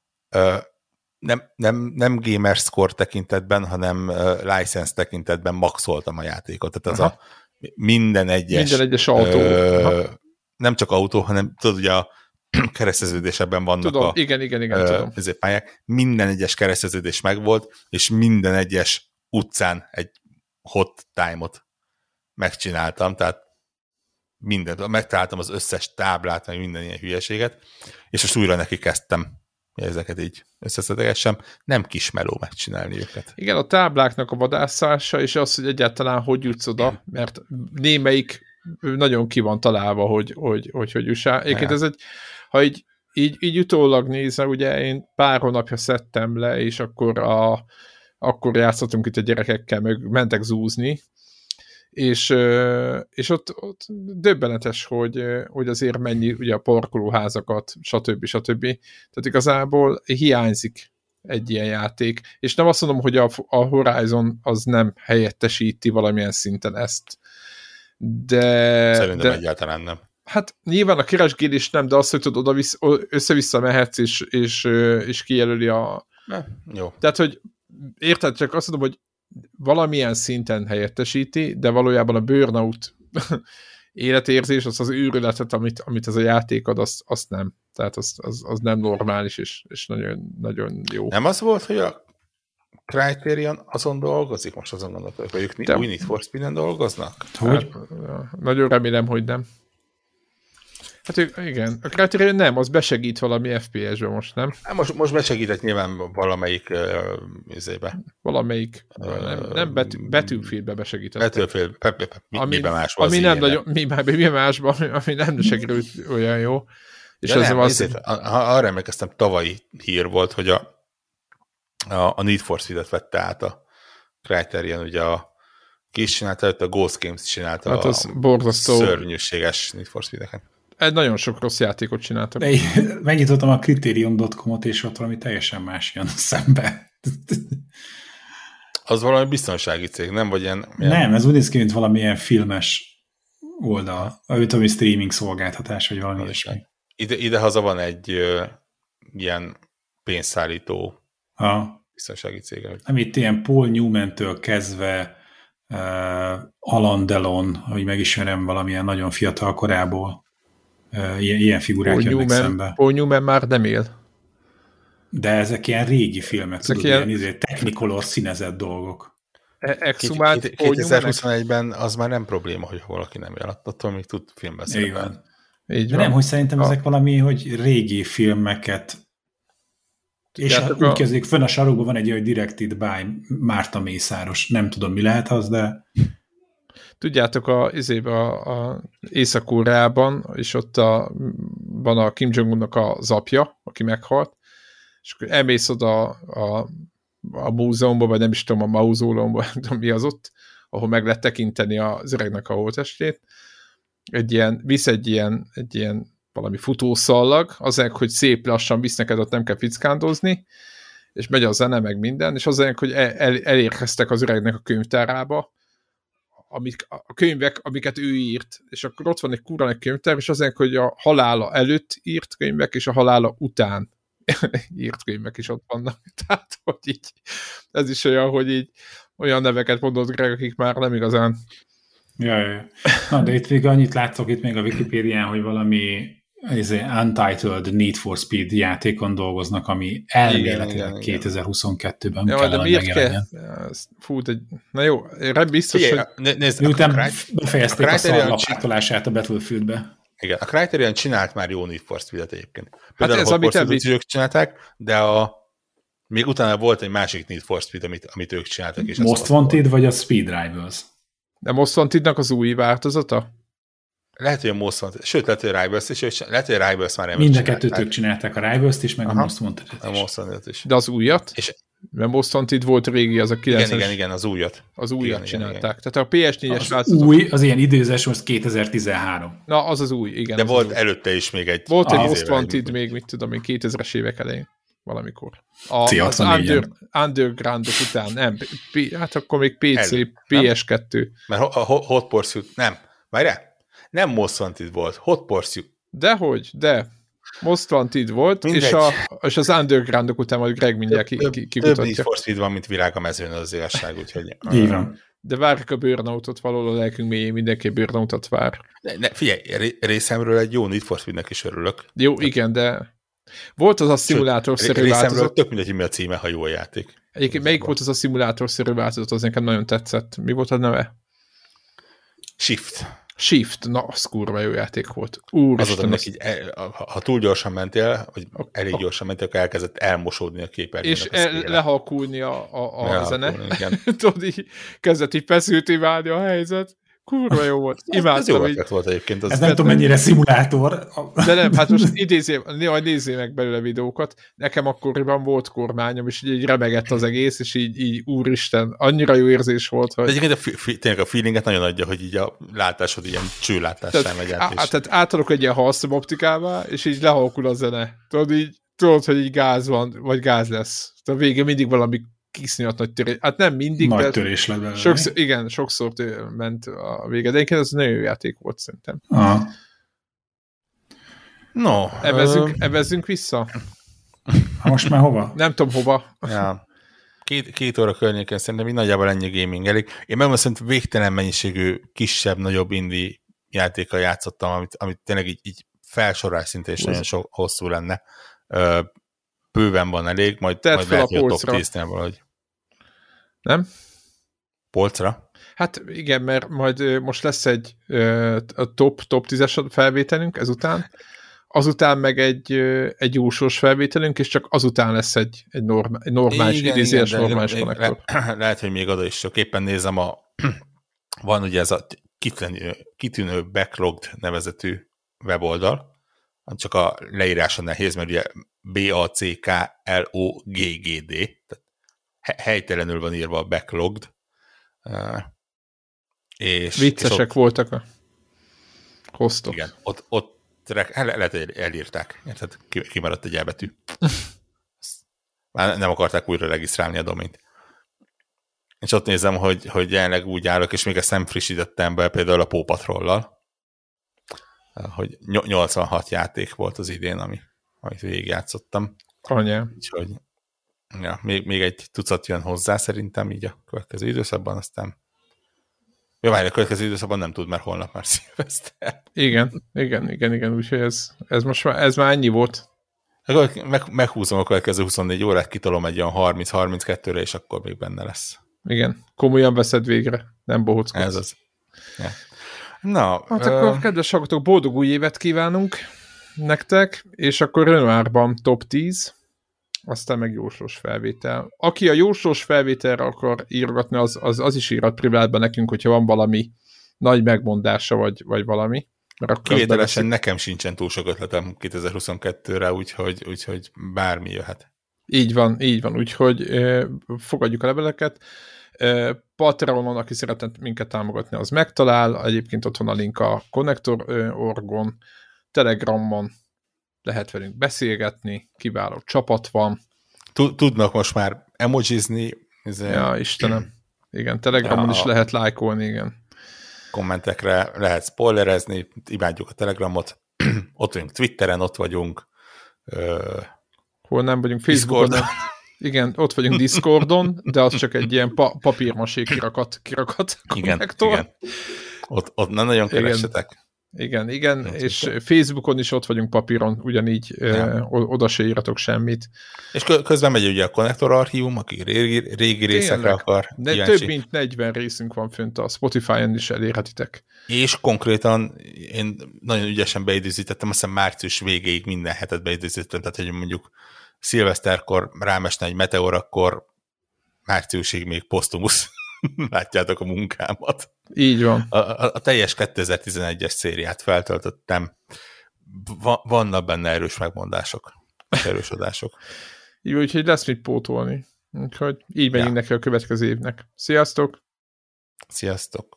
nem Gamerscore tekintetben, hanem license tekintetben maxoltam a játékot. Tehát az minden egyes autó. Nem csak autó, hanem tudod, ugye a kereszteződésben vannak tudom, igen, tudom. Ezért pályák. Minden egyes kereszteződés megvolt, és minden egyes utcán egy hot time-ot megcsináltam, tehát mindent, megtaláltam az összes táblát, meg minden ilyen hülyeséget, és most újra neki kezdtem ezeket így összeszedegessem, nem kismeló megcsinálni őket. Igen, a tábláknak a vadászása, és az, hogy egyáltalán hogy jutsz oda, mert némelyik nagyon ki van találva, hogy jussál. Egyébként ez ha így utólag nézve, ugye én pár hónapja szedtem le, és akkor játszottunk itt a gyerekekkel, meg mentek zúzni, és ott döbbenetes, hogy azért mennyi ugye a parkolóházakat, stb. Tehát igazából hiányzik egy ilyen játék. És nem azt mondom, hogy a Horizon az nem helyettesíti valamilyen szinten ezt. Szerintem egyáltalán nem. Hát nyilván a keresgélés nem, de azt, hogy tudod, össze-vissza mehetsz, és kijelöli Jó. Tehát, hogy érted, csak azt mondom, hogy valamilyen szinten helyettesíti, de valójában a Burnout életérzés, az őrületet, amit ez a játék ad, azt nem. Tehát az nem normális, és nagyon, nagyon jó. Nem az volt, hogy a Criterion azon dolgozik? Most azon gondoltok, hogy ők új Need for Speed-en dolgoznak? Hogy? Hát, nagyon remélem, hogy nem. Hát igen, a Criterion nem, az besegít valami FPS-be most, nem? Most besegített nyilván valamelyik izébe. Valamelyik, nem Battlefield-be besegített. Battlefield, miben másban ami nem nagyon, mi másban, ami nem segített olyan jó. És az nem, arra emlékeztem, tavalyi hír volt, hogy a Need for Speed-et vette át a Criterion, ugye ki is csinálta, a Ghost Games csinálta hát az borzasztó szörnyűséges Need for Speed-eket. Nagyon sok rossz játékot csináltak. Megnyitottam a Criterion.com-ot, és ott valami teljesen más jön szembe. Az valami biztonsági cég, nem? Vagy ilyen... Nem, ez úgy néz ki, mint valamilyen filmes oldal. Ami streaming szolgáltatás, vagy valami ilyesmi. Idehaza van egy ilyen pénzszállító biztonsági cég. Nem, itt ilyen Paul Newman-től kezdve Alan Delon, hogy megismerem valamilyen nagyon fiatal korából. Ilyen figurák jönnek szembe. Paul Newman már nem él. De ezek ilyen régi filmek, ezek tudod, ilyen Technicolor színezett dolgok. Exhumált 2021-ben az már nem probléma, hogy valaki nem él. Attól még tud filmben szerepelni. De nem, hogy szerintem ezek valami, hogy régi filmeket és úgy kezdik, fönn a sarokban van egy olyan Directed by Márta Mészáros. Nem tudom, mi lehet az, de... Tudjátok, a Észak-Koreában, és ott van a Kim Jong-unnak az apja, aki meghalt, és akkor elmész oda a múzeumba, vagy nem is tudom, a mauzóleumba, nem tudom, mi az ott, ahol meg lehet tekinteni az öregnek a holttestét. Visz egy ilyen valami futószallag, azért, hogy szép lassan visz neked, ott nem kell fickándozni, és megy a zene, meg minden, és azért, hogy elérkeztek az öregnek a könyvtárába, a könyvek, amiket ő írt, és akkor ott van egy kurva egy könyvtár, és azért, hogy a halála előtt írt könyvek, és a halála után írt könyvek is ott vannak. Tehát, hogy így, ez is olyan, hogy így olyan neveket mondott Greg, akik már nem igazán. Ja. Na, de itt még annyit látszok itt még a Wikipédián, hogy valami Untitled Need for Speed játékon dolgoznak, ami elméletileg 2022-ben kellene megjelenjen. Fú, na jó, biztos, hogy... Miután befejezték a szar lapátolását a Battlefieldbe. Igen, a Criterion csinált már jó Need for Speed-et egyébként. Például ez, a Hot Pursuit ők csinálták, de még utána volt egy másik Need for Speed, amit ők csináltak. És Most Wanted vagy a Speed Rivals? De Most Wantednak az új változata? Lehet, hogy a Most Wanted, sőt, lehet, hogy a Rivals is, lehet, hogy a Rivals már nem mind a kettőt ők csinálták, a Rivals-t is, meg a Most Wanted-et is. A Most Wanted is. De az újat? Mert Most Wanted volt régi, az a 90-es. Igen, az újat. Az újat csinálták. Tehát a PS4-es változat. Új, az ilyen időzés most 2013. Na, az új, igen. De volt előtte is még egy... Volt egy Most Wanted még, mit tudom én, 2000-es évek elején. Valamikor. Az Undergroundok után, nem. Hát akkor még PC, PS2. Mert a Hot Pursuit, nem. Várjál? Nem Most Wanted volt, Hot Pursuit. Dehogy, de Most Wanted volt, és az Undergroundok után majd Greg mindjárt kikutatja. Több Need for Speed van, mint virág a mezőn, az igazság, úgyhogy... Így van. De várjuk a Burnoutot, valahol a lelkünk mélyén mindenki Burnoutot vár. Figyelj, részemről egy jó Need for Speednek is örülök. Jó, igen, de volt az a szimulátorszerű változat. Tök mindegy, mi a címe, ha jó a játék. Egyébként melyik volt az a szimulátorszerű változat, az nekem nagyon tetszett. Mi volt a neve? Shift, na, az kurva jó játék volt. Úristen, ha túl gyorsan mentél, vagy elég gyorsan mentél, akkor elkezdett elmosódni a képernyőn. És lehalkulni a zene. Tudod, így kezdett így feszülté válni a helyzet. Kurva jó volt. Imádtam. Ez jó volt egyébként. Ez nem tudom, mennyire szimulátor. De nem, hát most nézzél meg belőle videókat. Nekem akkoriban volt kormányom, és így remegett az egész, és így úristen, annyira jó érzés volt, hogy... De egyébként tényleg a feelinget nagyon adja, hogy így a látásod ilyen csőlátással megy át. Tehát átadok egy ilyen halszom optikává, és így lehalkul a zene. Tudod, hogy így gáz van, vagy gáz lesz. A vége mindig valami kisznyat nagy törés. Hát nem mindig, nagy törés lett. Sokszor ment a vége, de egyébként ez nagyon jó játék volt szerintem. Aha. No. Evezzünk vissza? Most már hova? Nem tudom hova. Ja. Két óra környéken szerintem így nagyjából ennyi gaming elég. Én megmondom, szerintem végtelen mennyiségű kisebb, nagyobb indie játékkal játszottam, amit tényleg így felsorolás szinte is nagyon hosszú lenne. Bőven van elég, majd lehet, hogy a top 10-nél valahogy. Nem? Polcra? Hát igen, mert majd most lesz egy top 10-es felvételünk ezután, azután meg egy jósós felvételünk, és csak azután lesz egy normális, idézőjeles normális konnektor. Lehet, hogy még oda is csak éppen nézem, van ugye ez a kitűnő Backlogged nevezetű weboldal, csak a leírása nehéz, mert ugye BACKLOGGD, tehát helytelenül van írva a Backlogged. Viccesek voltak a hostok. Igen, ott lehet, hogy elírták, érted? Kimaradt egy elbetű. Már nem akarták újra regisztrálni a domaint. És ott nézem, hogy jelenleg úgy állok, és még ezt nem frissítettem be például a Paw Patrollal, hogy 86 játék volt az idén, amit végigjátszottam. Anyám. Úgyhogy ja, még egy tucat jön hozzá szerintem így a következő időszakban, aztán jó, várj, a következő időszakban nem tud, mert holnap már szilveszter. Igen, úgyhogy ez most már, ez már ennyi volt. Meghúzom a következő 24 órát, kitolom egy olyan 30-32-re, és akkor még benne lesz. Igen, komolyan veszed végre, nem bohockodsz. Ez az. Ja. Na, hát akkor, kedves hallgatók, boldog új évet kívánunk nektek, és akkor Renoirban top 10, aztán meg jóslós felvétel. Aki a jóslós felvételre akar írogatni, az is írhat privátban nekünk, hogyha van valami nagy megmondása, vagy valami. Kivételesen nekem sincsen túl sok ötletem 2022-re, úgyhogy bármi jöhet. Így van, úgyhogy fogadjuk a leveleket. Patreonon, aki szeretne minket támogatni, az megtalál. Egyébként ott van a link a Connector.org-on, Telegramon lehet velünk beszélgetni, kiváló csapat van. Tudnak most már emojizni. Ja, Istenem. Igen, Telegramon is lehet lájkolni, igen. Kommentekre lehet spoilerezni, imádjuk a Telegramot. Ott vagyunk Twitteren, ott vagyunk. Hol nem vagyunk? Facebookon. Igen, ott vagyunk Discordon, de az csak egy ilyen papírmasé kirakat konnektor. Igen. Ott nem nagyon keressetek. Igen, és Facebookon is ott vagyunk papíron, ugyanígy oda se írhatok semmit. És közben megy ugye a konnektor archívum, aki régi részekre akar. De több mint 40 részünk van fönt, a Spotify-on is elérhetitek. És konkrétan én nagyon ügyesen beidőzítettem, azt hiszem március végéig minden hetet beidőzítettem, tehát hogy mondjuk szilveszterkor rámesne egy meteor, akkor márciusig még posztumusz látjátok a munkámat. Így van. A teljes 2011-es szériát feltöltöttem. Vannak benne erős megmondások, erős adások. Jó, úgyhogy lesz mit pótolni. Úgyhogy így megyünk neki a következő évnek. Sziasztok! Sziasztok!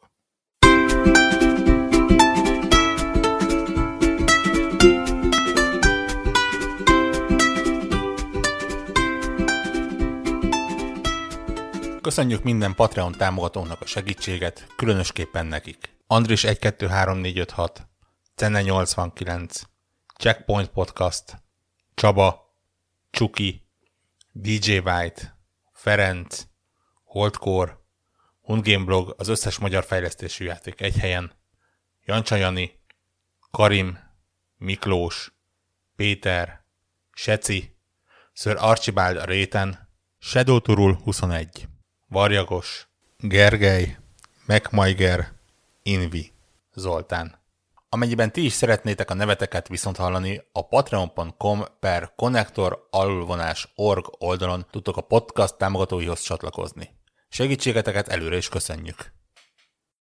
Köszönjük minden Patreon támogatónak a segítséget, különösképpen nekik. Andris 1-2-3-4-5-6, Cenne 89, Checkpoint Podcast, Csaba, Csuki, DJ White, Ferenc, Holdcore, Hundgameblog, az összes magyar fejlesztésű játék egy helyen, Jancsa Jani, Karim, Miklós, Péter, Seci, Sir Archibald a réten, Shadow Turul 21, Varjagos, Gergely, MacMaiger, Invi, Zoltán. Amennyiben ti is szeretnétek a neveteket viszont hallani, a patreon.com/connector_org oldalon tudtok a podcast támogatóihoz csatlakozni. Segítségeteket előre is köszönjük!